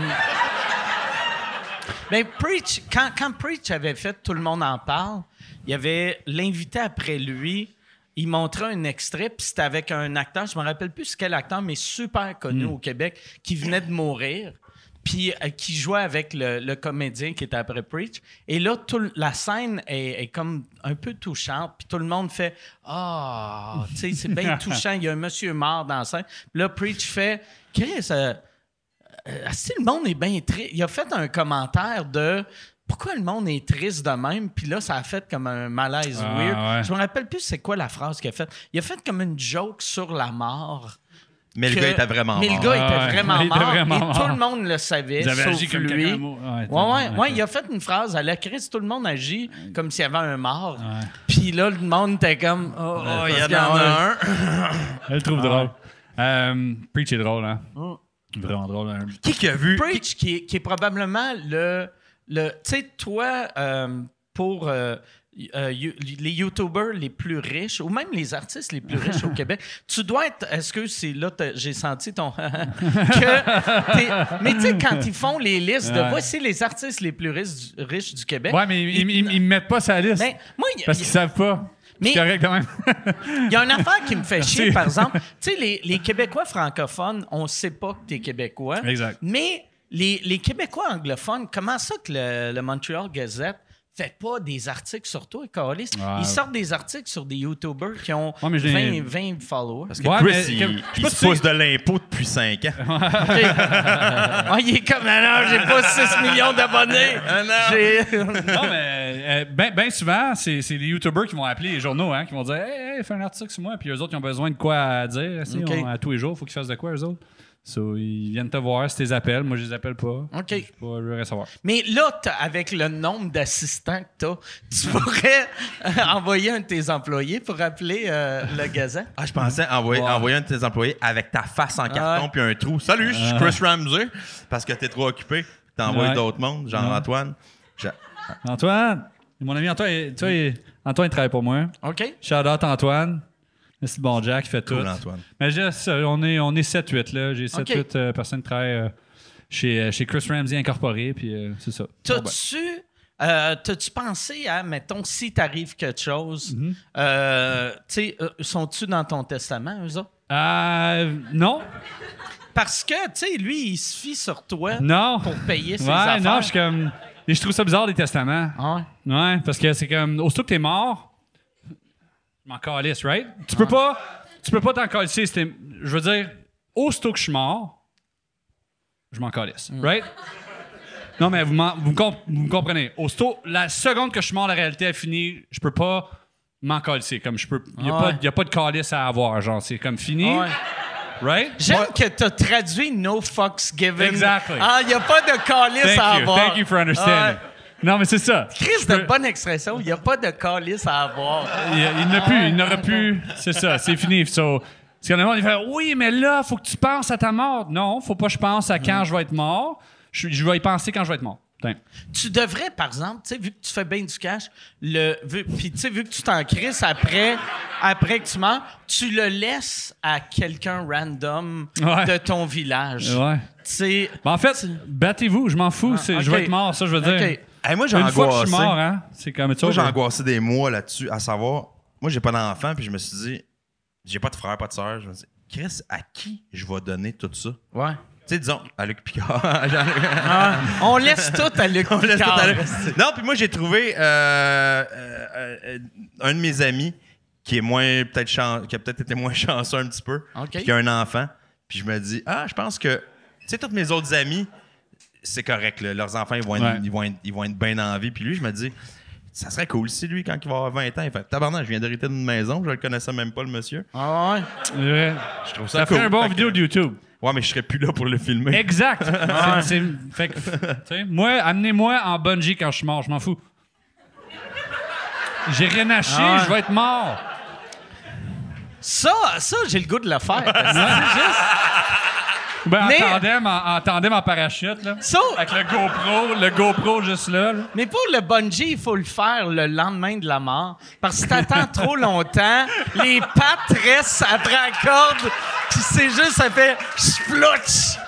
S2: Mais Preach, quand, quand Preach avait fait Tout le monde en parle, il y avait l'invité après lui, il montrait un extrait, puis c'était avec un acteur, je me rappelle plus c'est quel acteur, mais super connu au Québec, qui venait de mourir, puis euh, qui jouait avec le, le comédien qui était après Preach. Et là, tout, le- la scène est, est comme un peu touchante, puis tout le monde fait « Ah, tu sais, c'est bien touchant, il y a un monsieur mort dans la scène. » Puis là, Preach fait « Chris, euh, euh, si le monde est bien triste. » Il a fait un commentaire de pourquoi le monde est triste de même, puis là, ça a fait comme un malaise
S3: Ah,
S2: weird.
S3: ouais.
S2: Je me rappelle plus c'est quoi la phrase qu'il a faite. Il a fait comme une joke sur la mort.
S5: Mais
S2: que-
S5: le gars était vraiment
S2: Mais
S5: mort.
S2: le gars était
S3: Ah ouais.
S2: vraiment
S3: Il était
S2: mort.
S3: vraiment
S2: et
S3: mort.
S2: tout le monde le savait,
S3: Ils avaient
S2: sauf
S3: agi comme
S2: lui.
S3: quelqu'un mort. Ouais,
S2: Ouais, ouais,
S3: ouais.
S2: ouais, il a fait une phrase à la crise, tout le monde agit comme s'il y avait un mort. Puis là, le monde était comme, oh, oh, il y en a un.
S3: Elle le trouve drôle. Euh, Preach est drôle, hein? Vraiment drôle. Hein?
S5: Qui qui a vu?
S2: Preach, qui est, qui est probablement le. le tu sais, toi, euh, pour euh, euh, you- les YouTubers les plus riches, ou même les artistes les plus riches au Québec, tu dois être. Est-ce que c'est là, t'as- j'ai senti ton. que t'es- mais tu sais, quand ils font les listes de
S3: Ouais.
S2: voici les artistes les plus riches du, riches du Québec.
S3: Ouais, mais ils, ils, ils me mettent pas sa liste.
S2: ben, moi, il y a-
S3: parce qu'ils savent pas.
S2: Mais-
S3: C'est correct quand même.
S2: Il y a une affaire qui me fait chier, par exemple. Tu sais, les, les Québécois francophones, on ne sait pas que tu es Québécois.
S3: Exact.
S2: Mais les, les Québécois anglophones, comment ça que le, le Montreal Gazette fait pas des articles sur toi, Carlis?
S3: Ouais.
S2: Ils sortent des articles sur des YouTubers qui ont
S3: Ouais, mais je l'ai-
S2: vingt, vingt followers.
S5: Parce que
S3: Ouais,
S5: Chris,
S3: mais
S5: il,
S3: comme-
S5: il
S3: je sais pas
S5: se
S3: si
S5: pousse
S3: c'est-
S5: de l'impôt depuis cinq ans.
S2: OK. Ah, il est comme, non, non, j'ai pas six millions d'abonnés. J'ai-
S3: Non, mais euh, ben, ben souvent, c'est c'est les YouTubers qui vont appeler les journaux, hein, qui vont dire Hey, hey, fais un article sur moi. Puis eux autres, ils ont besoin de quoi à dire. tu sais,
S2: OK.
S3: on- à tous les jours, il faut qu'ils fassent de quoi, eux autres. So, ils viennent te voir si tu les appelles. Moi, je les appelle pas.
S2: OK.
S3: Je sais pas, je veux rien savoir.
S2: Mais là, t'as- avec le nombre d'assistants que tu as, tu pourrais euh, envoyer un de tes employés pour appeler euh, le Gazette.
S5: Ah, je pensais envoyer,
S3: Ouais.
S5: envoyer un de tes employés avec ta face en carton
S2: Ouais.
S5: puis un trou. Salut, je suis Chris Ramsey. Parce que t'es trop occupé. T'envoies
S3: Ouais.
S5: d'autres mondes, genre
S3: Ouais.
S5: Antoine. Je-
S3: Antoine, mon ami Antoine, il- tu vois, il- Antoine, il travaille pour moi.
S2: OK?
S3: Shout out Antoine. C'est le bon Jack, il fait tout.
S5: Cool, Antoine.
S3: Mais j'ai- ça, on est, on est sept huit, là. J'ai sept huit
S2: OK.
S3: euh, personnes qui travaillent euh, chez, euh, chez Chris Ramsey Incorporé, puis euh, c'est ça. Bon, ben.
S2: T'as-tu euh, t'as-tu pensé à, mettons, si t'arrive quelque chose,
S3: Mm-hmm.
S2: euh, tu sais, euh, sont-tu dans ton testament, eux autres?
S3: Euh, non.
S2: Parce que, tu sais, lui, il se fie sur toi
S3: Non.
S2: pour payer ses
S3: Ouais,
S2: affaires.
S3: non, je suis comme. et je trouve ça bizarre, les testaments.
S2: Ah ouais.
S3: Ouais, parce que c'est comme. Aussitôt que t'es mort, je m'en calisse, right? Tu peux pas. tu peux pas t'en calisser. C'était- Je veux dire, aussitôt que je suis mort, je m'en calisse. Right? Non, mais vous, m'en- vous, me comp- vous me comprenez. Aussitôt, la seconde que je suis mort, la réalité est finie. Je peux pas m'en calisser. Comme je peux. Il n'y a,
S2: Ah
S3: pas-
S2: ouais.
S3: y a pas de calice à avoir. Genre, c'est comme fini.
S2: Ouais.
S3: Right?
S2: J'aime que tu as traduit no fucks given.
S3: Exactly.
S2: Ah, il n'y a pas de calice à
S3: Thank you.
S2: avoir.
S3: Thank you for understanding.
S2: Ah,
S3: Non, mais c'est ça.
S2: Chris, de bonne expression, il n'y a pas de calice à avoir.
S3: Il, il n'a plus, il n'aura plus. C'est ça, c'est fini. So, parce qu'il y en a qui font oui, mais là, faut que tu penses à ta mort. Non, faut pas que je pense à quand je vais être mort. Je, je vais y penser quand je vais être mort. Tiens.
S2: Tu devrais, par exemple, tu sais, vu que tu fais bien du cash, le, vu, puis tu sais, vu que tu t'en crisses après, après que tu meurs, tu le laisses à quelqu'un random
S3: Ouais.
S2: de ton village.
S3: Ouais.
S2: Tu sais.
S3: Ben, en fait, battez-vous, je m'en fous.
S2: Ah,
S3: c'est-
S2: ok.
S3: Je vais être mort, ça, je veux dire.
S2: OK.
S5: Hey, moi, j'ai
S3: Une fois que je
S5: angoissé.
S3: suis mort, hein, c'est comme
S5: Moi,
S3: ça.
S5: j'ai angoissé des mois là-dessus, à savoir, moi, j'ai pas d'enfant, puis je me suis dit, j'ai pas de frère, pas de soeur. Je me suis dit, Chris, à qui je vais donner tout ça?
S2: Ouais.
S5: Tu sais, disons, à Luc Picard.
S2: Ah, on laisse tout à Luc
S5: On laisse tout
S2: Picard.
S5: aller. Non, puis moi, j'ai trouvé euh, euh, euh, un de mes amis qui est moins, peut-être chan- qui a peut-être été moins chanceux un petit peu,
S2: OK.
S5: puis qui a un enfant. Puis je me dis, ah, je pense que, tu sais, tous mes autres amis, c'est correct, là, leurs enfants, ils vont être,
S3: Ouais.
S5: ils vont être, ils vont être bien en vie. Puis lui, je me dis, ça serait cool si lui, quand il va avoir vingt ans, il fait, tabarnak, je viens d'hériter d'une maison, je le connaissais même pas, le monsieur.
S2: Ah ouais.
S3: Ouais.
S5: Je trouve ça,
S3: Ça
S5: cool.
S3: fait un bon
S5: Fait que-
S3: vidéo de YouTube.
S5: Ouais, mais je serais plus là pour le filmer.
S3: Exact. C'est- c'est- fait que, tu sais, moi, amenez-moi en bungee quand je suis mort, je m'en fous. J'ai rien à chier,
S2: Ah ouais.
S3: je vais être mort.
S2: Ça, ça j'ai le goût de le faire. C'est juste.
S3: Ben, en,
S2: Mais-
S3: tandem, en, en tandem en parachute, là.
S2: Ça,
S3: Avec le GoPro, le GoPro juste là. là.
S2: mais pour le bungee, il faut le faire le lendemain de la mort. Parce que si t'attends trop longtemps, les pattes restent après la corde, puis c'est juste, ça fait splotch.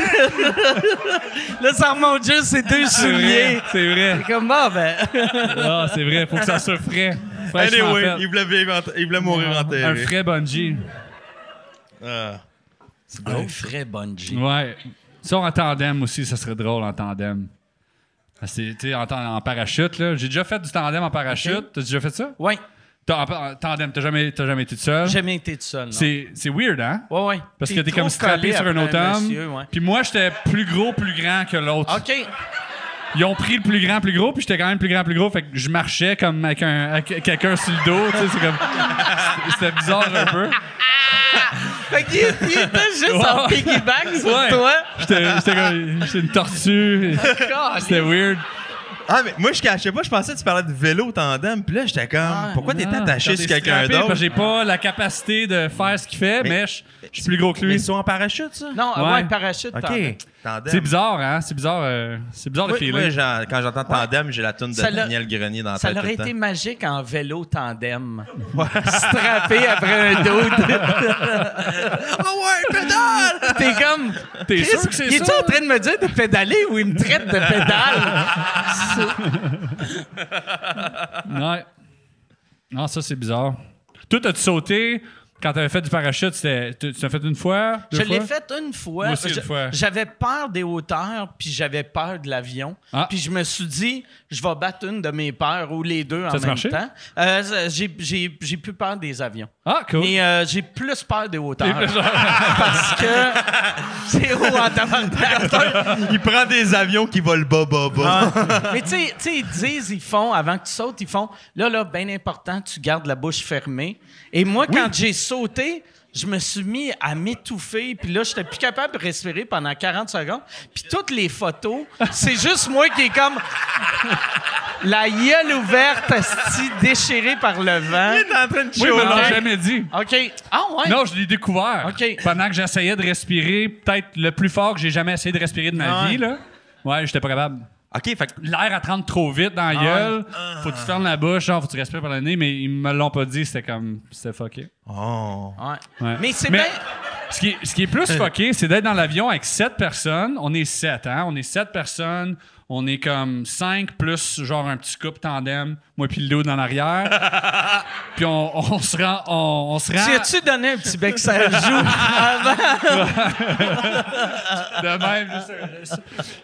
S2: Là, ça remonte juste ses deux
S3: C'est
S2: souliers.
S3: vrai, c'est vrai.
S2: C'est comme, bah, ben.
S3: Ah, c'est vrai, faut que ça soit frais. Fraîchement
S5: Anyway,
S3: fait.
S5: il voulait, vivre en- il voulait mourir en
S3: Un
S5: télé.
S3: frais bungee.
S5: Ah.
S2: Un vrai bungee.
S3: Ouais. Ça, en tandem aussi, ça serait drôle en tandem. Parce que, tu sais, en, tan- en parachute, là. J'ai déjà fait du tandem en parachute. T'as déjà fait ça?
S2: Ouais,
S3: T'as, en, en tandem, t'as jamais, t'as jamais été tout seul?
S2: j'ai jamais été tout seul. non.
S3: C'est, c'est weird, hein?
S2: Ouais, ouais.
S3: Parce que t'es
S2: trop
S3: comme strappé
S2: collé
S3: sur un
S2: après
S3: autre homme.
S2: monsieur, ouais.
S3: Puis moi, j'étais plus gros, plus grand que l'autre.
S2: OK.
S3: Ils ont pris le plus grand, plus gros, puis j'étais quand même plus grand, plus gros. Fait que je marchais comme avec, un, avec quelqu'un sur le dos. Tu sais, c'est comme. C'était, c'était bizarre un peu.
S2: Fait qu'il il était juste
S3: Ouais.
S2: en piggyback sur
S3: Ouais.
S2: toi.
S3: J'étais, j'étais comme. J'étais une tortue. C'était weird.
S5: Ah, mais moi, je cachais pas, je pensais que tu parlais de vélo tandem, puis là, j'étais comme, pourquoi t'étais
S3: Non,
S5: attaché
S3: quand
S5: sur
S3: t'es
S5: quelqu'un
S3: strappé,
S5: d'autre?
S3: parce que j'ai pas la capacité de faire ce qu'il fait, mais,
S5: Mais-
S3: je je suis plus gros que
S5: Mais
S3: lui.
S5: ils sont en parachute, ça?
S2: Non,
S3: Ouais.
S2: ouais, parachute.
S5: OK.
S2: tandem.
S5: Tandem.
S3: C'est bizarre, hein? C'est bizarre, euh, c'est bizarre de
S5: Moi,
S3: filer.
S5: moi, j'en- quand j'entends tandem, j'ai la toune de
S2: Ça l'a-
S5: Daniel Grenier dans la
S2: Ça
S5: tête.
S2: aurait
S5: tout le
S2: été
S5: temps.
S2: magique en vélo tandem. Strappé après un dude.
S5: Ah ouais, pédale!
S2: T'es comme.
S3: T'es
S2: Chris,
S3: sûr que c'est
S2: il est-tu
S3: ça?
S2: en train de me dire de pédaler ou il me traite de pédale?
S3: Ouais. Non, ça, c'est bizarre. Toi, t'as-tu sauté quand t'avais fait du parachute? C'était, tu tu l'as fait une fois? Deux
S2: Je
S3: fois?
S2: l'ai fait une fois.
S3: Moi aussi, une
S2: Je-
S3: fois.
S2: J'avais peur des hauteurs, puis j'avais peur de l'avion.
S3: Ah.
S2: Puis je me suis dit, je vais battre une de mes peurs ou les deux en
S3: Ça a
S2: même
S3: marché?
S2: temps. Euh, ça- j'ai, j'ai, j'ai plus peur des avions.
S3: Ah, cool.
S2: Mais euh, j'ai plus peur des hauteurs. Parce que c'est haut en tabarnak.
S5: Il prend des avions qui volent bas, bas, bas.
S2: Mais tu sais- tu sais, ils disent, ils font, avant que tu sautes, ils font, là, là, bien important, tu gardes la bouche fermée. Et moi, quand j'ai sauté, je me suis mis à m'étouffer, puis là, j'étais plus capable de respirer pendant quarante secondes. Puis toutes les photos, c'est juste moi qui est comme la gueule ouverte, asti, déchirée par le vent.
S5: Il est en train de
S3: Oui, mais
S5: chialer.
S3: l'ai jamais dit.
S2: OK. Ah ouais?
S3: Non, je l'ai découvert.
S2: OK.
S3: Pendant que j'essayais de respirer, peut-être le plus fort que j'ai jamais essayé de respirer de ma
S2: Ah ouais.
S3: vie, là. Ouais, j'étais pas capable.
S5: OK, fait que
S3: L'air à trente trop vite dans la gueule. Faut que tu fermes la bouche, genre, faut que tu respires par le nez, mais ils me l'ont pas dit, c'était comme. C'était fucké.
S5: Oh.
S2: Ouais.
S3: Ouais.
S2: Mais c'est
S3: Mais-
S2: bien...
S3: Ce qui, est, ce qui est plus fucké, c'est d'être dans l'avion avec sept personnes. On est sept, hein? On est sept personnes. On est comme cinq plus genre un petit couple tandem, moi puis le dos dans l'arrière. Puis on, on se rend. On, on se rend
S2: Tu as-tu donné un petit bec ça joue avant?
S3: de même. juste- juste-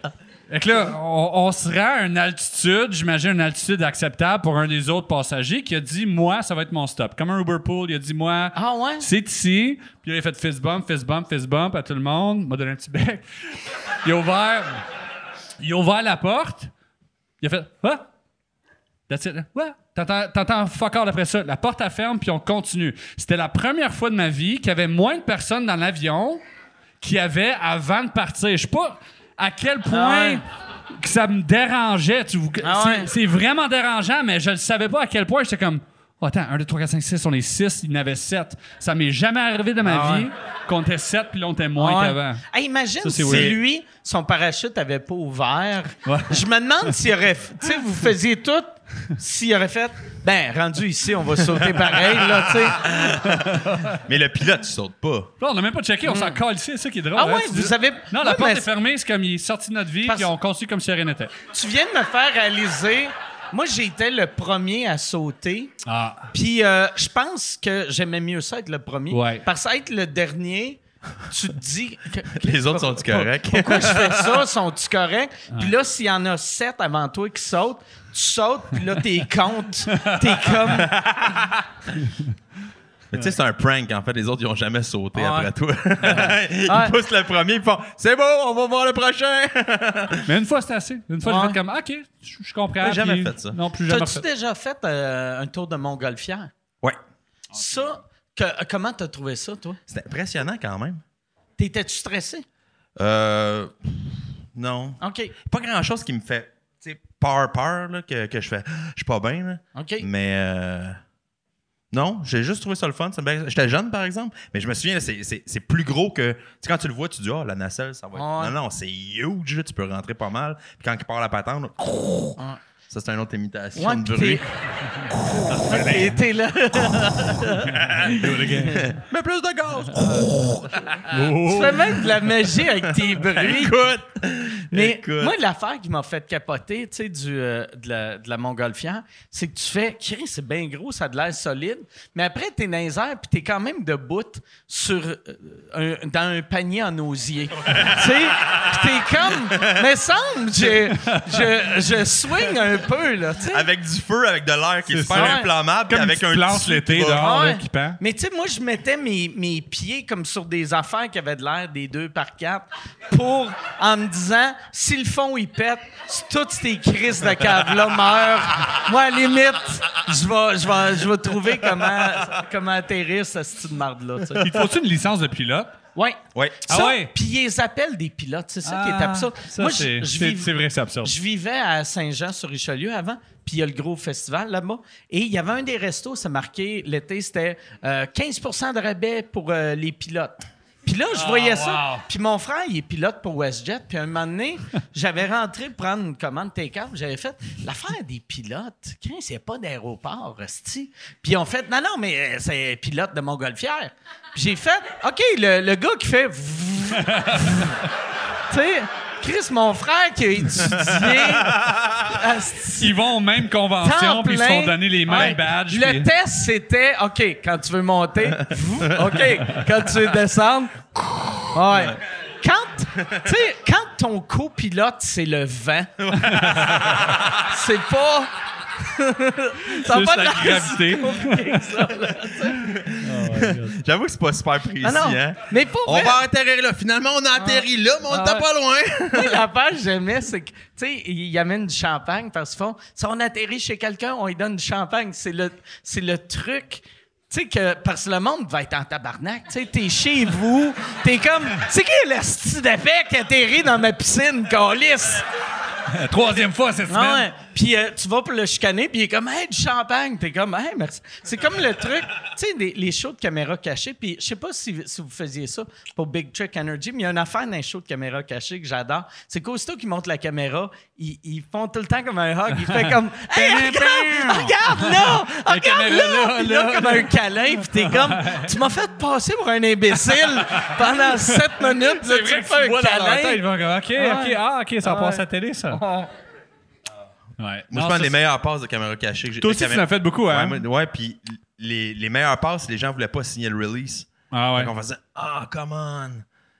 S4: Fait que là, on, on se rend à une altitude, j'imagine une altitude acceptable pour un des autres passagers qui a dit, moi, ça va être mon stop. Comme un Uber Pool, il a dit, moi,
S2: Ah ouais?
S4: c'est ici. Puis il a fait fist bump, fist bump, fist bump à tout le monde. Il m'a donné un petit bec. Il a ouvert, il a ouvert la porte. Il a fait, what? That's it. What? T'entends, t'entends fuck all après ça. La porte elle ferme, puis on continue. C'était la première fois de ma vie qu'il y avait moins de personnes dans l'avion qu'il y avait avant de partir. Je sais pas à quel point
S2: Ah ouais.
S4: que ça me dérangeait. Tu,
S2: Ah
S4: c'est,
S2: ouais.
S4: c'est vraiment dérangeant, mais je ne savais pas à quel point. J'étais comme, oh, attends, un, deux, trois, quatre, cinq, six, on est six, il y en avait sept. Ça m'est jamais arrivé de ma
S2: Ah
S4: vie
S2: ouais.
S4: qu'on était sept, puis là, on était moins
S2: Ouais.
S4: qu'avant.
S2: Hey, imagine
S4: Ça, c'est
S2: si
S4: weird.
S2: lui, son parachute avait pas ouvert.
S4: Ouais.
S2: Je me demande s'il aurait... f- Tu sais, vous faisiez tout, s'il aurait fait... Ben, rendu ici, on va sauter pareil, là, tu sais.
S5: Mais le pilote, tu sautes pas.
S4: Là, on n'a même pas checké, on s'en colle ici, c'est ça qui est drôle.
S2: Ah
S4: hein.
S2: ouais,
S4: Tu
S2: vous
S4: dis-
S2: savez...
S4: Non, la
S2: Ouais,
S4: porte
S2: mais
S4: est fermée, c'est comme il est sorti de notre vie,
S2: Parce-
S4: puis on continue comme si rien n'était.
S2: Tu viens de me faire réaliser... Moi, j'étais le premier à sauter.
S4: Ah.
S2: Puis euh, je pense que j'aimais mieux ça être le premier.
S4: Ouais.
S2: Parce qu'être le dernier, tu te dis... que-
S5: Les autres sont-tu corrects?
S2: Pourquoi je fais ça? Sont-tu corrects? Puis là, s'il y en a sept avant toi qui sautent, tu sautes, puis là, t'es comptes. T'es comme...
S5: Mais tu sais, c'est un prank, en fait. Les autres, ils ont jamais sauté
S2: Ah ouais.
S5: après toi. ils
S2: Ouais.
S5: poussent le premier, ils font « C'est bon, on va voir le prochain!
S4: Mais une fois, c'était assez. Une fois,
S2: Ouais.
S4: j'ai fait comme, OK, je je comprends.
S5: J'ai jamais
S4: puis-
S5: fait ça.
S4: Non, plus jamais
S2: T'as-tu
S4: fait.
S2: déjà fait euh, un tour de Montgolfière? »
S5: Ouais.
S2: Ça, que, comment t'as trouvé ça, toi?
S5: C'était impressionnant quand même.
S2: T'étais-tu stressé?
S5: Euh. Non.
S2: OK.
S5: Pas grand-chose qui me fait tu sais, peur, peur, là, que, que je fais. Je suis pas bien, là.
S2: OK.
S5: Mais. Euh... Non, j'ai juste trouvé ça le fun. Ça me- J'étais jeune, par exemple, mais je me souviens, là, c'est, c'est, c'est plus gros que. Tu sais, quand tu le vois, tu dis, oh, la nacelle, ça va être.
S2: Ouais.
S5: Non, non, c'est huge, là, tu peux rentrer pas mal. Puis quand il part la patente, là, ça, c'est une autre imitation
S2: Ouais,
S5: de
S2: pis
S5: bruit.
S2: t'es... t'es, t'es là.
S5: Mais plus de gaz!
S2: Tu fais même de la magie avec tes bruits.
S5: Écoute!
S2: Mais
S5: Écoute.
S2: moi, l'affaire qui m'a fait capoter, tu sais, du, euh, de, la, de la Montgolfière, c'est que tu fais, Chris, c'est bien gros, ça a de l'air solide, mais après, t'es dans les airs, puis t'es quand même debout sur, euh, un, dans un panier en osier. Tu sais, puis t'es comme, mais semble, je, je, je swing un peu, là, tu sais.
S5: Avec du feu, avec de l'air qui est
S4: C'est
S5: super
S2: ça.
S5: inflammable, puis
S4: Comme
S5: avec
S4: une
S5: un
S4: petite planche
S5: tissu
S4: l'été
S5: qui va-
S4: dehors,
S2: Ouais.
S4: là, qui pend.
S2: Mais tu sais, moi, je mettais mes, mes pieds comme sur des affaires qui avaient de l'air des deux par quatre pour, en me disant, si le fond, il pète, si toutes ces crises de cave-là meurent, moi, à la limite, je vais, je vais, je vais trouver comment, comment atterrir ce style de marde-là, tu sais.
S4: Il te faut-tu une licence de pilote?
S2: Ouais.
S5: Ouais.
S4: Ah
S2: Ça,
S4: ouais?
S2: Puis ils les appellent des pilotes, c'est ça qui est absurde.
S4: Ça,
S2: Moi, je-
S4: c'est,
S2: je
S4: c'est,
S2: vis-
S4: c'est vrai, c'est absurde.
S2: je vivais à Saint-Jean-sur-Richelieu avant, puis il y a le gros festival là-bas. Et il y avait un des restos, c'est marqué l'été, c'était euh, quinze pour cent de rabais pour euh, les pilotes. Puis là, je voyais ça.
S4: wow.
S2: Puis mon frère, il est pilote pour WestJet. Puis un moment donné, j'avais rentré prendre une commande take-out. J'avais fait l'affaire des pilotes. Qu'est-ce qu'il n'y a pas d'aéroport, hostie? Puis ils ont fait non, non, mais euh, c'est pilote de Montgolfière. Puis j'ai fait OK, le, le gars qui fait. Tu sais, Chris, mon frère qui a étudié. asti,
S4: Ils vont aux mêmes conventions,
S2: temps
S4: puis ils se
S2: plein.
S4: font donner les mêmes
S2: Ouais.
S4: badges.
S2: Le
S4: puis-
S2: test, c'était OK, quand tu veux monter, OK, quand tu veux descendre, ouais. Quand, tu sais, quand ton copilote, c'est le vent, c'est pas. Ça a
S4: Juste
S2: pas de
S4: la
S2: l'air
S4: gravité.
S2: si compliqué que ça, là.
S5: J'avoue que c'est pas super précis,
S2: Ah non,
S5: hein?
S2: mais pour
S5: On
S2: vrai,
S5: va atterrir là. Finalement, on a atterri là, mais on
S2: Ah
S5: était
S2: ouais.
S5: pas loin.
S2: moi, l'affaire que j'aimais, c'est que, tu sais, ils amènent du champagne parce qu'ils font, si on atterrit chez quelqu'un, on lui donne du champagne. C'est le, c'est le truc. Tu sais que, parce que le monde va être en tabarnak. Tu sais, t'es chez vous, t'es comme, c'est qui le style d'effet qui atterrit dans ma piscine, câlisse?
S4: La troisième fois cette
S2: Ah
S4: semaine.
S2: ouais. Puis euh, tu vas pour le chicaner, puis il est comme, hey, du champagne. T'es comme, hey, merci. C'est comme le truc, tu sais, les, les shows de caméra cachée. Puis je sais pas si, si vous faisiez ça pour Big Trick Energy, mais il y a une affaire dans les shows de caméra cachée que j'adore. C'est qu'aussitôt qu'ils montent la caméra, ils, ils font tout le temps comme un hug. Ils font comme, hey, regarde, regarde là, regarde
S4: caméra
S2: là.
S4: là,
S2: Puis là,
S4: là.
S2: comme un câlin, puis t'es comme, tu m'as fait passer pour un imbécile pendant sept minutes. Là, tu me fais un
S4: vois dans leur tête,
S2: câlin.
S4: ils vont comme, OK,
S2: Ouais.
S4: OK, ah, OK, ça
S2: Ouais.
S4: passe à la télé, ça. Ouais.
S5: Moi,
S4: Non,
S5: je pense
S4: ça,
S5: les meilleures passes de caméra cachée que j'ai.
S4: Toi
S5: de
S4: aussi, tu
S5: caméra-
S4: en as fait beaucoup, hein?
S5: Ouais, moi- ouais, puis les, les meilleures passes, les gens voulaient pas signer le release.
S4: Ah ouais.
S5: Donc on faisait Ah, come on!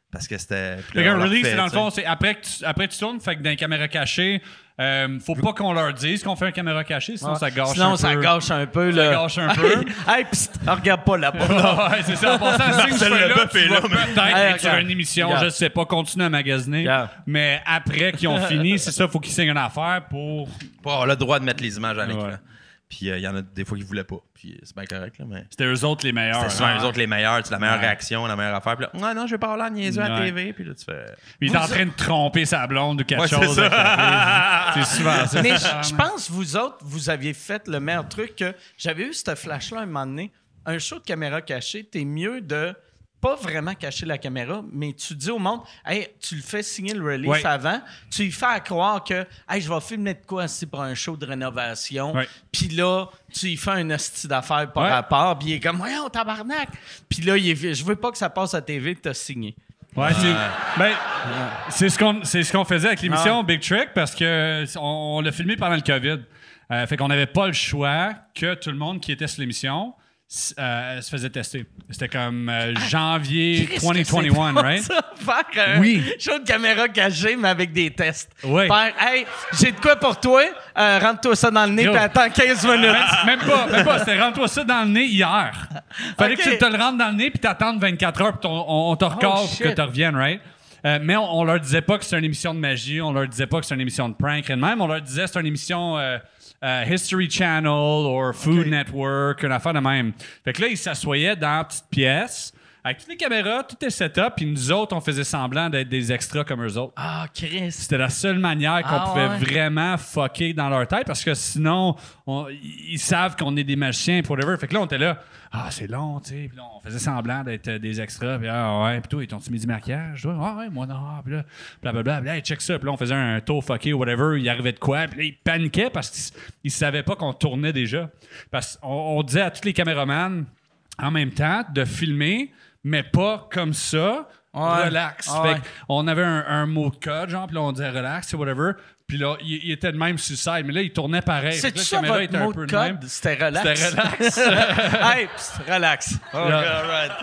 S5: Parce que c'était.
S3: Le gars release, c'est dans le fond, c'est après que tu, après que tu tournes, fait que dans les caméras cachées, euh, faut pas qu'on leur dise qu'on fait une caméra cachée, sinon
S2: Ouais.
S3: ça gâche
S2: Sinon,
S3: un
S2: ça
S3: peu.
S2: gâche un peu.
S3: Ça
S2: là.
S3: gâche un peu.
S2: Hey, psst, regarde pas là-bas.
S3: ouais, c'est ça. En passant, si tu
S5: Marcel
S3: fais là,
S5: Leboeuf
S3: tu
S5: est
S3: vas
S5: là,
S3: peut-être
S2: Hey,
S3: être sur
S2: regarde.
S3: une émission,
S2: Regarde.
S3: je sais pas, continuer à magasiner.
S2: Regarde.
S3: Mais après qu'ils ont fini, c'est ça, faut qu'ils signent une affaire pour...
S5: Pour avoir le droit de mettre les images à l'écran.
S3: Ouais.
S5: Puis il y en a des fois qui voulaient pas. Puis c'est bien correct, là, mais.
S3: C'était eux autres les meilleurs.
S5: C'était souvent
S3: hein.
S5: eux autres les meilleurs, c'est la meilleure
S3: Ouais.
S5: réaction, la meilleure affaire. Puis là, non, non, je vais pas avoir l'air niaiseux à la
S3: Ouais.
S5: T V. Puis là, tu fais.
S3: Il est en train de tromper sa blonde ou quelque
S5: Ouais, c'est
S3: chose.
S5: ça.
S3: avec la fille. C'est souvent ça.
S2: Mais je je pense, vous autres, vous aviez fait le meilleur truc que j'avais eu ce flash-là un moment donné. Un show de caméra cachée, t'es mieux de pas vraiment cacher la caméra, mais tu dis au monde, hey, tu le fais signer le release
S3: Ouais.
S2: avant, tu lui fais à croire que, hey, je vais filmer de quoi ici pour un show de rénovation.
S3: Ouais.
S2: Puis là, tu lui fais un hostie d'affaires par
S3: Ouais.
S2: rapport, puis il est comme, voyons, tabarnak. Puis là, il est, je veux pas que ça passe à T V, t'as signé.
S3: Ouais, c'est, ben, c'est ce qu'on c'est ce qu'on faisait avec l'émission Big Trick parce que on, on l'a filmé pendant le COVID. Euh, fait qu'on n'avait pas le choix que tout le monde qui était sur l'émission s- euh, se faisait tester. C'était comme euh, janvier
S2: Christ,
S3: vingt
S2: que c'est
S3: vingt et un,
S2: bon,
S3: right?
S2: ça, faire un
S3: Oui.
S2: show de caméra cachée, mais avec des tests.
S3: Oui.
S2: Faire, hey, j'ai de quoi pour toi, euh, rentre-toi ça dans le nez,
S3: Yo.
S2: puis attends quinze minutes.
S3: Même, même pas, même pas. C'était rentre-toi ça dans le nez hier. Fallait
S2: Ok.
S3: que tu te le rentres dans le nez puis t'attendes vingt-quatre heures puis ton- on, on te recorde
S2: Oh,
S3: pour
S2: shit.
S3: que tu reviennes, right? Euh, mais on, on leur disait pas que c'était une émission de magie, on leur disait pas que c'était une émission de prank, rien de même. On leur disait que c'était une émission euh, euh, History Channel ou Food Network, une affaire de même. Fait que là, ils s'assoyaient dans la petite pièce avec toutes les caméras, tout est setup, puis nous autres, on faisait semblant d'être des extras comme eux autres.
S2: Ah, Chris.
S3: C'était la seule manière qu'on
S2: Ah,
S3: pouvait
S2: ouais.
S3: vraiment fucker dans leur tête parce que sinon, on- ils savent qu'on est des magiciens, puis whatever. Fait que là, on était là, ah, c'est long, tu sais. Puis là, on faisait semblant d'être euh, des extras. Puis ah, ouais, puis toi, ils t'ont-tu mis du maquillage? Toi? Ah, ouais, moi, non. Puis là, blablabla. Puis là, hey, check ça. Puis là, on faisait un tour fucké ou whatever. Il arrivait de quoi? Puis là, ils paniquaient parce qu'ils ils savaient pas qu'on tournait déjà. Parce qu'on on disait à tous les caméramans en même temps de filmer, mais pas comme ça.
S2: Ouais.
S3: Relax.
S2: Ah,
S3: Fait
S2: ouais.
S3: on avait un, un mot de code, genre, puis là, on disait relax, whatever. Puis là, il, il était de même sur le side, mais là, il tournait pareil. Fait
S2: C'est
S3: que là,
S2: ça
S3: la caméra
S2: votre
S3: était un
S2: mot
S3: peu
S2: de
S3: de même.
S2: code? C'était relax.
S3: C'était relax.
S2: Hey, psst, relax. OK,
S3: Là.
S2: all right.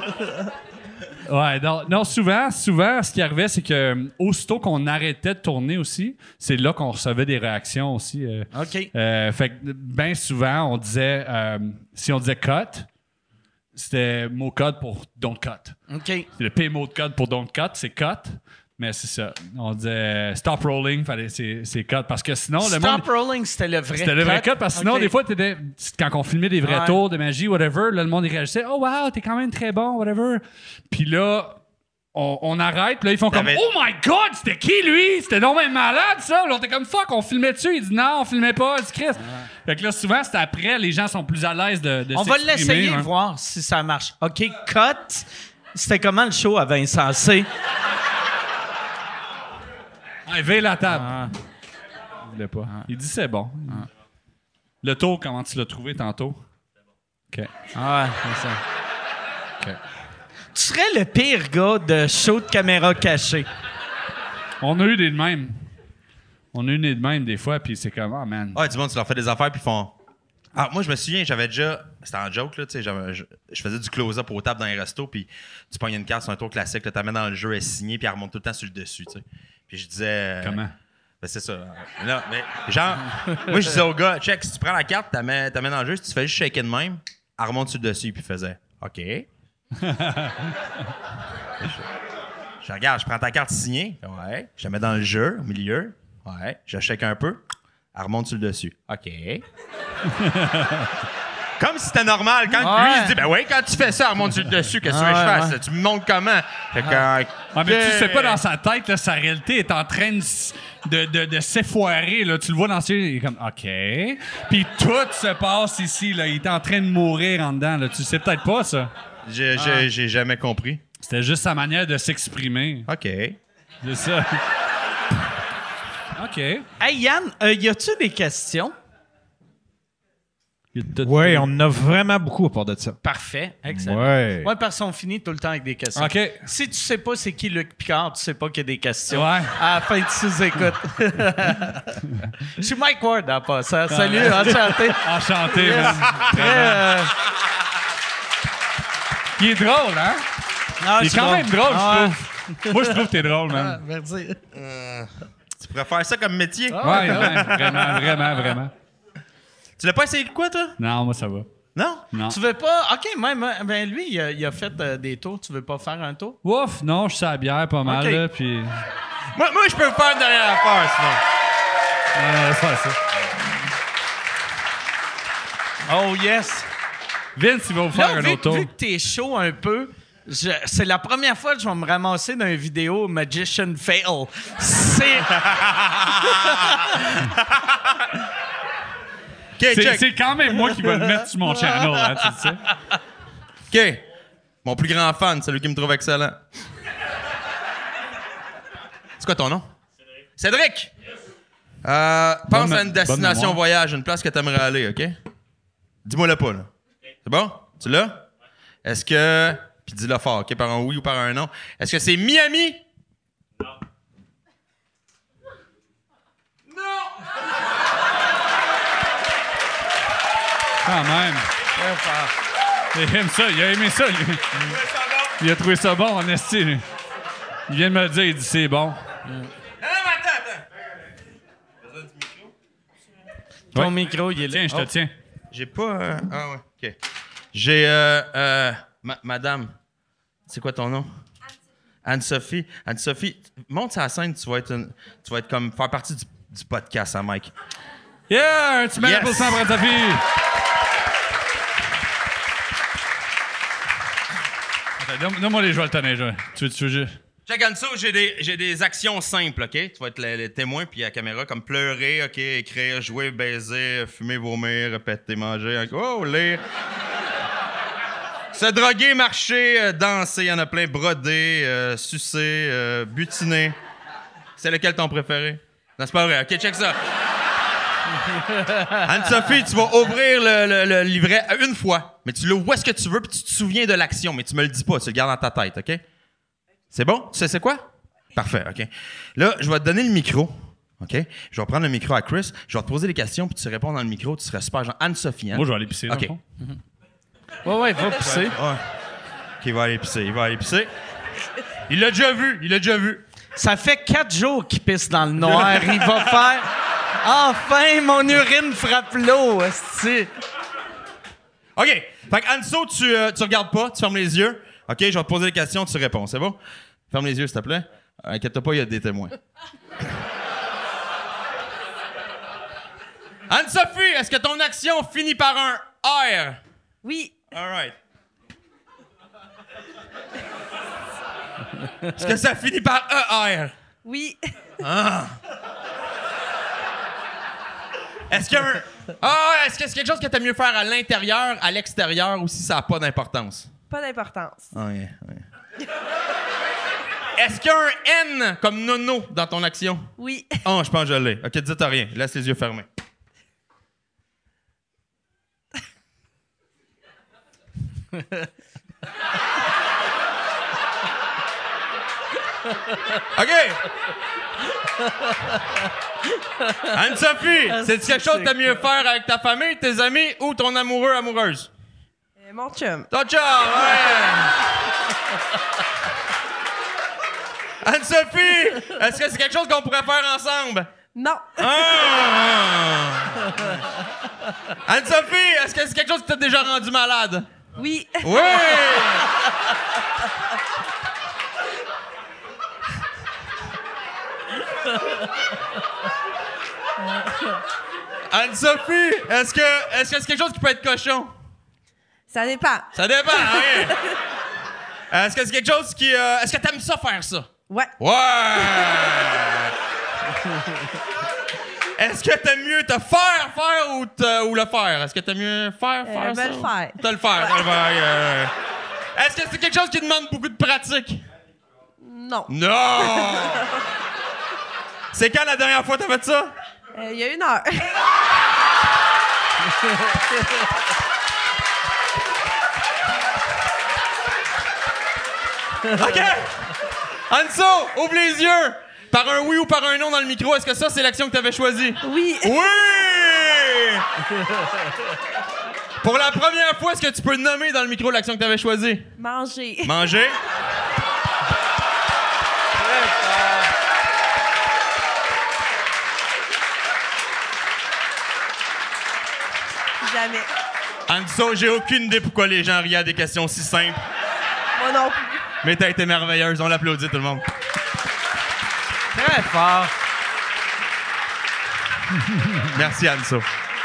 S3: Ouais, non, non, souvent, souvent, ce qui arrivait, c'est que euh, aussitôt qu'on arrêtait de tourner aussi, c'est là qu'on recevait des réactions aussi. euh.
S2: OK.
S3: Euh, fait que bien souvent, on disait, euh, si on disait cut, c'était mot code pour don't cut.
S2: OK.
S3: C'est le P mot de code pour don't cut, c'est cut. Mais c'est ça. On disait stop rolling, fallait, c'est, c'est cut. Parce que sinon, le monde.
S2: Stop rolling, c'était le vrai
S3: C'était le vrai
S2: cut.
S3: cut parce que sinon,
S2: OK.
S3: des fois, t'étais- quand on filmait des vrais
S2: Ouais.
S3: tours de magie, whatever, là, le monde il réagissait oh wow, t'es quand même très bon, whatever. Puis là, on, on arrête, puis là, ils font comme
S5: T'avais-
S3: oh my god, c'était qui lui? C'était donc même malade ça. Là, on était comme fuck, on filmait dessus. Il dit non, on filmait pas, c'est Chris. Fait que là, souvent, c'est après, les gens sont plus à l'aise de, de
S2: On va
S3: s'exprimer,
S2: l'essayer,
S3: hein.
S2: voir si ça marche. OK, cut. C'était comment le show à Vincent C?
S3: Ah, veille la table.
S2: Ah.
S3: Il voulait pas. Il dit c'est bon. Le tour, comment tu l'as trouvé tantôt? OK.
S2: Ah, c'est ça.
S3: OK.
S2: Tu serais le pire gars de show de caméra cachée.
S3: On a eu des de même. On a eu des de même des fois, puis c'est comme, oh man.
S5: Ouais, du monde, tu leur fais des affaires, puis ils font. Ah, moi, je me souviens, j'avais déjà. C'était en joke, là, tu sais. j'avais- Je, je faisais du close-up aux tables dans les restos, puis tu pognes une carte sur un tour classique, tu la mets dans le jeu, elle est signée, puis elle remonte tout le temps sur le dessus, tu sais. Puis je disais. euh,
S3: Comment?
S5: Ben, c'est ça. Là, mais genre, moi, je disais au gars, check, si tu prends la carte, tu la mets, t'la mets dans le jeu, si tu fais juste shaker de même, elle remonte sur le dessus, puis il faisait, OK. je, je regarde, je prends ta carte signée, ouais. Je la mets dans le jeu, au milieu, ouais. Je shake un peu, elle remonte sur le dessus, OK. Comme si c'était normal. Quand
S2: Ouais.
S5: lui, il se dit, ben oui, quand tu fais ça, elle remonte sur le dessus, qu'est-ce que tu veux que je
S2: Ouais,
S5: fasse?
S2: ouais.
S5: Tu me montres comment? Fait que, euh,
S3: Ah, mais tu sais pas dans sa tête, là, sa réalité est en train de, s- de, de, de s'effoirer. Là. Tu le vois dans ses yeux, il est comme OK. Puis tout se passe ici. Là. Il est en train de mourir en dedans. Là. Tu sais peut-être pas ça.
S5: j'ai, j'ai, j'ai jamais compris.
S3: C'était juste sa manière de s'exprimer.
S5: OK.
S3: C'est ça. OK.
S2: Hey Yann, euh, y a-tu des questions?
S3: Il a tout-
S6: Oui, on en a vraiment beaucoup à part de ça.
S2: Parfait, excellent.
S6: Ouais.
S2: Ouais, parce qu'on finit tout le temps avec des questions.
S3: OK.
S2: Si tu sais pas c'est qui Luc Picard, tu sais pas qu'il y a des questions.
S3: Ouais.
S2: À la fin, tu sous-écoutes. Je suis Mike Ward en passant. Salut, enchanté.
S3: Enchanté,
S2: Yes.
S3: man.
S2: Très, euh,
S3: Il est drôle, hein?
S2: ah,
S3: Il est
S2: je
S3: quand
S2: suis
S3: même drôle, je
S2: Ah,
S3: trouve. Moi, je trouve que t'es drôle,
S2: Ah,
S3: man.
S2: merci.
S5: Euh, tu pourrais faire ça comme métier.
S2: Ah.
S3: Ouais, ouais, vraiment, vraiment, vraiment.
S5: Tu l'as pas essayé de quoi, toi?
S3: Non, moi, ça va.
S5: Non?
S3: Non.
S2: Tu veux pas. OK, même. Ben lui, il a, il a fait euh, des tours. Tu veux pas faire un tour?
S3: Ouf, non, je suis à la bière pas mal,
S2: Ok.
S3: là, puis...
S5: Moi, moi je peux faire une dernière affaire, sinon.
S3: Euh, faire ça.
S2: Oh, yes.
S3: Vince, il va vous faire
S2: Là,
S3: un
S2: vu,
S3: autre tour.
S2: vu que t'es chaud un peu, je- c'est la première fois que je vais me ramasser dans une vidéo Magician Fail. C'est.
S5: OK,
S3: C'est
S5: check.
S3: c'est quand même moi qui vais le mettre sur mon channel, hein, tu le sais.
S5: OK. Mon plus grand fan, celui qui me trouve excellent. C'est quoi ton nom? Cédric. Cédric! Euh, pense
S3: Bonne
S5: à une
S3: me-
S5: destination
S3: bonne mémoire.
S5: voyage, une place que t'aimerais aller, OK? Dis-moi le pas, là. C'est bon? Tu l'as? Est-ce que... Puis dis-le fort, OK? Par un oui ou par un non. Est-ce que c'est Miami?
S3: Quand même. Il aime ça, il a aimé ça, lui. Il a trouvé ça bon, en esti, lui. Il vient de me le dire, il dit c'est bon.
S5: Non, non, mais attends, attends.
S2: Ton
S3: Ouais.
S2: micro, il est là.
S3: Tiens, je te
S2: Oh.
S3: tiens.
S5: J'ai pas... euh, Ah ouais, OK. J'ai... Euh, euh, ma- madame, c'est quoi ton nom? Anne-Sophie. Anne-Sophie, monte sur la scène, tu vas être, une- tu vas être comme... faire partie du, du podcast, hein, Mike.
S3: Yeah, un petit
S5: Yes.
S3: pour cent pour sa fille. Attends, donne- Donne-moi les jouets le tonner, là. Tu veux, tu veux juste...
S5: Check en dessous, j'ai des, j'ai des actions simples, OK? Tu vas être le, le témoin, puis à la caméra, comme pleurer, OK? Écrire, jouer, baiser, fumer, vomir, répéter, manger, oh, lire. Se droguer, marcher, euh, danser, il y en a plein, broder, euh, sucer, euh, butiner. C'est lequel ton préféré? Non, c'est pas vrai. OK, check ça. Anne-Sophie, tu vas ouvrir le, le- le livret une fois, mais tu l'ouvres où est-ce que tu veux, puis tu te souviens de l'action, mais tu me le dis pas, tu le gardes dans ta tête, OK? C'est bon? Tu sais c'est quoi? Parfait, OK. Là, je vais te donner le micro, OK? Je vais prendre le micro à Chris, je vais te poser des questions, puis tu réponds dans le micro, tu serais super genre Anne-Sophie, hein?
S3: Moi, je vais aller pisser,
S5: OK.
S3: dans le fond.
S2: Ouais, ouais, va pousser.
S5: Ouais. OK, il va aller pisser, il va aller pisser. Il l'a déjà vu, il l'a déjà vu.
S2: Ça fait quatre jours qu'il pisse dans le noir. Il va faire. Enfin, mon urine frappe l'eau, esti.
S5: OK. Fait que Anso, tu, euh, tu regardes pas, tu fermes les yeux. OK, je vais te poser des questions, tu réponds, c'est bon? Ferme les yeux, s'il te plaît. Euh, Inquiète-toi pas, il y a des témoins. Anne-Sophie, est-ce que ton action finit par un R?
S7: Oui.
S5: All right. Est-ce que ça finit par E R?
S7: Oui.
S5: Est-ce qu'il y a un... Ah, est-ce que c'est quelque chose que t'aimes mieux faire à l'intérieur, à l'extérieur, ou si ça n'a pas d'importance?
S7: Pas d'importance.
S5: Ah, yeah, yeah. Est-ce qu'il y a un N comme nono dans ton action?
S7: Oui.
S5: Oh, je pense que je l'ai. OK, dites rien. Laisse les yeux fermés. OK. Anne-Sophie, c'est quelque chose que t'aimes mieux faire avec ta famille, tes amis ou ton amoureux, amoureuse?
S7: Euh, mon chum.
S5: Ton chum, ouais! Anne-Sophie, est-ce que c'est quelque chose qu'on pourrait faire ensemble?
S7: Non.
S5: Ah! Anne-Sophie, est-ce que c'est quelque chose qui t'a déjà rendu malade?
S7: Oui.
S5: Oui! Anne-Sophie, est-ce que est-ce que c'est quelque chose qui peut être cochon?
S7: Ça dépend.
S5: Ça dépend, OK. Est-ce que c'est quelque chose qui... euh, est-ce que t'aimes ça faire ça?
S7: Ouais.
S5: Ouais! Est-ce que t'aimes mieux te faire faire ou, te- ou le faire? Est-ce que t'aimes mieux faire
S7: Euh,
S5: faire
S7: me
S5: ça?
S7: le
S5: ou-
S7: faire.
S5: Te le faire, te le faire. euh. Est-ce que c'est quelque chose qui demande beaucoup de pratique?
S7: Non.
S5: Non! C'est quand la dernière fois que t'as fait ça?
S7: Euh, Il y a une heure.
S5: OK! Anso, ouvre les yeux! Par un oui ou par un non dans le micro, est-ce que ça, c'est l'action que t'avais choisie?
S7: Oui.
S5: Oui! Pour la première fois, est-ce que tu peux nommer dans le micro l'action que t'avais choisie?
S7: Manger.
S5: Manger.
S7: Jamais.
S5: Anso, j'ai aucune idée pourquoi les gens riaient à des questions si simples.
S7: Moi non plus.
S5: Mais t'as été merveilleuse. On l'applaudit, tout le monde.
S2: Très fort.
S5: Merci, Anso.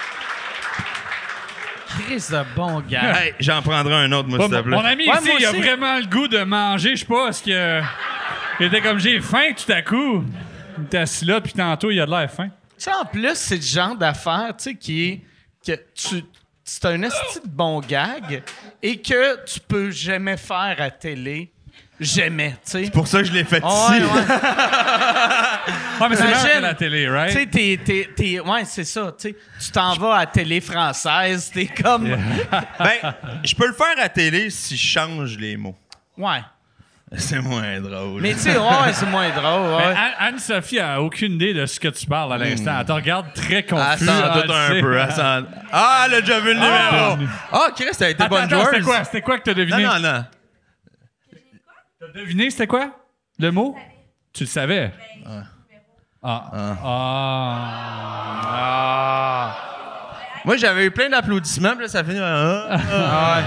S2: Chris de bon gars.
S5: Hey, j'en prendrai un autre, moi,
S3: Bon,
S5: s'il te
S3: mon,
S5: plaît.
S3: mon ami
S2: Ouais,
S3: ici,
S2: moi
S3: il a
S2: aussi.
S3: vraiment le goût de manger, je sais pas, parce que. Il était comme j'ai faim tout à coup. Il était assis là, puis tantôt, il a de l'air faim.
S2: Tu sais, en plus, c'est le genre d'affaire, tu sais, qui est que tu c'est un esti de bon gag et que tu peux jamais faire à télé. Jamais, tu sais.
S5: C'est pour ça que je l'ai fait
S2: Ouais,
S5: ici.
S2: ouais.
S3: Ouais, mais c'est meilleur
S2: Imagine.
S3: que la télé,
S2: Tu
S3: right?
S2: sais, t'es, t'es, t'es- ouais, c'est ça. Tu sais, tu t'en vas à télé française, t'es comme.
S5: Ben, je peux le faire à télé si je change les mots.
S2: Ouais.
S5: C'est moins drôle.
S2: Mais tu sais, ouais, c'est moins drôle.
S3: Mais
S2: Ouais.
S3: Anne- Anne-Sophie a aucune idée de ce que tu parles à l'instant. Elle te regarde très confus.
S5: Ah, sans doute
S3: elle
S5: un
S3: sait.
S5: peu. elle s'en- Ah, elle a déjà vu le
S3: Ah!
S5: numéro. Ah, Chris, t'as été
S3: Attends,
S5: bonne
S3: attends,
S5: joueuse.
S3: c'était quoi? C'était quoi que t'as
S5: Non,
S3: deviné?
S5: non, non.
S3: T'as deviné, c'était quoi? Le mot? Tu le savais? Ah. Ah.
S2: Ah.
S5: Moi, j'avais eu plein d'applaudissements, puis là, ça finit. Ah, ah.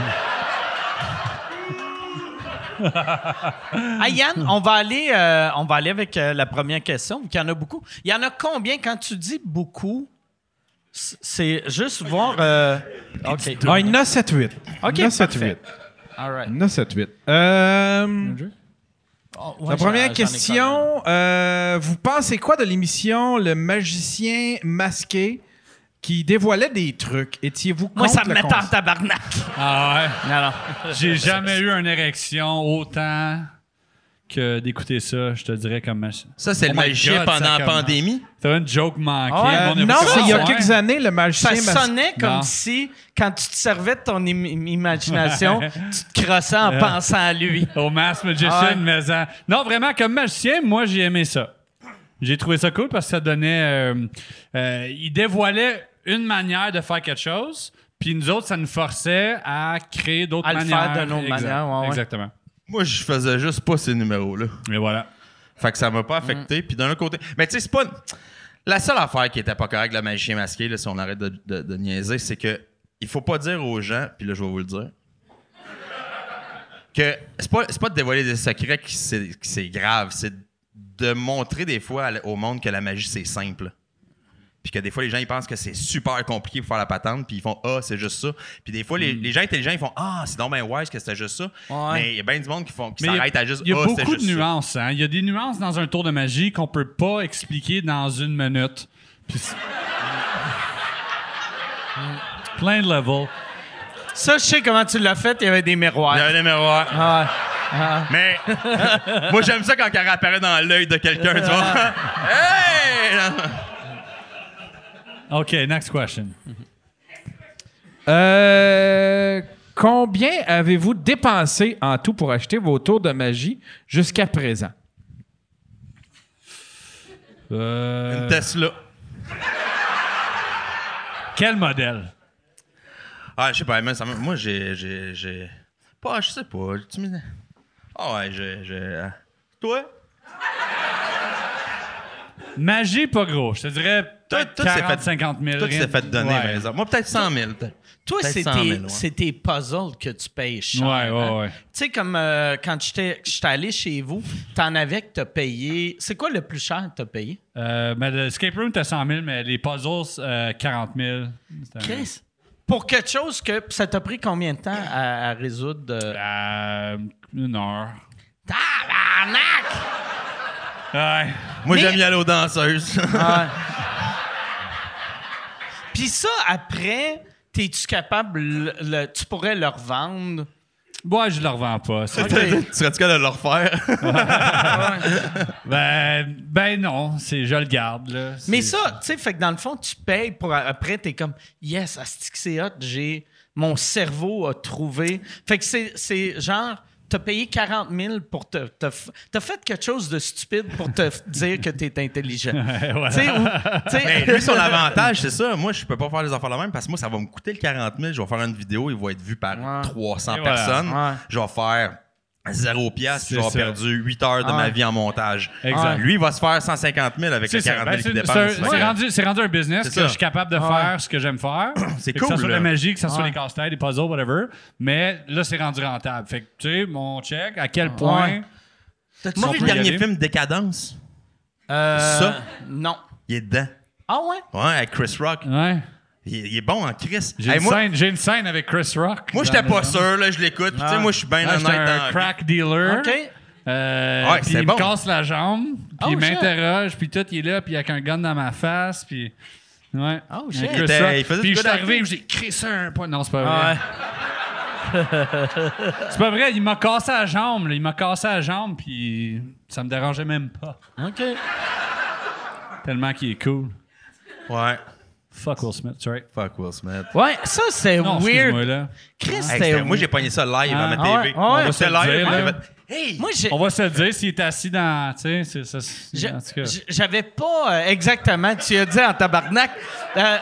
S2: Ah, Yann, on va aller, euh, on va aller avec euh, la première question, vu qu'il y en a beaucoup. Il y en a combien quand tu dis beaucoup? c- C'est juste voir. euh, OK.
S6: Ah, il y en a sept huit.
S2: OK,
S6: Il y en a sept
S2: parfait.
S6: huit.
S2: All right.
S6: Il y en a sept huit. Euh,
S2: Oh, ouais,
S6: la première
S2: j'en- j'en ai
S6: question, euh, vous pensez quoi de l'émission Le Magicien Masqué qui dévoilait des trucs? Étiez-vous contre
S2: Moi, ça me
S6: le
S2: met en
S6: concept?
S2: tabarnak.
S3: Ah ouais?
S2: Non, non.
S3: J'ai jamais eu une érection autant que d'écouter ça, je te dirais comme... mach-
S5: Ça, c'est
S3: Oh
S5: le
S3: my
S5: magicien
S3: God,
S5: pendant
S3: ça
S5: la
S3: commence.
S5: pandémie.
S3: C'était une joke manquée.
S2: Ah ouais?
S6: Euh,
S3: On a
S6: non,
S3: fait
S6: c'est il y a
S3: ça,
S6: quelques
S3: ouais.
S6: années, Le Magicien
S2: Ça
S6: Masqué.
S2: sonnait comme
S3: Non.
S2: si, quand tu te servais de ton im- imagination, tu te crossais en pensant à lui.
S3: Au Mass Magician,
S2: Ah ouais.
S3: mais en- non, vraiment, comme magicien, moi, j'ai aimé ça. J'ai trouvé ça cool parce que ça donnait... euh, euh, il dévoilait une manière de faire quelque chose, puis nous autres, ça nous forçait à créer d'autres
S2: À le
S3: manières.
S2: faire d'une autre
S3: Exact-
S2: manière, ouais, ouais.
S3: Exactement.
S5: Moi, je faisais juste pas ces numéros-là.
S3: Et voilà.
S5: Fait que ça m'a pas affecté. Puis d'un autre côté. Mais tu sais, c'est pas. La seule affaire qui était pas correcte de Le Magicien Masqué, là, si on arrête de, de- de niaiser, c'est que il faut pas dire aux gens, puis là, je vais vous le dire, que c'est pas, c'est pas de dévoiler des secrets qui c'est, qui c'est grave, c'est de montrer des fois à- au monde que la magie, c'est simple. Puis que des fois, les gens, ils pensent que c'est super compliqué pour faire la patente, puis ils font « Ah, c'est juste ça ». Puis des fois, les, les gens intelligents, ils font « Ah, c'est donc bien wise que c'était juste ça
S2: Ouais.
S5: Mais il y a bien du monde qui, font, qui
S3: Mais il y a-
S5: s'arrête à juste «
S3: Il y a
S5: Ah, c'était
S3: beaucoup de
S5: juste ça ».
S3: nuances. Hein? Il y a des nuances dans un tour de magie qu'on peut pas expliquer dans une minute. Puis c'est- Plein de levels.
S2: Ça, je sais comment tu l'as fait, il y avait des miroirs.
S5: Il y a des miroirs.
S2: Ah, ah.
S5: Mais moi, j'aime ça quand elle réapparaît dans l'œil de quelqu'un, tu vois. Hey!
S3: OK, next question.
S6: Euh, combien avez-vous dépensé en tout pour acheter vos tours de magie jusqu'à présent?
S3: Euh,
S5: Une Tesla.
S3: Quel modèle?
S5: Ah, je sais pas, mais ça me- moi, j'ai, j'ai, j'ai... Pas, je sais pas. Tu me... Ah ouais, j'ai... j'ai... euh, Toi?
S3: Magie, pas gros. Je te dirais
S5: Toi,
S3: peut-être
S5: toi, c'est
S3: quarante
S5: fait-
S3: cinquante mille.
S5: Toi, tu
S3: rien-
S5: t'es fait donner,
S3: Ouais.
S5: par exemple. Moi, peut-être cent mille. peut-être.
S2: Toi,
S5: Peut-être
S2: c'est
S5: cent
S2: tes,
S5: mille, ouais.
S2: c'est tes puzzles que tu payes cher.
S3: Ouais, ouais,
S2: hein?
S3: ouais.
S2: Tu sais, comme euh, quand j'étais j'étais allé chez vous, t'en avais que t'as payé. C'est quoi le plus cher que t'as payé?
S3: Euh, mais le escape room, t'as cent mille, mais les puzzles, euh, quarante mille. C'était-
S2: Chris? Pour quelque chose que ça t'a pris combien de temps à, à résoudre? euh?
S3: Euh, une heure.
S2: Tabarnak!
S3: Ouais.
S5: Moi,
S2: Mais-
S5: j'aime y aller aux danseuses.
S2: Ah. Puis ça, après, t'es-tu capable, le- le- tu pourrais le revendre?
S3: Moi, je le revends pas. ça.
S5: tu serais-tu capable de le refaire?
S3: ben, ben non, c'est je le garde. Là.
S2: Mais
S3: C'est-
S2: ça, tu sais, fait que dans le fond, tu payes pour après, t'es comme, yes, asti que c'est hot, j'ai, mon cerveau a trouvé. Fait que c'est, c'est genre, t'as payé quarante mille pour te, te f- t'as fait quelque chose de stupide pour te f- dire que t'es intelligent.
S3: Ouais, voilà.
S2: Tu sais, ou- tu sais-
S5: Mais lui, son avantage, c'est ça. Moi, je peux pas faire les affaires la même parce que moi, ça va me coûter le quarante mille. Je vais faire une vidéo, il va être vu par
S2: Ouais.
S5: trois cents
S3: Et voilà.
S5: personnes.
S2: Ouais.
S5: Je vais faire zéro piastre,
S3: C'est
S5: je vais avoir
S3: ça.
S5: perdu huit heures de
S2: Ah.
S5: ma vie en montage.
S3: Exact.
S5: Lui, il va se faire cent cinquante mille avec
S3: C'est
S5: les
S3: ça.
S5: quarante
S3: Ben,
S5: mille
S3: c'est
S5: qu'il
S3: c'est un-
S5: dépense.
S3: c'est
S5: Ouais.
S3: rendu, c'est rendu un business
S5: C'est
S3: que
S5: ça.
S3: je suis capable de
S2: Ouais.
S3: faire ce que j'aime faire.
S5: C'est
S3: Et
S5: cool,
S3: Que ça soit de
S5: là.
S3: la magie, que ça soit
S2: Ouais.
S3: des casse-têtes, des puzzles, whatever. Mais là, c'est rendu rentable. Fait que, tu sais, mon check, à quel point...
S2: Ouais.
S5: T'as-tu
S3: On
S5: vu
S3: peut
S5: le
S3: y
S5: dernier
S3: aller.
S5: film Décadence?
S2: Euh,
S5: Ça?
S2: Non.
S5: Il est dedans.
S2: Ah ouais?
S5: Ouais, avec Chris Rock.
S3: Ouais.
S5: Il, il est bon en Chris.
S3: J'ai
S5: Hey,
S3: une,
S5: moi,
S3: scène- j'ai une scène avec Chris Rock.
S5: moi
S3: dans
S5: j'étais
S3: le-
S5: pas sûr, là, je l'écoute. Puis, tu sais, moi, je suis bien
S3: Ah,
S5: honnête
S3: j'étais
S5: dans
S3: un
S5: la vie.
S3: crack dealer.
S2: OK.
S3: Euh,
S5: Ouais,
S3: puis
S5: c'est
S3: il
S5: bon.
S3: me casse la jambe, puis
S2: Oh,
S3: il
S2: shit.
S3: m'interroge, puis tout, il est là, puis avec un gun dans ma face, puis... Ouais.
S2: Oh,
S3: Avec
S2: shit.
S3: Chris
S5: Il était-
S3: Rock.
S5: il faisait
S3: Puis
S5: du
S3: je suis
S5: good
S3: arrivé,
S5: acting.
S3: j'ai crissé un point. Non, c'est pas
S2: Ah
S3: vrai.
S2: ouais.
S3: C'est pas vrai, il m'a cassé la jambe, là. Il m'a cassé la jambe, puis ça me dérangeait même pas.
S2: OK.
S3: Tellement qu'il est cool.
S5: Ouais.
S3: Fuck Will Smith, tu right?
S5: Fuck Will Smith.
S2: Ouais, ça, c'est
S3: Non, excuse-moi,
S2: weird.
S3: là.
S2: Chris,
S5: Hey,
S2: c'était
S5: c'était- moi, j'ai pogné ça live
S3: Ah,
S5: à ma
S2: ah
S5: T V.
S2: ouais, ah ouais.
S5: C'était
S3: On va se le
S5: live.
S3: dire,
S5: j'ai
S3: là.
S5: fait, Hey!
S2: Moi, j'ai...
S3: On va se le dire, s'il est assis dans... Tu sais, c'est ça... c'est-
S2: Je-
S3: En tout cas...
S2: je- J'avais pas euh, exactement, tu as dit en tabarnak. Euh,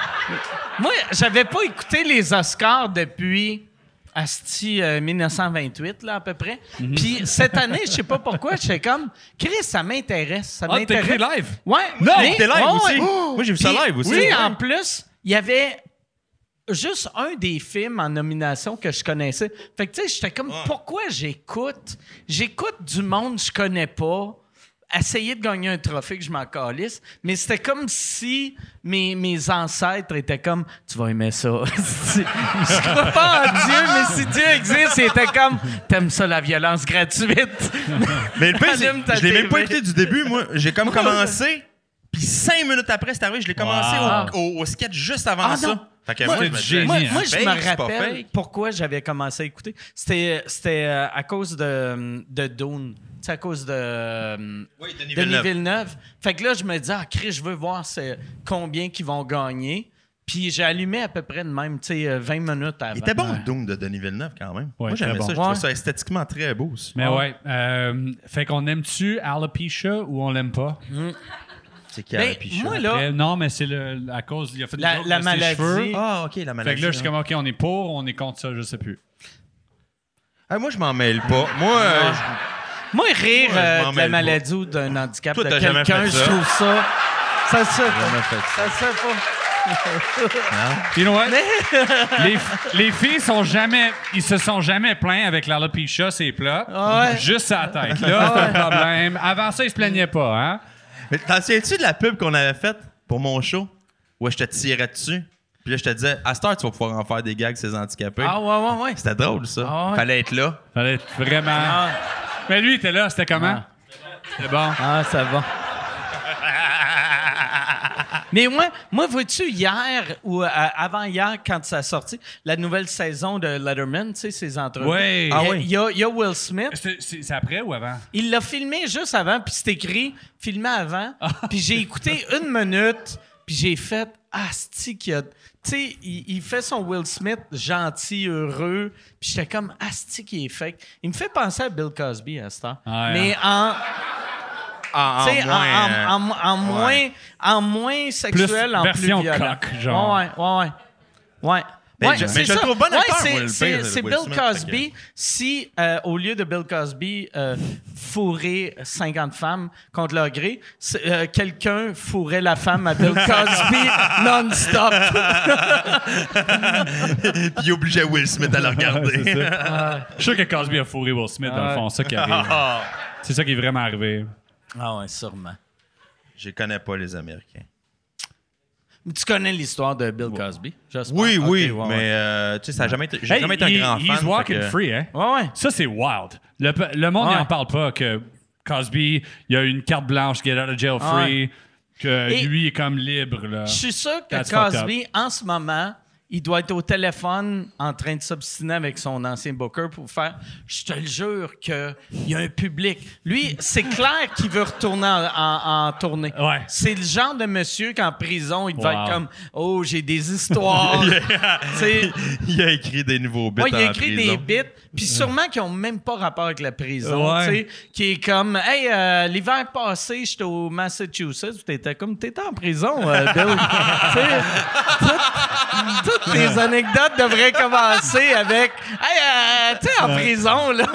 S2: moi, j'avais pas écouté les Oscars depuis Asti euh, dix-neuf cent vingt-huit, là, à peu près.
S3: Mhm.
S2: Puis cette année, je sais pas pourquoi, j'étais comme, Chris, ça m'intéresse. Ça
S3: Ah, t'as
S2: m'intéresse.
S3: écrit live?
S2: Ouais.
S5: Non,
S2: mais-
S5: t'es live
S2: ouais,
S5: aussi.
S2: ouais.
S5: Moi, j'ai vu ça
S2: Puis,
S5: live aussi.
S2: Tu sais,
S5: Ouais.
S2: en plus, il y avait juste un des films en nomination que je connaissais. Fait que, tu sais, j'étais comme, pourquoi j'écoute? J'écoute du monde que je connais pas, essayer de gagner un trophée que je m'en calisse, mais c'était comme si mes, mes ancêtres étaient comme, tu vas aimer ça. Je crois pas en Dieu, mais si Dieu existe, c'était comme, t'aimes ça la violence gratuite.
S5: Mais le pire, c'est
S2: Allume ta
S5: je l'ai même
S2: T V.
S5: pas écouté du début, moi. J'ai comme commencé, puis cinq minutes après, c'est arrivé, je l'ai commencé
S3: Wow.
S5: au, au- au sketch juste avant
S2: Ah,
S5: ça.
S2: non.
S5: Fait que
S3: Moi,
S5: moi, je
S3: c'est
S5: me
S3: du
S5: disais,
S3: génie,
S2: Moi,
S3: hein.
S2: moi, je
S5: fake,
S2: me
S5: c'est pas
S2: rappelle
S5: fake.
S2: pourquoi j'avais commencé à écouter. C'était, c'était euh, à cause de, de Dune. C'est à cause de euh,
S5: Oui, Denis
S2: Denis
S5: Villeneuve.
S2: Villeneuve. Fait que là, je me disais, ah, Chris, je veux voir c'est combien qu'ils vont gagner. Puis j'ai allumé à peu près de même, tu sais, euh, vingt minutes avant.
S5: Il était bon, le Doom de Denis Villeneuve, quand même.
S3: Ouais,
S5: moi, j'aimais
S3: très
S5: ça.
S3: bon.
S5: Je trouvais
S2: Ouais.
S5: ça esthétiquement très beau aussi.
S3: Mais ouais. euh, fait qu'on aime-tu Alopecia ou on l'aime pas?
S5: C'est qui
S2: Ben,
S5: a piché.
S2: moi, là,
S3: Après, non, mais c'est le, à cause... Il a fait des
S2: La-
S3: jokes
S2: la
S3: de ses
S2: maladie.
S3: cheveux.
S5: Ah, OK, la maladie.
S3: Fait que là, je suis
S5: hein.
S3: comme, OK, on est pour, on est contre ça, je sais plus.
S5: Ah, moi, je m'en mêle pas. Moi, euh,
S2: moi, rire
S5: Ouais, je
S2: euh,
S5: m'en
S2: de la
S5: mêle pas.
S2: maladie ou d'un handicap
S5: Toi,
S2: de
S5: t'as jamais
S2: quelqu'un,
S5: fait
S2: je
S5: ça.
S2: trouve ça... Ça se fait
S5: j'ai
S2: pas.
S5: jamais fait ça.
S2: Ça se fait pas.
S3: You know what? les, les filles sont jamais, ils se sont jamais plaints avec l'alopecia, c'est plat.
S2: Ouais.
S3: Juste sa tête. Là, c'est un problème. Avant ça, ils se plaignaient pas, hein?
S5: Mais t'en souviens-tu de la pub qu'on avait faite pour mon show? Où je te tirais dessus. Puis là, je te disais, à cette heure, tu vas pouvoir en faire des gags, ces handicapés.
S2: Ah, ouais, ouais, ouais.
S5: C'était drôle, ça.
S2: Ah ouais.
S5: Fallait être là.
S3: Fallait être vraiment.
S2: Ah,
S3: Mais lui, il était là, c'était comment? C'est bon.
S2: ah ça va. Mais moi, moi vois-tu, hier ou euh, avant-hier, quand ça a sorti, la nouvelle saison de Letterman, tu sais, ses entrevues.
S3: Ouais.
S2: Il y a-
S3: Ah
S5: oui.
S2: il y, a- il y a Will Smith.
S3: C'est, c'est- c'est après ou avant?
S2: Il l'a filmé juste avant, puis c'est écrit « filmé avant ». Puis j'ai écouté une minute, puis j'ai fait « asti qu'il y a... » Tu sais, il, il fait son Will Smith gentil, heureux, puis j'étais comme « asti qui est fake ». Il me fait penser à Bill Cosby à ce temps.
S3: Ouais,
S2: Mais en...
S5: En,
S2: Tu sais, en,
S5: moins, euh,
S2: en- en- en moins,
S5: ouais.
S2: en moins sexuel,
S3: Plus
S2: en
S3: version
S2: plus violent.
S3: coq, genre.
S2: Ouais, ouais, ouais. Ouais.
S5: Mais
S2: Ouais,
S5: je-
S2: c'est
S5: mais je le
S2: ça.
S5: trouve bon
S2: Ouais,
S5: acteur,
S2: c'est-
S5: moi, le
S2: c'est
S5: pire,
S2: c'est
S5: Will
S2: Bill
S5: Smith,
S2: Cosby. Si, euh, au lieu de Bill Cosby euh, fourrer cinquante femmes contre leur gré, c'est, euh, quelqu'un fourrait la femme à Bill Cosby non-stop.
S5: Puis il obligeait Will Smith à le regarder.
S3: C'est ça. Je suis sûr que Cosby a fourré Will Smith, dans le fond. C'est ça qui arrive.
S5: Ah,
S3: C'est ça qui est vraiment arrivé.
S2: Ah ouais, sûrement.
S5: je connais pas les Américains.
S2: Mais tu connais l'histoire de Bill Cosby, j'espère?
S5: Oui,
S2: Ok,
S5: oui,
S2: ouais,
S5: mais
S2: ouais.
S5: euh, tu sais, ça a jamais été, j'ai
S3: Hey,
S5: jamais été un
S3: he-
S5: grand
S3: he's
S5: fan.
S3: walking
S5: fait que-
S3: free, hein?
S2: Ouais, ouais.
S3: Ça, c'est wild. Le, pe- le monde
S2: Ouais.
S3: n'en parle pas que Cosby, il a une carte blanche, get out of jail free, que
S2: Et-
S3: lui est comme libre. Là.
S2: Je suis sûr que
S3: That's fucked
S2: Cosby, en ce moment, il doit être au téléphone en train de s'obstiner avec son ancien booker pour faire « Je te le jure qu'il y a un public. » Lui, c'est clair qu'il veut retourner en, en- en tournée.
S3: Ouais.
S2: C'est le genre de monsieur qu'en prison, il va
S3: Wow.
S2: être comme « Oh, j'ai des histoires. » Tu sais,
S5: Il a écrit des nouveaux bits
S2: ouais, il a
S5: en
S2: écrit
S5: prison.
S2: des bits, puis sûrement qui n'ont même pas rapport avec la prison,
S3: Ouais.
S2: tu sais, qui est comme, hey, euh, l'hiver passé, j'étais au Massachusetts, t'étais comme, t'étais en prison, euh, Bill. Tu sais, tout, tout toutes tes anecdotes devraient commencer avec hey, euh, tu sais, en prison, là.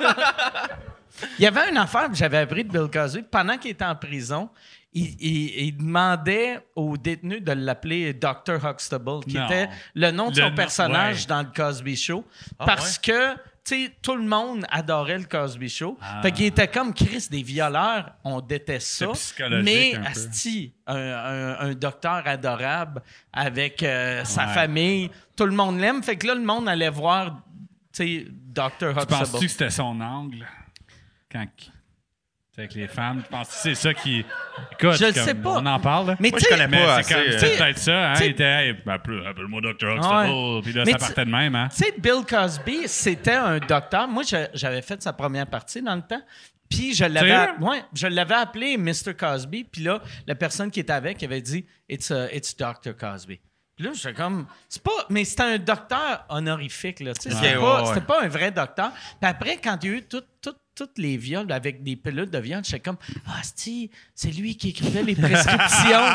S2: Il y avait une affaire que j'avais appris de Bill Cosby. Pendant qu'il était en prison, il, il, il demandait aux détenus de l'appeler docteur Huxtable, qui
S3: Non.
S2: était le nom de
S3: Le
S2: son
S3: nom,
S2: personnage
S3: ouais.
S2: dans le Cosby Show.
S5: Ah,
S2: parce que, tu sais, tout le monde adorait le Cosby Show.
S3: Ah.
S2: Fait qu'il était comme Chris, des violeurs, on déteste ça.
S3: C'est psychologique
S2: Mais,
S3: un peu.
S2: asti, un, un, un docteur adorable avec euh, sa
S3: Ouais.
S2: famille, tout le monde l'aime. Fait que là, le monde allait voir, tu sais, docteur
S3: Tu
S2: Huxtable.
S3: penses-tu que c'était son angle? Quand... Avec les femmes, tu penses que c'est ça qui... Écoute,
S2: Je le
S3: comme,
S2: sais pas.
S3: on en parle, là.
S2: Mais
S5: Moi,
S2: tu
S5: je
S2: sais,
S5: connais
S3: Mais
S5: pas
S3: c'est
S5: assez.
S3: comme-
S5: euh,
S3: c'est peut-être ça, hein?
S2: t'sais-
S3: Il était, hey, ben, appelle- appelle-moi docteur Huxtable. Puis là,
S2: Mais
S3: ça
S2: tu-
S3: partait de même, hein?
S2: Tu sais, Bill Cosby, c'était un docteur. Moi, je- j'avais fait sa première partie dans le temps. Puis je l'avais,
S3: Sérieux?
S2: ouais, je l'avais appelé mister Cosby. Puis là, la personne qui était avec avait dit It's, a- it's docteur Cosby. Puis là, j'étais comme. C'est pas. Mais c'était un docteur honorifique, là. Tu sais, c'était,
S5: Ok,
S2: pas,
S5: ouais, ouais.
S2: c'était pas un vrai docteur. Puis après, quand il y a eu tout. tout toutes les viols avec des pilules de viande, j'étais comme ah, c'ti, c'est lui qui écrivait les prescriptions.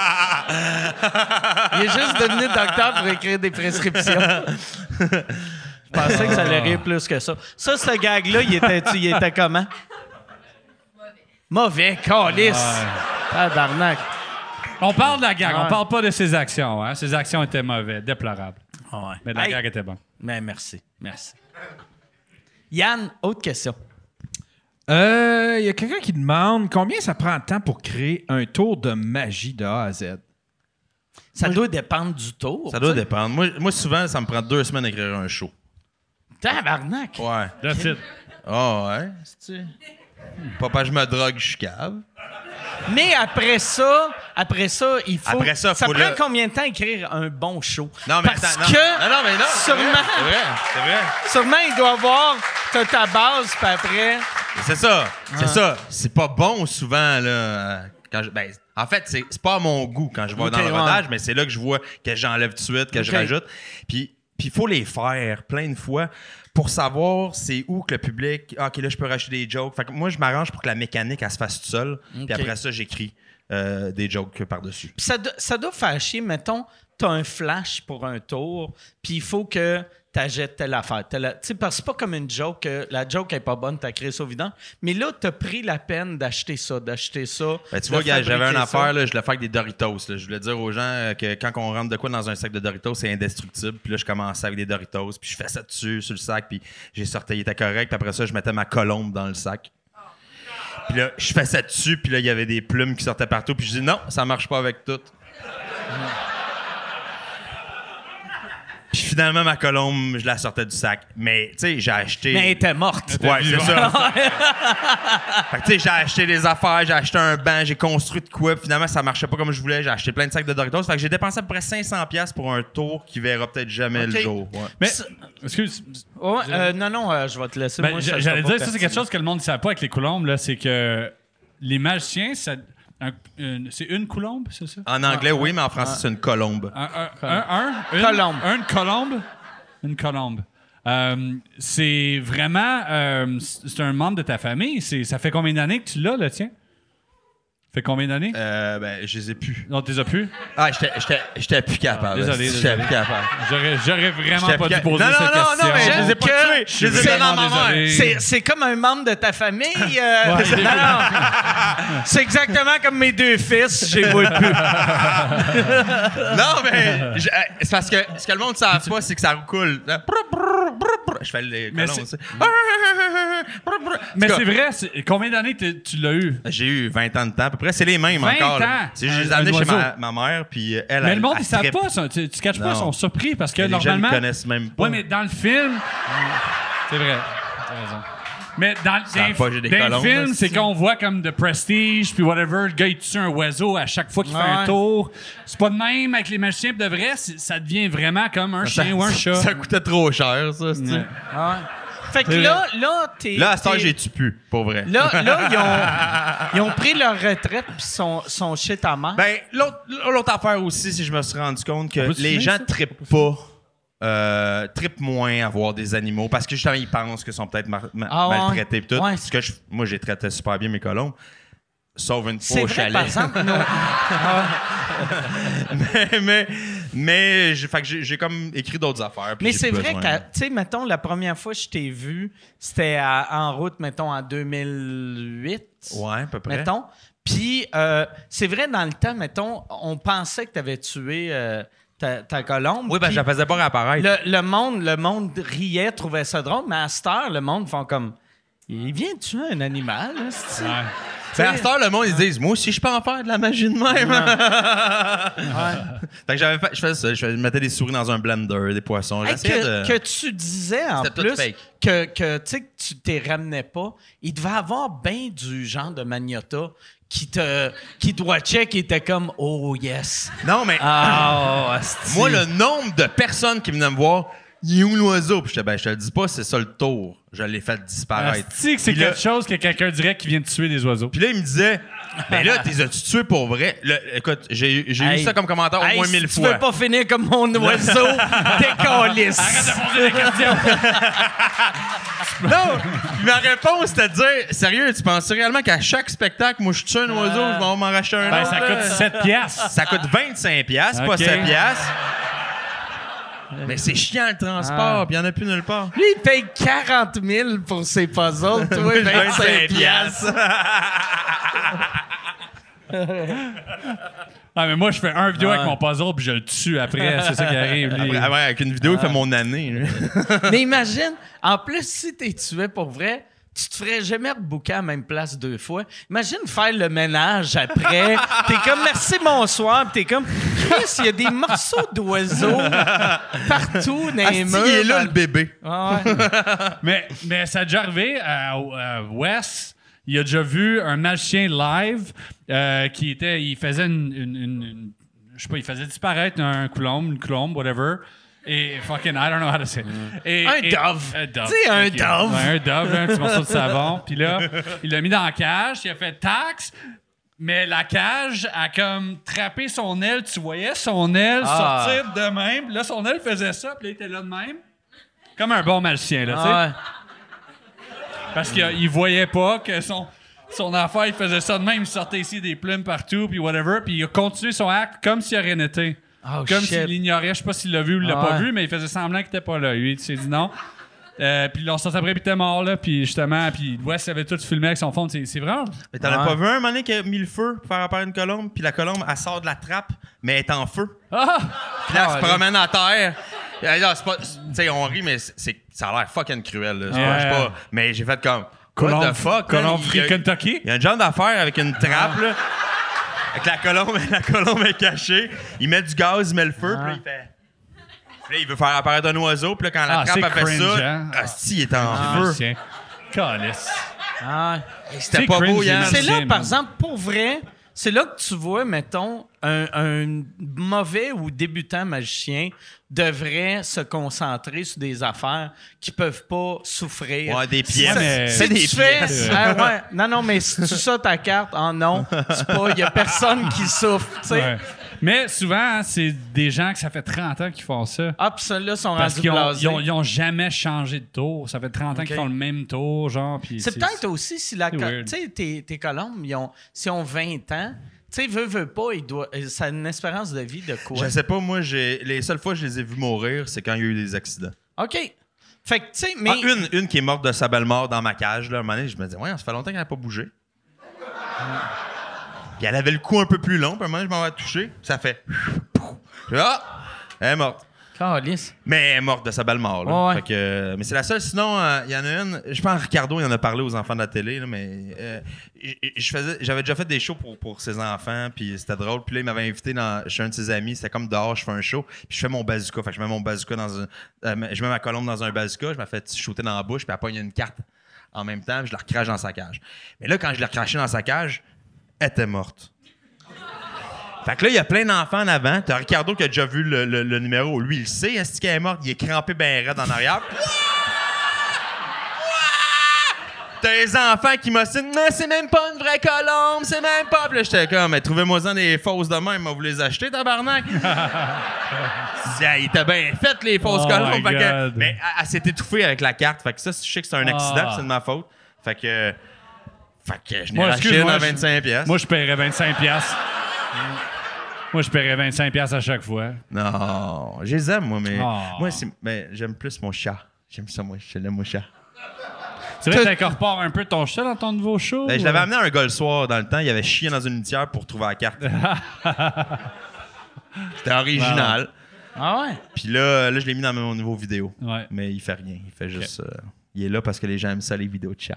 S2: Il est juste devenu docteur pour écrire des prescriptions. Je pensais que ça allait rire plus que ça. Ça, ce gag-là, il était, il était comment? Mauvais. Mauvais, calice. Tabarnak.
S3: On parle de la gag,
S2: Ouais.
S3: on parle pas de ses actions, hein? Ses actions étaient mauvaises, déplorables.
S2: Ouais.
S3: Mais la
S2: Hey.
S3: gag était bonne.
S2: Mais merci, merci. Yann, autre question.
S6: Il euh, y a quelqu'un qui demande combien ça prend de temps pour créer un tour de magie de A à Z.
S2: Ça doit dépendre du tour.
S5: Ça doit
S2: tu sais.
S5: dépendre. Moi, moi, souvent, ça me prend deux semaines d'écrire un show.
S2: Tabarnak.
S5: Ouais.
S3: That's it.
S5: Ah ouais. c'est-tu? Papa, je me drogue, je suis cave.
S2: Mais après ça, après ça, il faut.
S5: Après ça,
S2: ça
S5: faut
S2: prend
S5: le-
S2: combien de temps écrire un bon show?
S5: Non, mais
S2: Parce
S5: attends, non.
S2: que
S5: Non, non, mais non, c'est
S2: sûrement,
S5: vrai, c'est vrai, c'est vrai.
S2: sûrement, il doit avoir t'as ta base, puis après.
S5: C'est ça, c'est ça. C'est pas bon souvent, là. euh, Quand je, ben, en fait, c'est c'est pas à mon goût quand je vais
S2: Ok,
S5: dans le
S2: ouais.
S5: rodage, mais c'est là que je vois que j'enlève tout de suite, que je
S2: Ok.
S5: rajoute. Puis il faut les faire plein de fois pour savoir c'est où que le public. Ah, OK, là, je peux rajouter des jokes. Fait que moi, je m'arrange pour que la mécanique, elle se fasse toute seule.
S2: Ok.
S5: Puis après ça, j'écris euh, des jokes par-dessus.
S2: Puis ça, do- ça doit faire chier, mettons, t'as un flash pour un tour, puis il faut que t'achètes telle affaire. telle a- Tu sais, parce que c'est pas comme une joke, que la joke est pas bonne, t'as créé ça au vidange. Mais là, t'as pris la peine d'acheter ça, d'acheter ça.
S5: Ben, tu
S2: de
S5: vois, gars, j'avais une
S2: fabriquer ça.
S5: affaire, là, je le fais avec des Doritos. là. Je voulais dire aux gens euh, que quand on rentre de quoi dans un sac de Doritos, c'est indestructible. Puis là, je commençais avec des Doritos, puis je fais ça dessus, sur le sac, puis j'ai sorti, il était correct. Puis après ça, je mettais ma colombe dans le sac. Puis là, je fais ça dessus, puis là, il y avait des plumes qui sortaient partout. Puis je dis non, ça marche pas avec tout. Puis finalement, ma colombe, je la sortais du sac. Mais, tu sais, j'ai acheté.
S2: Mais elle était morte.
S5: Ouais, c'est ça. Fait que, tu sais, j'ai acheté des affaires, j'ai acheté un banc, j'ai construit de quoi, puis finalement, ça marchait pas comme je voulais. J'ai acheté plein de sacs de Doritos. Fait que j'ai dépensé à peu près cinq cents dollars pour un tour qui verra peut-être jamais
S2: Ok.
S5: le jour. Ouais.
S3: Mais,
S2: Ça-
S3: excuse,
S2: Ouais, euh, non, non, euh, je vais te laisser.
S3: ben,
S2: Moi,
S3: j'a-
S2: ça sera
S3: j'allais
S2: pas
S3: dire, ça, c'est quelque
S2: pertinent.
S3: chose que le monde ne savait pas avec les colombes, là, c'est que les magiciens, ça, un- une- c'est une colombe, c'est ça?
S5: En anglais, oui, mais en français, c'est une colombe.
S3: Un, un, un, un- une,
S2: Colombe.
S3: Une colombe. Une colombe. Euh, c'est vraiment... euh, c'est un membre de ta famille. C'est, ça fait combien d'années que tu l'as, le tien? Ça fait combien d'années?
S5: Euh, ben, je les ai plus.
S3: Non, tu les as plus?
S5: Ah, j'étais- j'étais j'étais plus capable.
S3: Désolé,
S5: J'étais
S3: désolé.
S5: plus capable.
S3: J'aurais, j'aurais vraiment
S5: J'étais
S3: pas
S5: plus
S3: dû
S5: ca-
S3: poser
S5: non,
S3: cette
S5: non, non,
S3: question.
S5: non, mais je les ai pas
S2: Que-
S5: tués. Je les ai
S2: c'est-
S5: donnés à ma
S3: vraiment
S5: mère.
S3: désolé.
S2: C'est, c'est comme un membre de ta famille. euh, non, non. C'est exactement comme mes deux fils. Je les vois plus.
S5: Non, mais je- euh, c'est parce que ce que le monde ne savent pas, c'est que ça recoule. Je fais les
S3: Mais
S5: colons,
S3: c'est-
S5: tu sais.
S3: Mais
S5: En tout
S3: c'est
S5: cas,
S3: vrai, c'est- combien d'années tu, tu l'as eu?
S5: J'ai eu vingt ans de temps, à peu près. C'est les mêmes
S3: vingt
S5: encore. là.
S3: ans?
S5: C'est juste, je les ai
S3: Un- un
S5: amenés chez
S3: oiseau.
S5: ma, ma mère, puis elle,
S3: Mais
S5: elle,
S3: le monde,
S5: elle
S3: ils savent
S5: trippe.
S3: pas. Ça. Tu, tu catches pas, ils
S5: Non.
S3: sont surpris parce que
S5: Les gens
S3: normalement...
S5: ne connaissent même pas.
S3: Oui, mais dans le film... C'est vrai. T'as raison. Mais dans,
S5: savent
S3: dans,
S5: pas, j'ai des
S3: dans le
S5: colombes,
S3: film,
S5: là,
S3: c'est
S5: c'est-
S3: qu'on voit comme de Prestige, puis whatever, le gars, il tue un oiseau à chaque fois qu'il fait
S2: Ouais.
S3: un tour. C'est pas de même avec les magiciens, puis de vrai, c'est- ça devient vraiment comme un
S5: Ça-
S3: chien ou un chat.
S5: Ça coûtait trop cher, ça. c'est-tu?
S3: Ouais.
S2: Ouais. Fait que là, là, t'es.
S5: Là, à cette heure,
S2: t'es-
S5: j'ai tu plus, pour vrai.
S2: Là, là ils, ont, ils ont pris leur retraite puis sont, sont chez ta mère.
S5: Ben, l'autre, l'autre affaire aussi, si je me suis rendu compte que
S3: On peut-tu
S5: les
S3: filmer
S5: gens
S3: ça?
S5: trippent pas, euh, trippent moins à voir des animaux parce que justement, ils pensent qu'ils sont peut-être mar- ma-
S2: Ah ouais.
S5: maltraités pis tout.
S2: Ouais.
S5: Parce que je- moi, j'ai traité super bien mes colombes. Sauf une fois
S2: c'est
S5: au
S2: vrai,
S5: chalet.
S2: par exemple, nous-
S5: mais, mais, Mais j'ai, fait que j'ai, j'ai comme écrit d'autres affaires. puis
S2: Mais
S5: j'ai
S2: c'est
S5: plus
S2: vrai
S5: besoin.
S2: que, tu sais, mettons, la première fois que je t'ai vu, c'était à- en route, mettons, en deux mille huit.
S5: Ouais, à peu près.
S2: Mettons. Puis, euh, c'est vrai, dans le temps, mettons, on pensait que tu avais tué euh, ta, ta colombe.
S5: Oui, ben
S2: puis
S5: je la faisais pas réapparaître.
S2: le, le, monde, le monde riait, trouvait ça drôle, mais à cette heure, le monde font comme... Il vient de tuer un animal, là, c'est-tu?
S3: Ouais.
S5: Ben, à cette heure, le monde, ils disent, moi aussi, je peux en faire de la magie de même. Fait que j'avais fait, je faisais ça. Je faisais- je mettais des souris dans un blender, des poissons.
S2: Hey,
S5: J'essayais
S2: que,
S5: de.
S2: que tu disais en
S5: C'était tout
S2: plus
S5: fake.
S2: que, que tu sais que tu t'es ramenais pas, il devait avoir bien du genre de magnota qui te qui te watchait, qui était comme oh yes.
S5: Non, mais
S2: Ah, asti.
S5: moi, le nombre de personnes qui venaient me voir, il est où l'oiseau? Puis j'étais, ben, je te le dis pas, c'est ça le tour. Je l'ai fait disparaître.
S3: Asti que c'est
S5: Puis là-
S3: quelque chose que quelqu'un dirait qui vient de tuer des oiseaux.
S5: Puis là, il me disait, ben là, t'es as-tu tué pour vrai? Là, écoute, j'ai, j'ai
S2: Hey.
S5: eu ça comme commentaire au
S2: Hey,
S5: moins
S2: si
S5: mille
S2: tu
S5: fois.
S2: veux pas finir comme mon oiseau, décalisse.
S3: Arrête de poser des questions!
S5: Non! Puis ma réponse, c'était de dire, sérieux, tu penses réellement qu'à chaque spectacle, moi, je tue un oiseau, je vais m'en racheter un
S3: Ben,
S5: autre?
S3: ça
S5: là?
S3: coûte sept piastres.
S5: Ça coûte vingt-cinq piastres, pas
S3: Ok.
S5: sept piastres. Mais c'est chiant le transport,
S2: Ah.
S5: puis il n'y en a plus nulle part.
S2: Lui, il paye quarante mille pour ses puzzles, toi, vingt-cinq piastres.
S3: Ah, mais moi, je fais un vidéo avec mon puzzle puis je le tue après. C'est ça qui arrive. lui.
S5: Après, ah ouais, avec une vidéo, il fait mon année. là.
S2: Mais imagine, en plus, si t'es tué pour vrai, tu te ferais jamais rebooker à la même place deux fois. Imagine faire le ménage après. T'es comme merci, bonsoir. Puis t'es comme Chris, il y a des morceaux d'oiseaux partout dans
S5: Ah,
S2: les
S5: si,
S2: murs.
S5: il est là,
S2: dans
S5: le bébé.
S2: Ah ouais.
S3: Mais, mais ça a déjà arrivé à, à Wes. Il a déjà vu un magicien live euh, qui était. Il faisait une. une- une- une- je sais pas, il faisait disparaître un coulombe, une colombe, whatever. Et fucking, I don't know how to say. Et-
S2: Un
S3: et-
S2: dove.
S3: Un dove.
S2: Tu sais, un
S3: Ok.
S2: dove.
S3: Ouais, un dove, là, un petit morceau de savon. Puis là, il l'a mis dans la cage, il a fait taxe. Mais la cage a comme trappé son aile. Tu voyais son aile
S2: Ah.
S3: sortir de même. Puis là, son aile faisait ça. Puis là, il était là de même. Comme un bon magicien, là, tu sais.
S2: Ah ouais.
S3: Parce qu'il il voyait pas que son, son affaire, il faisait ça de même. Il sortait ici des plumes partout, puis whatever. Puis il a continué son acte comme s'il n'y a rien été.
S2: Oh,
S3: comme
S2: shit.
S3: s'il l'ignorait. Je sais pas s'il l'a vu ou il l'a
S2: Ah
S3: pas
S2: ouais.
S3: vu, mais il faisait semblant qu'il était pas là. Lui, il s'est dit non. Euh, puis là, on sortait après, puis il était mort, là. Puis justement, puis Wes avait tout filmé avec son fond. C'est, c'est vraiment...
S5: Mais t'en as
S2: Ouais.
S5: pas vu un moment donné qui a mis le feu pour faire apparaître une colombe, puis la colombe, elle sort de la trappe, mais elle est en feu.
S3: Ah!
S5: Puis là, elle se promène à terre. Et là, c'est pas. Tu sais, on rit, mais c'est, ça a l'air fucking cruel, là. C'est
S3: Yeah.
S5: pas- je sais pas. Mais j'ai fait comme. What
S3: Colombe,
S5: the fuck? man?
S3: Colombe
S5: Il y
S3: Free
S5: a-
S3: Kentucky?
S5: Il y a une genre d'affaire avec une trappe, là. Avec la colombe, la colombe est cachée. Il met du gaz, il met le feu, puis là, il fait. Puis là, il veut faire apparaître un oiseau, puis là, quand la
S3: Ah,
S5: trappe
S3: c'est
S5: a fait
S3: cringe,
S5: ça,
S3: hein?
S5: asti, il est en
S3: Ah,
S5: feu.
S3: tiens. Calice.
S2: Ah ouais.
S5: C'était
S3: C'est
S5: pas beau,
S3: cringe,
S5: Yann.
S3: Merci,
S2: C'est là, par
S3: man.
S2: exemple, pour vrai, c'est là que tu vois, mettons, un, un mauvais ou débutant magicien devrait se concentrer sur des affaires qui peuvent pas souffrir.
S5: Ouais, des pièces.
S3: Ouais, mais-
S5: C'est
S2: Si
S5: des
S2: tu fais,
S5: pièces.
S2: ah ouais, non, non, mais si tu ça ta carte, oh non, c'est pas, il y a personne qui souffre, tu sais.
S3: Ouais. Mais souvent, hein, c'est des gens que ça fait trente ans qu'ils font ça.
S2: Ah, pis ceux-là sont
S3: Parce
S2: rendus
S3: qu'ils ont,
S2: blasés.
S3: ils ont, ils ont jamais changé de tour. Ça fait trente ans
S2: Ok.
S3: qu'ils font le même tour, genre. puis
S2: C'est peut-être aussi si la
S3: c'est
S2: co-
S3: weird.
S2: tu sais tes, tes colombes ils ont si ont vingt ans, tu sais veut veut pas, il doit ça a une espérance de vie de quoi.
S5: Je sais pas, moi, j'ai les seules fois que je les ai vus mourir, c'est quand il y a eu des accidents.
S2: OK. Fait que tu sais mais
S5: Ah, une, une qui est morte de sa belle mort dans ma cage, là, un moment donné, je me disais, ouais, ça fait longtemps qu'elle n'a pas bougé. Puis elle avait le cou un peu plus long, puis un moment donné, je m'en vais toucher, ça fait. Ah! Elle est morte.
S2: Calisse.
S5: Mais elle est morte de sa belle mort. Là.
S2: Ouais, ouais.
S5: Fait que, euh, mais c'est la seule. Sinon, euh, il y en a une. Je pense que Ricardo, il en a parlé aux enfants de la télé, là, mais euh, je- je faisais, j'avais déjà fait des shows pour, pour ses enfants, puis c'était drôle. Puis là, il m'avait invité dans, chez un de ses amis. C'était comme dehors, je fais un show, puis je fais mon bazooka. Fait que je mets mon bazooka dans un. euh, je mets ma colombe dans un bazooka, je me fais shooter dans la bouche, puis elle pogne une carte en même temps, puis je la recrache dans sa cage. Mais là, quand je l'ai recraché dans sa cage, elle était morte. Fait que là, il y a plein d'enfants en avant. T'as Ricardo qui a déjà vu le, le- le numéro. Lui, il le sait. Est-ce qu'elle est morte? Il est crampé ben raide en arrière. T'as les enfants qui m'ostinent. Non, c'est même pas une vraie colombe. C'est même pas. Puis là, j'étais comme, mais trouvez-moi-en des fausses de même. Vous les acheter, tabarnak? Je dis, ah, il était bien fait, les fausses
S3: Oh
S5: colombes.
S3: my
S5: Fait que-
S3: God.
S5: mais elle, elle s'est étouffée avec la carte. Fait que ça, je sais que c'est un accident.
S3: Ah.
S5: puis c'est de ma faute. Fait que. Fait que je n'ai
S3: Moi,
S5: racheté une
S3: excuse-moi,
S5: à
S3: je-
S5: vingt-cinq piastres.
S3: Moi, je paierais vingt-cinq piastres. Moi, je paierais vingt-cinq dollars à chaque fois.
S5: Non, je les aime, moi, mais.
S3: Oh.
S5: Moi, c'est, mais j'aime plus mon chat. J'aime ça, moi. Je l'aime, mon chat.
S3: C'est vrai que t'incorpores un peu ton chat dans ton nouveau show?
S5: Ben, je l'avais amené à un gars le soir dans le temps. Il avait chié dans une litière pour trouver la carte. C'était original.
S3: Wow.
S2: Ah ouais?
S5: Puis là, là, je l'ai mis dans mon nouveau vidéo.
S3: Ouais.
S5: Mais il fait rien. Il fait juste. Okay. Euh, il est là parce que les gens aiment ça, les vidéos de chat.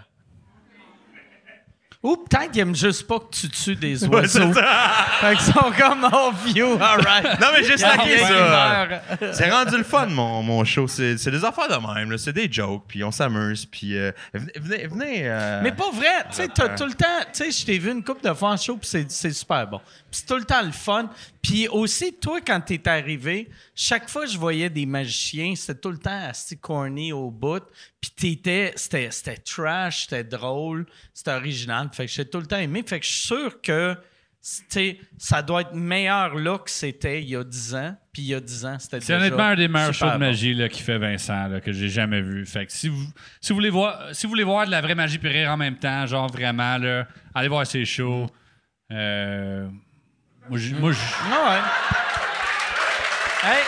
S2: Ou peut-être qu'ils aiment juste pas que tu tues des oiseaux. Fait qu'ils sont comme oh view, alright.
S5: Non, mais juste laqué ça.
S2: ça.
S5: C'est rendu le fun, mon, mon show. C'est, c'est des affaires de même. Là. C'est des jokes, puis on s'amuse. Puis euh, venez. venez, venez euh...
S2: Mais pas vrai. Tu sais, t'as tout le temps. Tu sais, je t'ai vu une couple de fois en show, puis c'est, c'est super bon. Puis c'est tout le temps le fun. Puis aussi, toi, quand t'es arrivé, chaque fois que je voyais des magiciens, c'était tout le temps assez corny au bout. Puis t'étais, c'était, c'était trash, c'était drôle, c'était original. Fait que j'ai tout le temps aimé. Fait que je suis sûr que ça doit être meilleur là que c'était il y a dix ans. Puis il y a dix ans, c'était
S3: C'est
S2: déjà
S3: honnêtement un des meilleurs shows de
S2: bon.
S3: magie là, qui fait Vincent, là, que j'ai jamais vu. Fait que si vous, si vous voulez voir, si vous voulez voir de la vraie magie puis rire en même temps, genre vraiment, là, allez voir ses shows. Euh, moi, je... Moi,
S2: Ah ouais. Hey!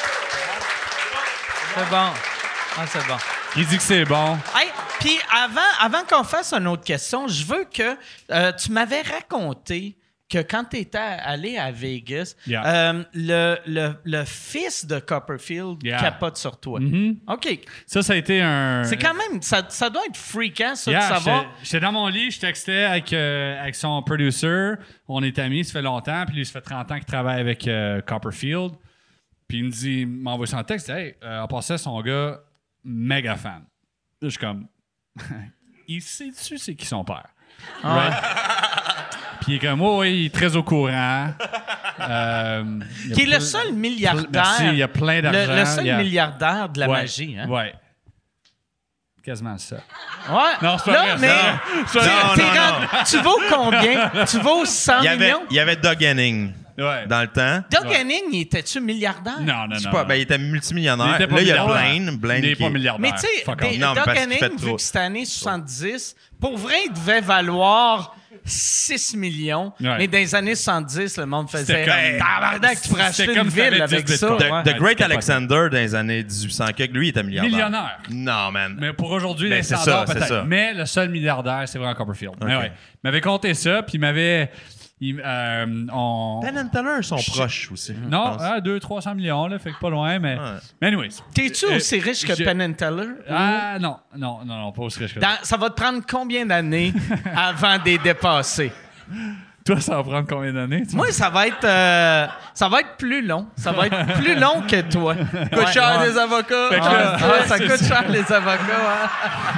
S2: C'est bon. Ah, c'est bon.
S3: il dit que c'est bon.
S2: Hey, puis avant, avant qu'on fasse une autre question, je veux que euh, tu m'avais raconté que quand tu étais allé à Vegas,
S3: Yeah.
S2: euh, le, le, le fils de Copperfield
S3: Yeah.
S2: capote sur toi.
S3: Mm-hmm.
S2: OK.
S3: Ça, ça a été un...
S2: C'est quand même... Ça, ça doit être freakant, ça,
S3: Yeah,
S2: de savoir...
S3: j'étais- J'étais dans mon lit, je textais avec, euh, avec son producer. On est amis, ça fait longtemps. Puis lui, ça fait trente ans qu'il travaille avec euh, Copperfield. Puis il me dit, il m'envoie son texte. Hey, euh, en passant, son gars, méga fan. Là, je suis comme, il sait-tu c'est qui son père? Right? Puis il est comme, oh, oui, il est très au courant. Euh, il y a
S2: Qui est le
S3: plein-
S2: seul milliardaire...
S3: Merci, il y a plein d'argent.
S2: Le, le seul
S3: il y a-
S2: milliardaire de la
S3: Ouais,
S2: magie, hein?
S3: Ouais. Quasiment ça.
S2: Ouais.
S3: Non, c'est pas
S2: Là,
S3: vrai,
S2: mais
S3: ça.
S2: t'es-
S5: Non,
S2: t'es
S5: non,
S2: rendu- Tu vaux combien? Tu vaux cent
S5: Il y avait,
S2: millions?
S5: il y avait Doug Henning
S3: Ouais.
S5: dans le temps.
S2: Doug
S3: Ouais.
S2: Henning, il était-tu milliardaire?
S3: Non, non,
S5: C'est
S3: non.
S5: pas,
S3: non.
S5: ben, il était multimillionnaire.
S3: Il était pas
S5: Là, il y a
S3: milliardaire.
S5: Blaine. Blaine
S3: Il est
S5: qui
S3: pas
S5: est-
S3: milliardaire.
S2: Mais tu sais,
S3: Fuck
S2: des-
S3: off.
S5: Non, mais
S2: Doug
S5: parce qu'il fait
S2: Henning, vu
S5: trop.
S2: que cette année soixante-dix, pour vrai, il devait valoir six millions.
S3: Ouais.
S2: Mais dans les années soixante-dix, le monde faisait
S3: C'était comme-
S2: hey, tabarnak, tu pourrais
S3: C'était
S2: acheter
S3: comme
S2: une
S3: si t'avais
S2: ville
S3: dix
S2: avec ça.
S3: bitcoins.
S2: ouais.
S5: The, the Great
S3: c'est
S5: Alexander dans les années dix-huit cents, lui, il était milliardaire.
S3: Millionnaire.
S5: Non, man.
S3: Mais pour aujourd'hui,
S5: Ben,
S3: les
S5: c'est
S3: standards,
S5: ça, c'est
S3: peut-être.
S5: ça.
S3: Mais le seul milliardaire, c'est vraiment Copperfield. Mais
S5: Ok.
S3: ouais. Il m'avait compté ça, puis il m'avait... il- euh, on...
S5: Penn and Teller sont proches aussi.
S3: Non,
S5: je pense.
S3: ah, deux cents trois cents millions, là, fait que pas loin, mais...
S5: Ouais.
S3: Mais anyways.
S2: T'es-tu
S3: Euh,
S2: aussi riche que
S3: je-
S2: Penn and Teller?
S3: Ah, non, non, non, non, pas aussi riche que ça.
S2: Dans- ça va te prendre combien d'années avant de les dépasser?
S3: Toi, ça va prendre combien d'années? tu
S2: Moi, ça va être euh, ça va être plus long. Ça va être plus long que toi. Coûte cher des avocats.
S3: Fait que
S2: Ouais,
S3: là-
S2: ouais, ça coûte cher les avocats.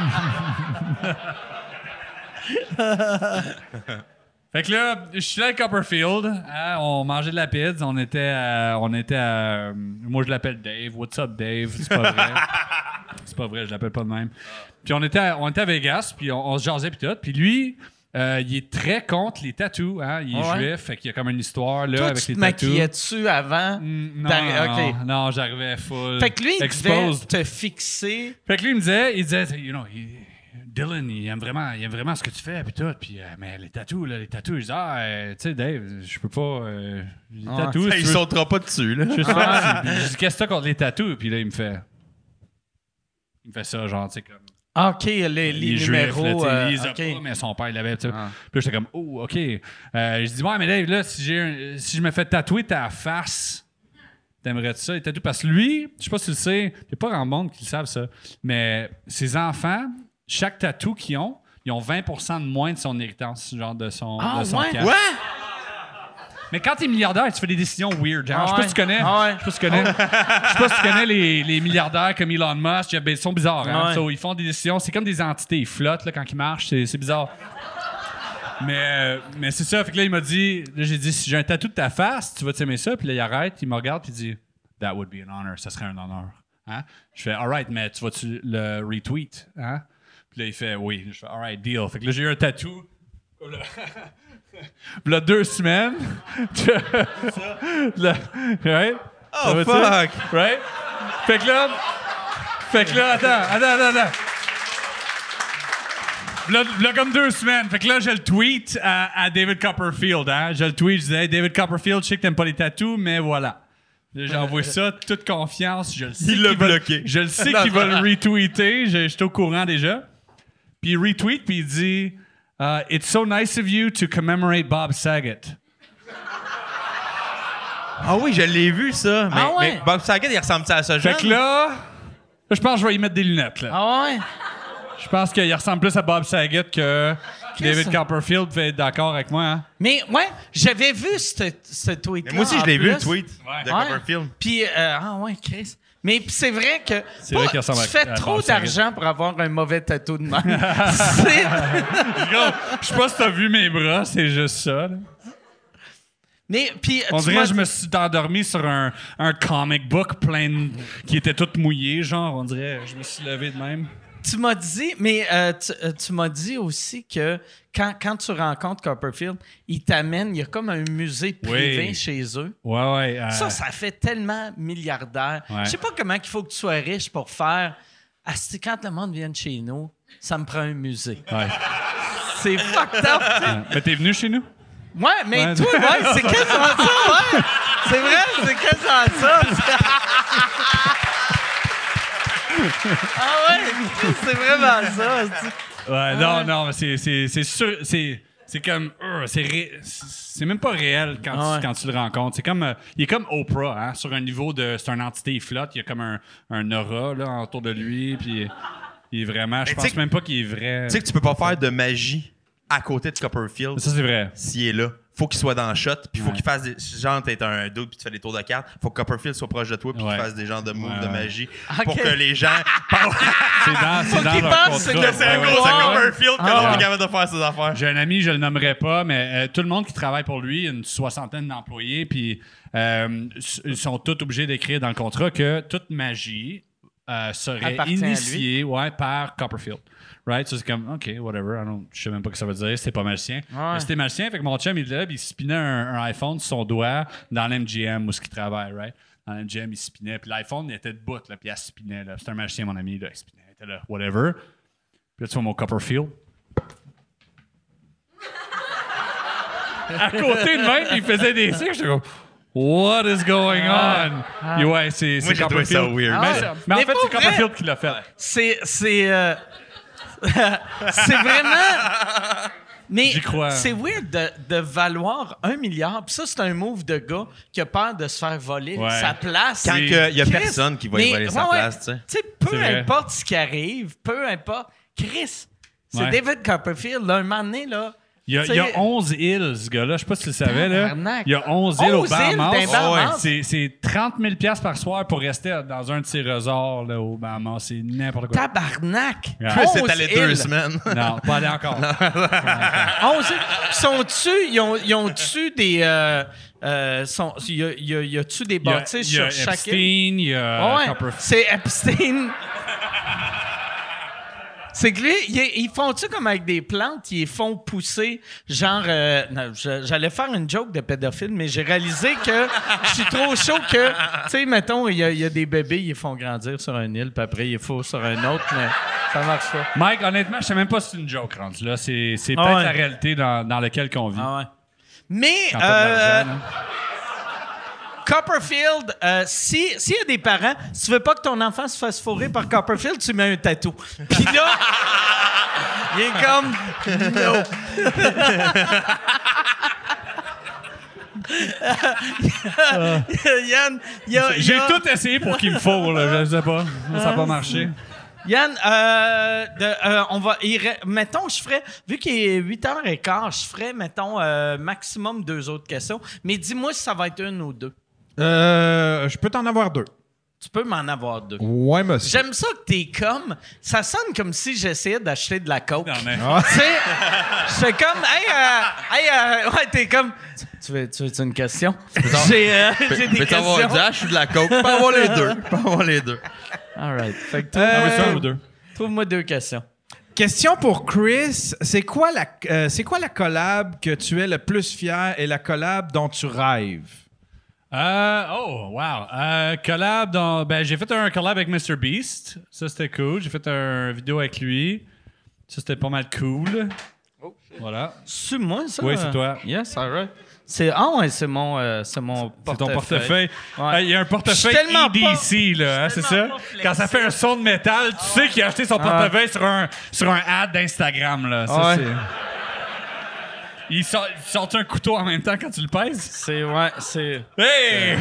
S2: Hein?
S3: Fait que là, je suis là à Copperfield. Hein, on mangeait de la pizza. On était à, on était à, moi, je l'appelle Dave. What's up, Dave? C'est pas vrai. C'est pas vrai, je l'appelle pas de même. Puis on était à, on était à Vegas, puis on, on se jasait, puis tout. Puis lui, euh, il est très contre les tatous. Hein? Il est
S2: Ouais.
S3: juif, fait qu'il y a comme une histoire là,
S2: Toi,
S3: avec
S2: tu
S3: les
S2: te
S3: tatous.
S2: maquillais-tu avant?
S3: Mm, Non,
S2: T'arri-
S3: non,
S2: ok.
S3: non, non, j'arrivais full.
S2: Fait que lui, il
S3: exposed.
S2: devait te fixer.
S3: Fait que lui, il me disait, il disait, you know, il- Dylan, il aime vraiment, il aime vraiment ce que tu fais, puis tout. Puis, euh, mais les tatous, là, les tatous, je dis, ah, euh, tu sais, Dave, je peux pas. Euh, les
S2: Ah.
S3: tatous, si
S5: Il
S3: tu veux-
S5: sautera pas dessus, là.
S3: je suis faire. Puis je dis, qu'est-ce que t'as contre les tatous? Puis là, il me fait. Il me fait ça, genre, tu sais, comme.
S2: OK, les, les
S3: Il est juif, là,
S2: numéros.
S3: tu sais,
S2: euh,
S3: il les a
S2: OK.
S3: pas, mais son père, il l'avait, tu sais.
S2: Ah.
S3: Puis là, j'étais comme, oh, OK. Euh, je dis, ouais, mais Dave, là, si, j'ai un- si je me fais tatouer ta face, t'aimerais-tu ça? Les tatous? Parce que lui, je sais pas si tu le sais, il n'y a pas grand monde qui le savent, ça, mais ses enfants, chaque tatou qu'ils ont, ils ont vingt pour cent de moins de son héritance, genre de son,
S2: Ah,
S3: de son
S2: ouais?
S3: cash.
S5: Ouais!
S3: Mais quand t'es milliardaire, tu fais des décisions weird. Genre,
S2: Ah
S3: je sais pas
S2: ouais.
S3: si tu connais.
S2: Ah ouais.
S3: Je sais pas si tu connais. Je sais pas si tu connais les, les milliardaires comme Elon Musk. Ils sont bizarres. Hein?
S2: Ouais.
S3: So, ils font des décisions. C'est comme des entités. Ils flottent là, quand ils marchent. C'est, c'est bizarre. Mais, euh, mais c'est ça. Fait que là, il m'a dit, là, j'ai dit, si j'ai un tatou de ta face, tu vas t'aimer ça. Puis là, il arrête, il me regarde, puis il dit, That would be an honor. Ça serait un honneur. Hein? Je fais, alright, mais tu vas-tu le retweet? Hein? Puis là, il fait, oui. Je fais, alright, deal. Fait que là, j'ai eu un tatou. Comme là. Puis là, deux semaines. Là, right?
S5: Oh,
S3: Ça va-tu?
S5: fuck!
S3: Right? Fait que là. Fait que là, attends, attends, attends, attends. Là, là, comme deux semaines. Fait que là, je le tweet à, à David Copperfield. Hein? Je le tweet, je disais, hey, David Copperfield, je sais que t'aimes pas les tatous, mais voilà. Là, j'ai envoyé ça, toute confiance. Je le sais
S5: Il l'a
S3: qu'il va-
S5: bloqué.
S3: Je le sais qu'il va le retweeter. Je, je suis au courant déjà. Puis il retweet, puis il dit uh, It's so nice of you to commemorate Bob Saget.
S5: Ah oui, je l'ai vu, ça. Mais,
S2: Ah ouais?
S5: mais Bob Saget, il ressemble à ça jeune?
S3: Fait que là, là, je pense que je vais y mettre des lunettes. Là.
S2: Ah ouais?
S3: Je pense qu'il ressemble plus à Bob Saget que David
S2: ça?
S3: Copperfield. Fait être d'accord avec moi. Hein?
S2: Mais ouais, j'avais vu ce, ce tweet-là.
S5: Mais moi aussi, je
S2: en
S5: l'ai vu, le
S2: plus.
S5: tweet de
S2: Ouais.
S5: Copperfield.
S2: Puis, euh, ah ouais, Chris. Mais pis c'est vrai que
S3: C'est
S2: pas-
S3: vrai qu'il ressemble
S2: tu
S3: à-
S2: fais
S3: à
S2: trop
S3: Bob Saget.
S2: d'argent pour avoir un mauvais tatou de même. C'est-
S3: Gros, je sais pas si t'as vu mes bras, c'est juste ça. là.
S2: Mais puis
S3: On
S2: tu
S3: dirait
S2: m'as
S3: que je me
S2: dit-
S3: suis endormi sur un, un comic book plein de- qui était tout mouillé, genre, on dirait, je me suis levé de même.
S2: tu m'as dit, mais euh, tu, euh, tu m'as dit aussi que quand, quand tu rencontres Copperfield, il t'amène, il y a comme un musée privé
S3: Oui.
S2: chez eux.
S3: Ouais, ouais. euh,
S2: Ça, ça fait tellement milliardaire.
S3: Ouais.
S2: Je sais pas comment il faut que tu sois riche pour faire. Ah, c'est quand le monde vient de chez nous, ça me prend un musée.
S3: ouais.
S2: C'est fucked up, tu sais.
S3: Ouais. Mais t'es venu chez nous?
S2: Ouais, mais
S3: Ouais.
S2: toi, ouais, c'est quasiment ça, ouais. C'est vrai, c'est quasiment ça. ah ouais, c'est vraiment ça. c'est-
S3: Ouais, non, non, mais c'est, c'est, c'est sûr, c'est, c'est comme, euh, c'est, ré- c'est même pas réel quand,
S2: Ah ouais.
S3: tu, quand tu le rencontres. C'est comme, euh, il est comme Oprah, hein, sur un niveau de, c'est une entité flotte, il y a comme un, un aura, là, autour de lui, puis il est vraiment, je
S5: Mais
S3: pense
S5: tu sais-
S3: même pas qu'il est vrai.
S5: Tu sais que tu peux pas faire de magie à côté de Copperfield
S3: Ça, c'est vrai.
S5: s'il est là. Faut qu'il soit dans le shot, puis faut
S3: Ouais.
S5: qu'il fasse des. Genre, t'es un dude, puis tu fais des tours de cartes. Faut que Copperfield soit proche de toi, puis
S3: Ouais.
S5: qu'il fasse des genres de moves
S3: Ouais,
S5: de
S3: ouais.
S5: magie
S2: Ok.
S5: pour que les gens.
S3: C'est dans, c'est dans
S2: qu'il
S3: leur
S2: pense, c'est
S3: contrat.
S2: que
S5: c'est un
S3: Ouais,
S5: gros,
S3: ouais.
S5: c'est
S2: ouais.
S5: Copperfield
S2: Ah
S5: qu'on est
S2: ouais.
S5: plus capable de faire ses affaires.
S3: J'ai un ami, je le nommerai pas, mais euh, tout le monde qui travaille pour lui, une soixantaine d'employés, puis euh, s- ils sont tous obligés d'écrire dans le contrat que toute magie euh, serait
S2: Appartient à lui.
S3: initiée ouais, par Copperfield. Right? So, c'est comme, OK, whatever. I don't- Je sais même pas ce que ça veut dire. C'était pas malsien. Mais c'était malsien. Fait que mon chum, il est là, puis il spinait un, un iPhone sur son doigt dans l'M G M où ce qu'il travaille, right? Dans l'M G M, il spinait. Puis l'iPhone, il était debout, là, puis il spinait. Là. C'était un malchien, mon ami. Là. Il spinait. Il était là, whatever. Puis là, tu vois mon Copperfield. À côté de même, il faisait des signes. J'étais comme, what is going on? Puis ouais, c'est, c'est
S5: Moi, j'ai trouvé ça
S3: Copperfield.
S5: weird.
S3: Mais,
S2: Ah
S3: c'est-
S2: ouais.
S3: mais en
S2: Mais
S3: fait,
S2: pour
S3: c'est
S2: vrai-
S3: Copperfield qui l'a fait.
S2: C'est. C'est. euh, c'est vraiment. Mais
S3: J'y crois.
S2: c'est weird de, de valoir un milliard. Puis ça, c'est un move de gars qui a peur de se faire voler
S3: Ouais.
S2: sa place.
S5: Quand
S3: C'est-
S5: il y a
S2: Chris,
S5: personne qui va y
S2: mais-
S5: voler sa
S2: ouais, ouais.
S5: place, tu sais.
S2: Tu sais, peu
S3: C'est vrai.
S2: importe ce qui arrive, peu importe. Chris, c'est
S3: Ouais.
S2: David Copperfield. Là, un moment donné, là.
S3: Il y, a,
S2: tu sais,
S3: il y a onze îles, ce gars-là. Je sais pas si tu le savais. Là.
S2: Tabarnak.
S3: Il y a onze îles au
S2: onze îles
S3: Bahamas.
S2: dans les Bahamas.
S3: Ah ouais. C'est, c'est trente mille dollars par soir pour rester dans un de ces resorts là, au Bahamas. C'est n'importe quoi.
S2: Tabarnak!
S3: Ouais.
S5: Chris
S2: onze
S5: est allé deux
S2: îles.
S5: semaines.
S3: Non, pas aller encore.
S2: onze îles. Sont-tu, ils ont, ils ont-tu des. Euh, euh, sont, y a, y a, y a-tu des
S3: Il y a,
S2: bâtisses
S3: il y a
S2: sur chaque île?
S3: Epstein, il y a
S2: Ah ouais,
S3: Copperfield.
S2: c'est Epstein. C'est que lui, ils, ils font-tu comme avec des plantes, ils les font pousser, genre, euh, non, je- j'allais faire une joke de pédophile, mais j'ai réalisé que je suis trop chaud que, tu sais, mettons, il y, a- il y a des bébés, ils les font grandir sur une île, puis après, ils les font sur un autre, mais ça marche pas.
S3: Mike, honnêtement, je sais même pas si c'est une joke rendu là. C'est, c'est
S2: Ah
S3: peut-être
S2: ouais.
S3: la réalité dans, dans laquelle on vit.
S2: Ah ouais. Mais,
S3: Quand t'as de
S2: euh,
S3: l'argent, là.
S2: Copperfield, euh, si s'il y a des parents, si tu veux pas que ton enfant se fasse fourrer par Copperfield, tu mets un tatou. Puis là, il est comme no. Yann, il y a, il y
S3: J'ai
S2: a-
S3: tout essayé pour qu'il me fourre, là. Je sais pas. Ça n'a pas marché.
S2: Yann, euh, de- euh, on va, il re- mettons, je ferais, vu qu'il est huit heures quinze, je ferais, mettons, euh, maximum deux autres questions. Mais dis-moi si ça va être une ou deux.
S6: Euh, je peux t'en avoir deux.
S2: Tu peux m'en avoir deux.
S6: Ouais, monsieur.
S2: J'aime ça que t'es comme. Ça sonne comme si j'essayais d'acheter de la coke.
S3: Non, mais-
S2: Tu sais, j'étais comme. Hey, euh, hey, euh, ouais, t'es comme. Tu veux, tu veux une question? J'ai euh, j'ai des
S5: Mais t'en vas
S2: questions.
S5: dire, je suis de la coke. Pas avoir les deux. Pas avoir les deux.
S2: All right. Fait que
S6: Euh,
S2: trouve-
S3: Ah oui, ça, ou deux.
S2: trouve-moi deux questions.
S6: Question pour Chris. C'est quoi, la, euh, c'est quoi la collab que tu es le plus fier et la collab dont tu rêves?
S3: Euh, oh, wow. Euh, collab dans. Ben, j'ai fait un collab avec mister Beast. Ça, c'était cool. J'ai fait une vidéo avec lui. Ça, c'était pas mal cool. Voilà.
S2: C'est moi, ça?
S3: Oui, c'est toi.
S2: Yes, all right. C'est, ah ouais, c'est mon, euh, c'est mon
S3: C'est
S2: portefeuille.
S3: ton portefeuille.
S2: Ouais.
S3: Ah, il y a un portefeuille
S2: Je suis tellement
S3: E D C, là, hein, c'est ça?
S2: tellement pas
S3: Quand ça fait un son de métal, tu sais qu'il a acheté son portefeuille sur, un, sur un ad d'Instagram, là. Ça,
S2: Ouais.
S3: c'est... Il sort, il sort un couteau en même temps quand tu le pèses?
S2: C'est, ouais, c'est...
S3: Hey!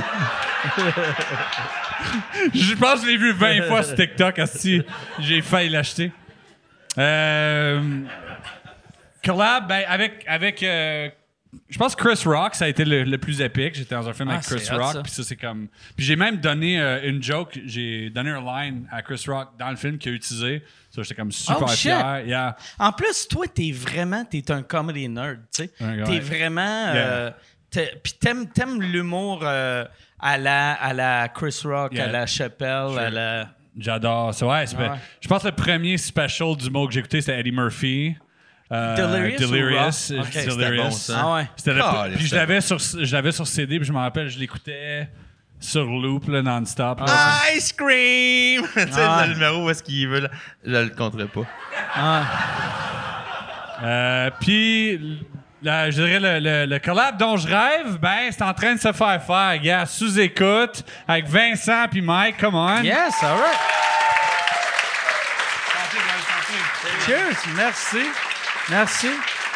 S3: Je pense que je l'ai vu vingt fois sur TikTok, asti. J'ai failli l'acheter. Euh... Collab, ben, avec... avec euh, je pense que Chris Rock, ça a été le, le plus épique. J'étais dans un film
S2: Ah,
S3: avec Chris
S2: c'est hot,
S3: Rock,
S2: ça.
S3: puis ça, c'est comme... Puis j'ai même donné euh, une joke, j'ai donné un line à Chris Rock dans le film qu'il a utilisé. Ça, j'étais comme super
S2: Oh, shit.
S3: fier. Yeah.
S2: En plus, toi, t'es vraiment... T'es un comedy nerd, tu sais.
S3: Ouais,
S2: T'es
S3: ouais.
S2: vraiment... Euh, t'es- Puis t'aimes, t'aimes l'humour euh, à, la, à la Chris Rock,
S3: Yeah.
S2: à la Chappelle, à la...
S3: J'adore ça. Ouais, c'est-
S2: Ouais.
S3: Je pense que le premier special du mot que j'ai écouté, c'était Eddie Murphy. Euh,
S2: Delirious ou
S3: Delirious.
S2: Raw?
S3: J'ai
S2: Ok.
S3: dit
S2: C'était
S3: Delirious.
S5: bon, ça.
S2: Ah ouais.
S3: C'était le-
S5: Ah,
S3: puis je
S5: c'était
S3: l'avais sur, je l'avais sur C D, puis je me rappelle, je l'écoutais sur loop, là, non-stop. là.
S5: Ice cream! Tu sais,
S2: Ah.
S5: le numéro où est-ce qu'il veut, là, je le compterai pas.
S2: Ah.
S3: Euh, puis, la- je dirais, le, le, le collab dont je rêve, ben, c'est en train de se faire faire, gars, sous écoute, avec Vincent puis Mike, come on.
S2: Yes, all right. Cheers, merci. Merci.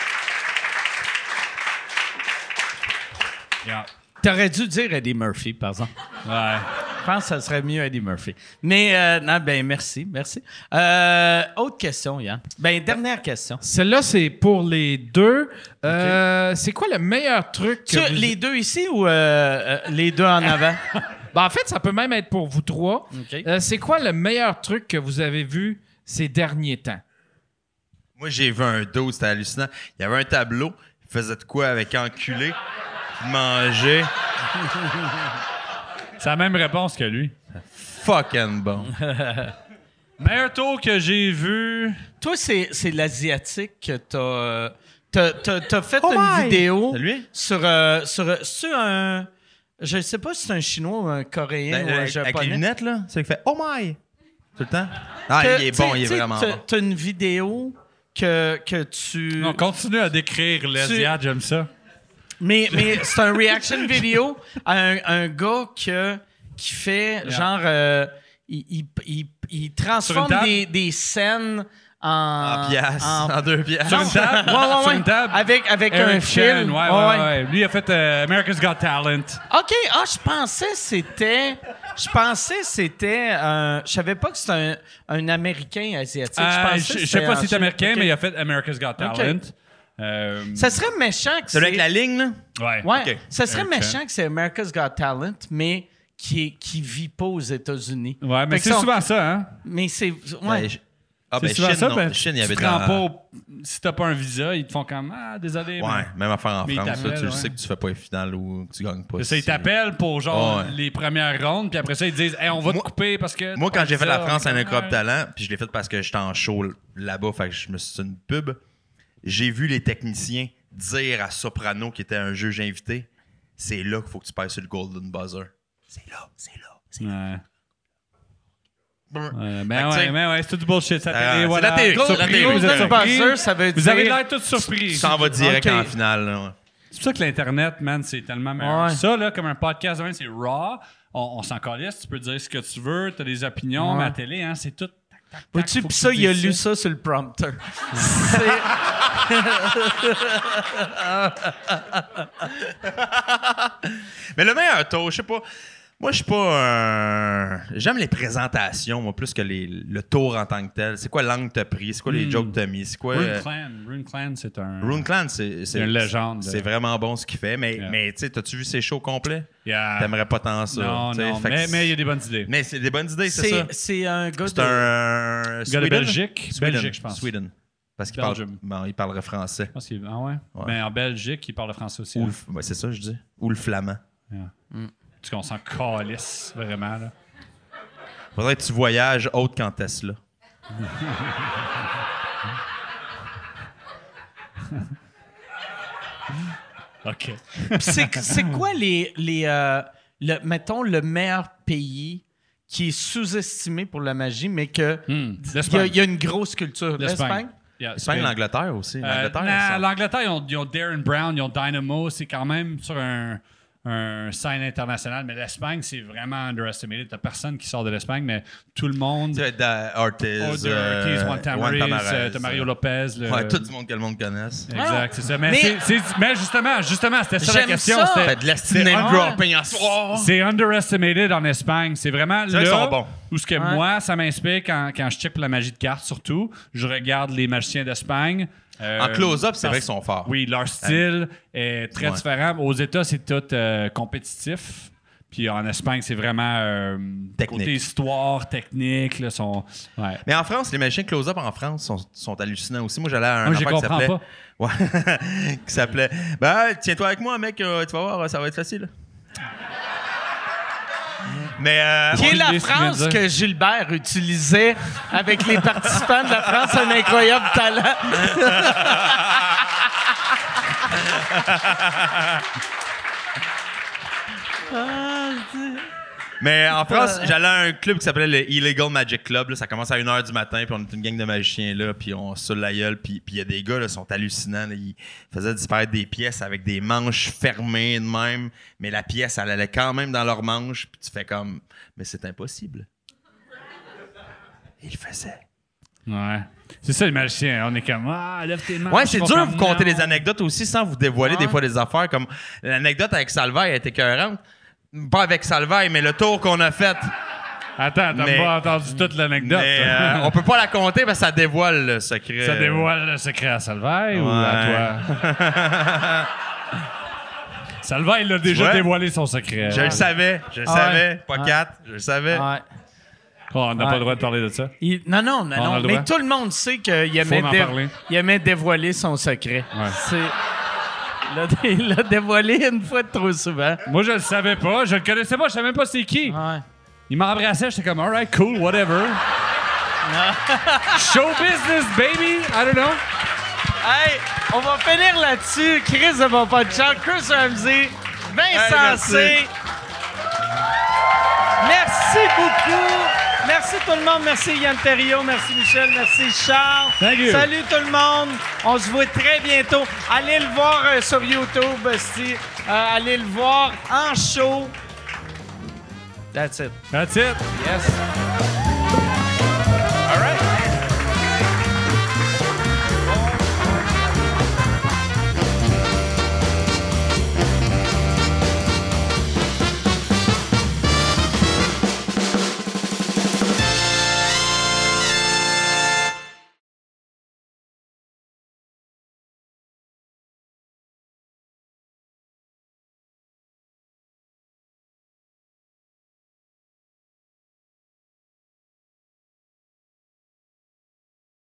S3: Yeah.
S2: T'aurais dû dire Eddie Murphy, par exemple.
S3: Ouais.
S2: Je pense que ça serait mieux Eddie Murphy. Mais, euh, non, ben, merci, merci. Euh, autre question, Yann. Ben, dernière question.
S6: Celle-là, c'est pour les deux. Euh, C'est quoi le meilleur truc que
S2: Tu,
S6: vous...
S2: les deux ici ou euh, euh, les deux en avant?
S6: Ben, en fait, ça peut même être pour vous trois.
S2: OK.
S6: Euh, c'est quoi le meilleur truc que vous avez vu ces derniers temps?
S5: Moi, j'ai vu un dos, c'était hallucinant. Il y avait un tableau, il faisait de quoi avec enculé, il mangeait.
S3: C'est la même réponse que lui.
S5: Fucking bon.
S3: Meilleur tour que j'ai vu.
S2: Toi, c'est, c'est l'asiatique que t'as... euh, t'as, t'as, t'as fait
S5: Oh
S2: une
S5: my!
S2: vidéo
S5: C'est lui?
S2: sur... Euh, sur sur un... Je sais pas si c'est un Chinois ou un Coréen
S5: Ben,
S2: ou un
S5: avec, avec
S2: Japonais.
S5: les lunettes, là, c'est qui fait Oh my! Tout le temps. Ah,
S2: Que,
S5: il est
S2: t'sais-
S5: bon, il est
S2: t'sais,
S5: vraiment
S2: t'as,
S5: bon.
S2: T'as une vidéo que, que tu...
S3: On continue à décrire l'Asiat, j'aime ça.
S2: Mais, mais c'est un reaction vidéo à un, un gars que, qui fait genre... euh, il, il, il, il transforme
S3: Sur une table?
S2: des, des scènes en...
S5: En piastres,
S2: en-
S5: en deux piastres.
S3: Sur une table?
S2: Ouais, ouais,
S3: Sur
S2: ouais.
S3: une table?
S2: Avec, avec
S3: Eric
S2: un
S3: Chen,
S2: film.
S3: ouais, ouais, ouais. Lui, il a fait euh, America's Got Talent.
S2: OK. Ah, je pensais c'était... Je pensais c'était... un- je savais pas que c'était un, un Américain asiatique.
S3: Euh,
S2: je pensais
S3: je
S2: que
S3: je sais
S2: c'était
S3: pas
S2: en
S3: si c'est
S2: Chine.
S3: américain,
S2: OK.
S3: mais il a fait America's Got Talent. Euh,
S2: Ça serait méchant que
S5: Celui
S2: c'est...
S5: avec la ligne, là?
S3: ouais.
S2: Ouais,
S5: OK.
S2: ça serait
S3: Eric
S2: méchant
S3: Chen.
S2: que c'est America's Got Talent, mais qui, est, qui vit pas aux États-Unis.
S3: Ouais, mais
S2: Fait que
S3: c'est
S2: son-
S3: souvent ça, hein?
S2: Mais c'est...
S5: Ben,
S2: Ouais.
S5: je- Ah,
S3: C'est
S5: ben,
S3: souvent
S5: Chine,
S3: ça,
S5: non.
S3: ben,
S5: Chine, il y
S3: tu
S5: avait
S3: te
S5: dans...
S3: rends pas au- si t'as pas un visa, ils te font comme ah désolé.
S5: Ouais, même affaire en
S3: Mais il
S5: France, ça,
S3: t'appelle,
S5: tu le
S3: ouais.
S5: sais que tu fais pas les finales ou que tu gagnes pas.
S3: mais ça ils
S5: si-
S3: t'appellent pour genre
S5: Ouais.
S3: les premières rondes, puis après ça ils disent hey, on va
S5: Moi-
S3: te couper parce que
S5: Moi, quand j'ai fait la France à un
S3: un
S5: incroyable talent, puis je l'ai fait parce que j'étais en show là-bas, fait que je me suis c'est une pub, j'ai vu les techniciens dire à Soprano, qui était un juge invité, c'est là qu'il faut que tu passes sur le Golden Buzzer. C'est là, c'est là, c'est là.
S3: Ouais.
S5: Brr.
S3: Ouais,
S5: Fait
S3: ben
S5: que, tu
S3: ouais,
S5: sais,
S3: mais ouais, c'est tout du bullshit. Ça
S5: Ah,
S3: télé,
S5: c'est
S3: voilà.
S5: la télé,
S3: Surpris,
S5: c'est la télé.
S3: vous êtes
S2: Golden
S3: surpris.
S2: Buzzer, ça veut
S3: Vous
S2: dire...
S3: avez l'air tous surpris.
S5: Tu s'en vas direct
S2: Ok.
S5: en finale. Là, ouais.
S3: C'est pour ça que l'Internet, man, c'est tellement meilleur.
S2: Ouais.
S3: Ça, là, comme un podcast, hein, c'est raw. On, on s'en calisse, tu peux dire ce que tu veux, t'as des opinions,
S2: Ouais.
S3: mais à la télé, hein, c'est tout. tac, tac, tac,
S2: Vois-tu,
S3: faut
S2: pis
S3: que
S2: ça,
S3: tu
S2: il a
S3: dises
S2: lu ça sur le prompteur. C'est-
S5: Mais le meilleur tour, je sais pas. Moi, je suis pas un. J'aime les présentations, moi, plus que les, le tour en tant que tel. C'est quoi l'angle que t'as pris? C'est quoi les
S3: Hmm.
S5: jokes que t'as mis? C'est quoi.
S3: Rune
S5: euh,
S3: Clan. Rune Clan, c'est un.
S5: Rune Clan, c'est.
S3: C'est une légende.
S5: C'est vraiment bon ce qu'il fait, mais,
S3: Yeah.
S5: mais tu sais, t'as-tu vu ses shows complets?
S3: Yeah.
S5: T'aimerais pas tant ça.
S3: Non,
S5: tu sais,
S3: non,
S5: fait que
S3: mais
S5: c'est-
S3: mais il y a des bonnes idées.
S5: mais c'est des bonnes idées, c'est ça.
S2: C'est, c'est un gars
S5: C'est
S2: de...
S5: un.
S3: Gars de
S5: Sweden?
S3: Belgique.
S5: Sweden,
S3: Belgique, je pense.
S5: Sweden. Parce qu'il parle,
S3: Belgium.
S5: bon, il parlerait français.
S3: Je pense qu'il- Ah ouais?
S5: Ouais.
S3: Ben, en Belgique, il parle le français aussi.
S5: Ou
S3: hein.
S5: le f- ouais, c'est ça, que je dis. Ou le flamand.
S3: Parce qu'on s'en calisse, vraiment. Là.
S5: Faudrait que tu voyages autre qu'en Tesla.
S3: OK.
S2: Puis c'est, c'est quoi les... les euh, le, mettons, le meilleur pays qui est sous-estimé pour la magie, mais que
S3: Hmm,
S2: il y, a-
S3: l'Espagne.
S2: il y a une grosse culture.
S3: L'Espagne.
S2: L'Espagne?
S3: Yeah,
S5: L'Espagne,
S3: Spain.
S5: l'Angleterre aussi.
S3: Euh,
S5: L'Angleterre,
S3: non,
S5: ça-
S3: l'Angleterre, ils ont, ils ont Darren Brown, ils ont Dynamo, c'est quand même sur un, un scène international. Mais l'Espagne, c'est vraiment underestimated. T'as personne qui sort de l'Espagne, mais tout le monde.
S5: Tu sais, da- Ortiz,
S3: Ortiz,
S5: euh,
S3: Juan Tamariz,
S5: Juan Tamariz,
S3: euh, t'as Mario Lopez. Le...
S5: Ouais, tout le monde que le monde connaisse.
S3: Exact, c'est ça. Mais,
S2: Mais-
S3: c'est- c'est- mais justement, justement, c'était ça la
S2: J'aime
S3: question.
S2: ça.
S3: c'était-
S5: Fait de la
S3: c'est
S5: name
S3: un-
S5: dropping en soir.
S3: C'est underestimated en Espagne. C'est vraiment
S5: vrai qu'ils
S3: là
S5: sont bons.
S3: où ce que
S2: Ouais.
S3: moi, ça m'inspire quand, quand je check pour la magie de cartes, surtout. Je regarde les magiciens d'Espagne. Euh,
S5: En close-up, c'est
S3: parce-
S5: vrai qu'ils sont forts.
S3: Oui, leur style est très
S5: Ouais.
S3: différent. Aux États, c'est tout euh, compétitif. Puis en Espagne, c'est vraiment euh,
S5: Technique.
S3: côté histoire, technique. Là, sont... ouais.
S5: Mais en France, les magiciens close-up en France sont, sont hallucinants aussi. Moi, j'allais à un
S3: Moi, je
S5: affaire qui
S3: comprends
S5: s'appelait...
S3: pas.
S5: Ouais. qui s'appelait... Ben, tiens-toi avec moi, mec, euh, tu vas voir, ça va être facile. Mais... Euh,
S2: Qui est la
S3: idée ce qu'il vient de
S2: phrase
S3: dire.
S2: que Gilbert utilisait avec les participants de la France, un incroyable talent.
S5: Mais en France, j'allais à un club qui s'appelait le Illegal Magic Club. Là. Ça commence à une heure du matin, puis on est une gang de magiciens là, puis on se saoule la gueule. Puis il y a des gars qui sont hallucinants. Là. Ils faisaient disparaître des pièces avec des manches fermées de même, mais la pièce, elle allait quand même dans leurs manches. Puis tu fais comme, mais c'est impossible. Ils le faisaient.
S3: Ouais. C'est ça, les magiciens. On est comme, ah, lève tes mains.
S5: Ouais, c'est
S3: Ils font
S5: dur de
S3: comme,
S5: vous conter
S3: non.
S5: des anecdotes aussi sans vous dévoiler des fois des affaires. Comme l'anecdote avec Salvaille a été écœurante. Pas avec Salvaille, mais le tour qu'on a fait.
S3: Attends, t'as
S5: Mais-
S3: pas entendu toute l'anecdote.
S5: Mais euh, on peut pas la compter parce que ça dévoile le secret.
S3: Ça dévoile le secret à Salvaille ou à
S5: Ouais.
S3: toi? Salvaille, il a déjà
S5: vois?
S3: dévoilé son secret.
S5: Je le savais, je le
S2: Ah
S5: savais.
S2: ouais.
S5: Pas
S2: Ah.
S5: quatre, je le savais.
S2: Ouais.
S3: Oh, on n'a
S2: Ouais.
S3: pas le droit de parler de ça.
S2: Il- Non, non, non,
S3: On a
S2: non.
S3: le
S2: Mais
S3: droit.
S2: tout le monde sait qu'il aimait,
S3: en
S2: dé-
S3: parler.
S2: il aimait dévoiler son secret.
S3: Ouais.
S2: C'est... Il l'a dé- Il l'a dévoilé une fois de trop souvent.
S3: Moi, je le savais pas. Je le connaissais pas. Je savais même pas c'est qui.
S2: Ouais.
S3: Il m'embrassait. J'étais comme, alright, cool, whatever. Show business, baby. I don't know.
S2: Hey, on va finir là-dessus. Chris de mon podcast, Chris Ramsey, Vincent
S5: Hey, merci.
S2: C. Merci beaucoup. Merci tout le monde. Merci Yann Terriot. Merci Michel. Merci Charles.
S3: Thank you.
S2: Salut tout le monde. On se voit très bientôt. Allez le voir euh, sur YouTube aussi. Euh, allez le voir en show. That's it.
S3: That's it.
S2: Yes.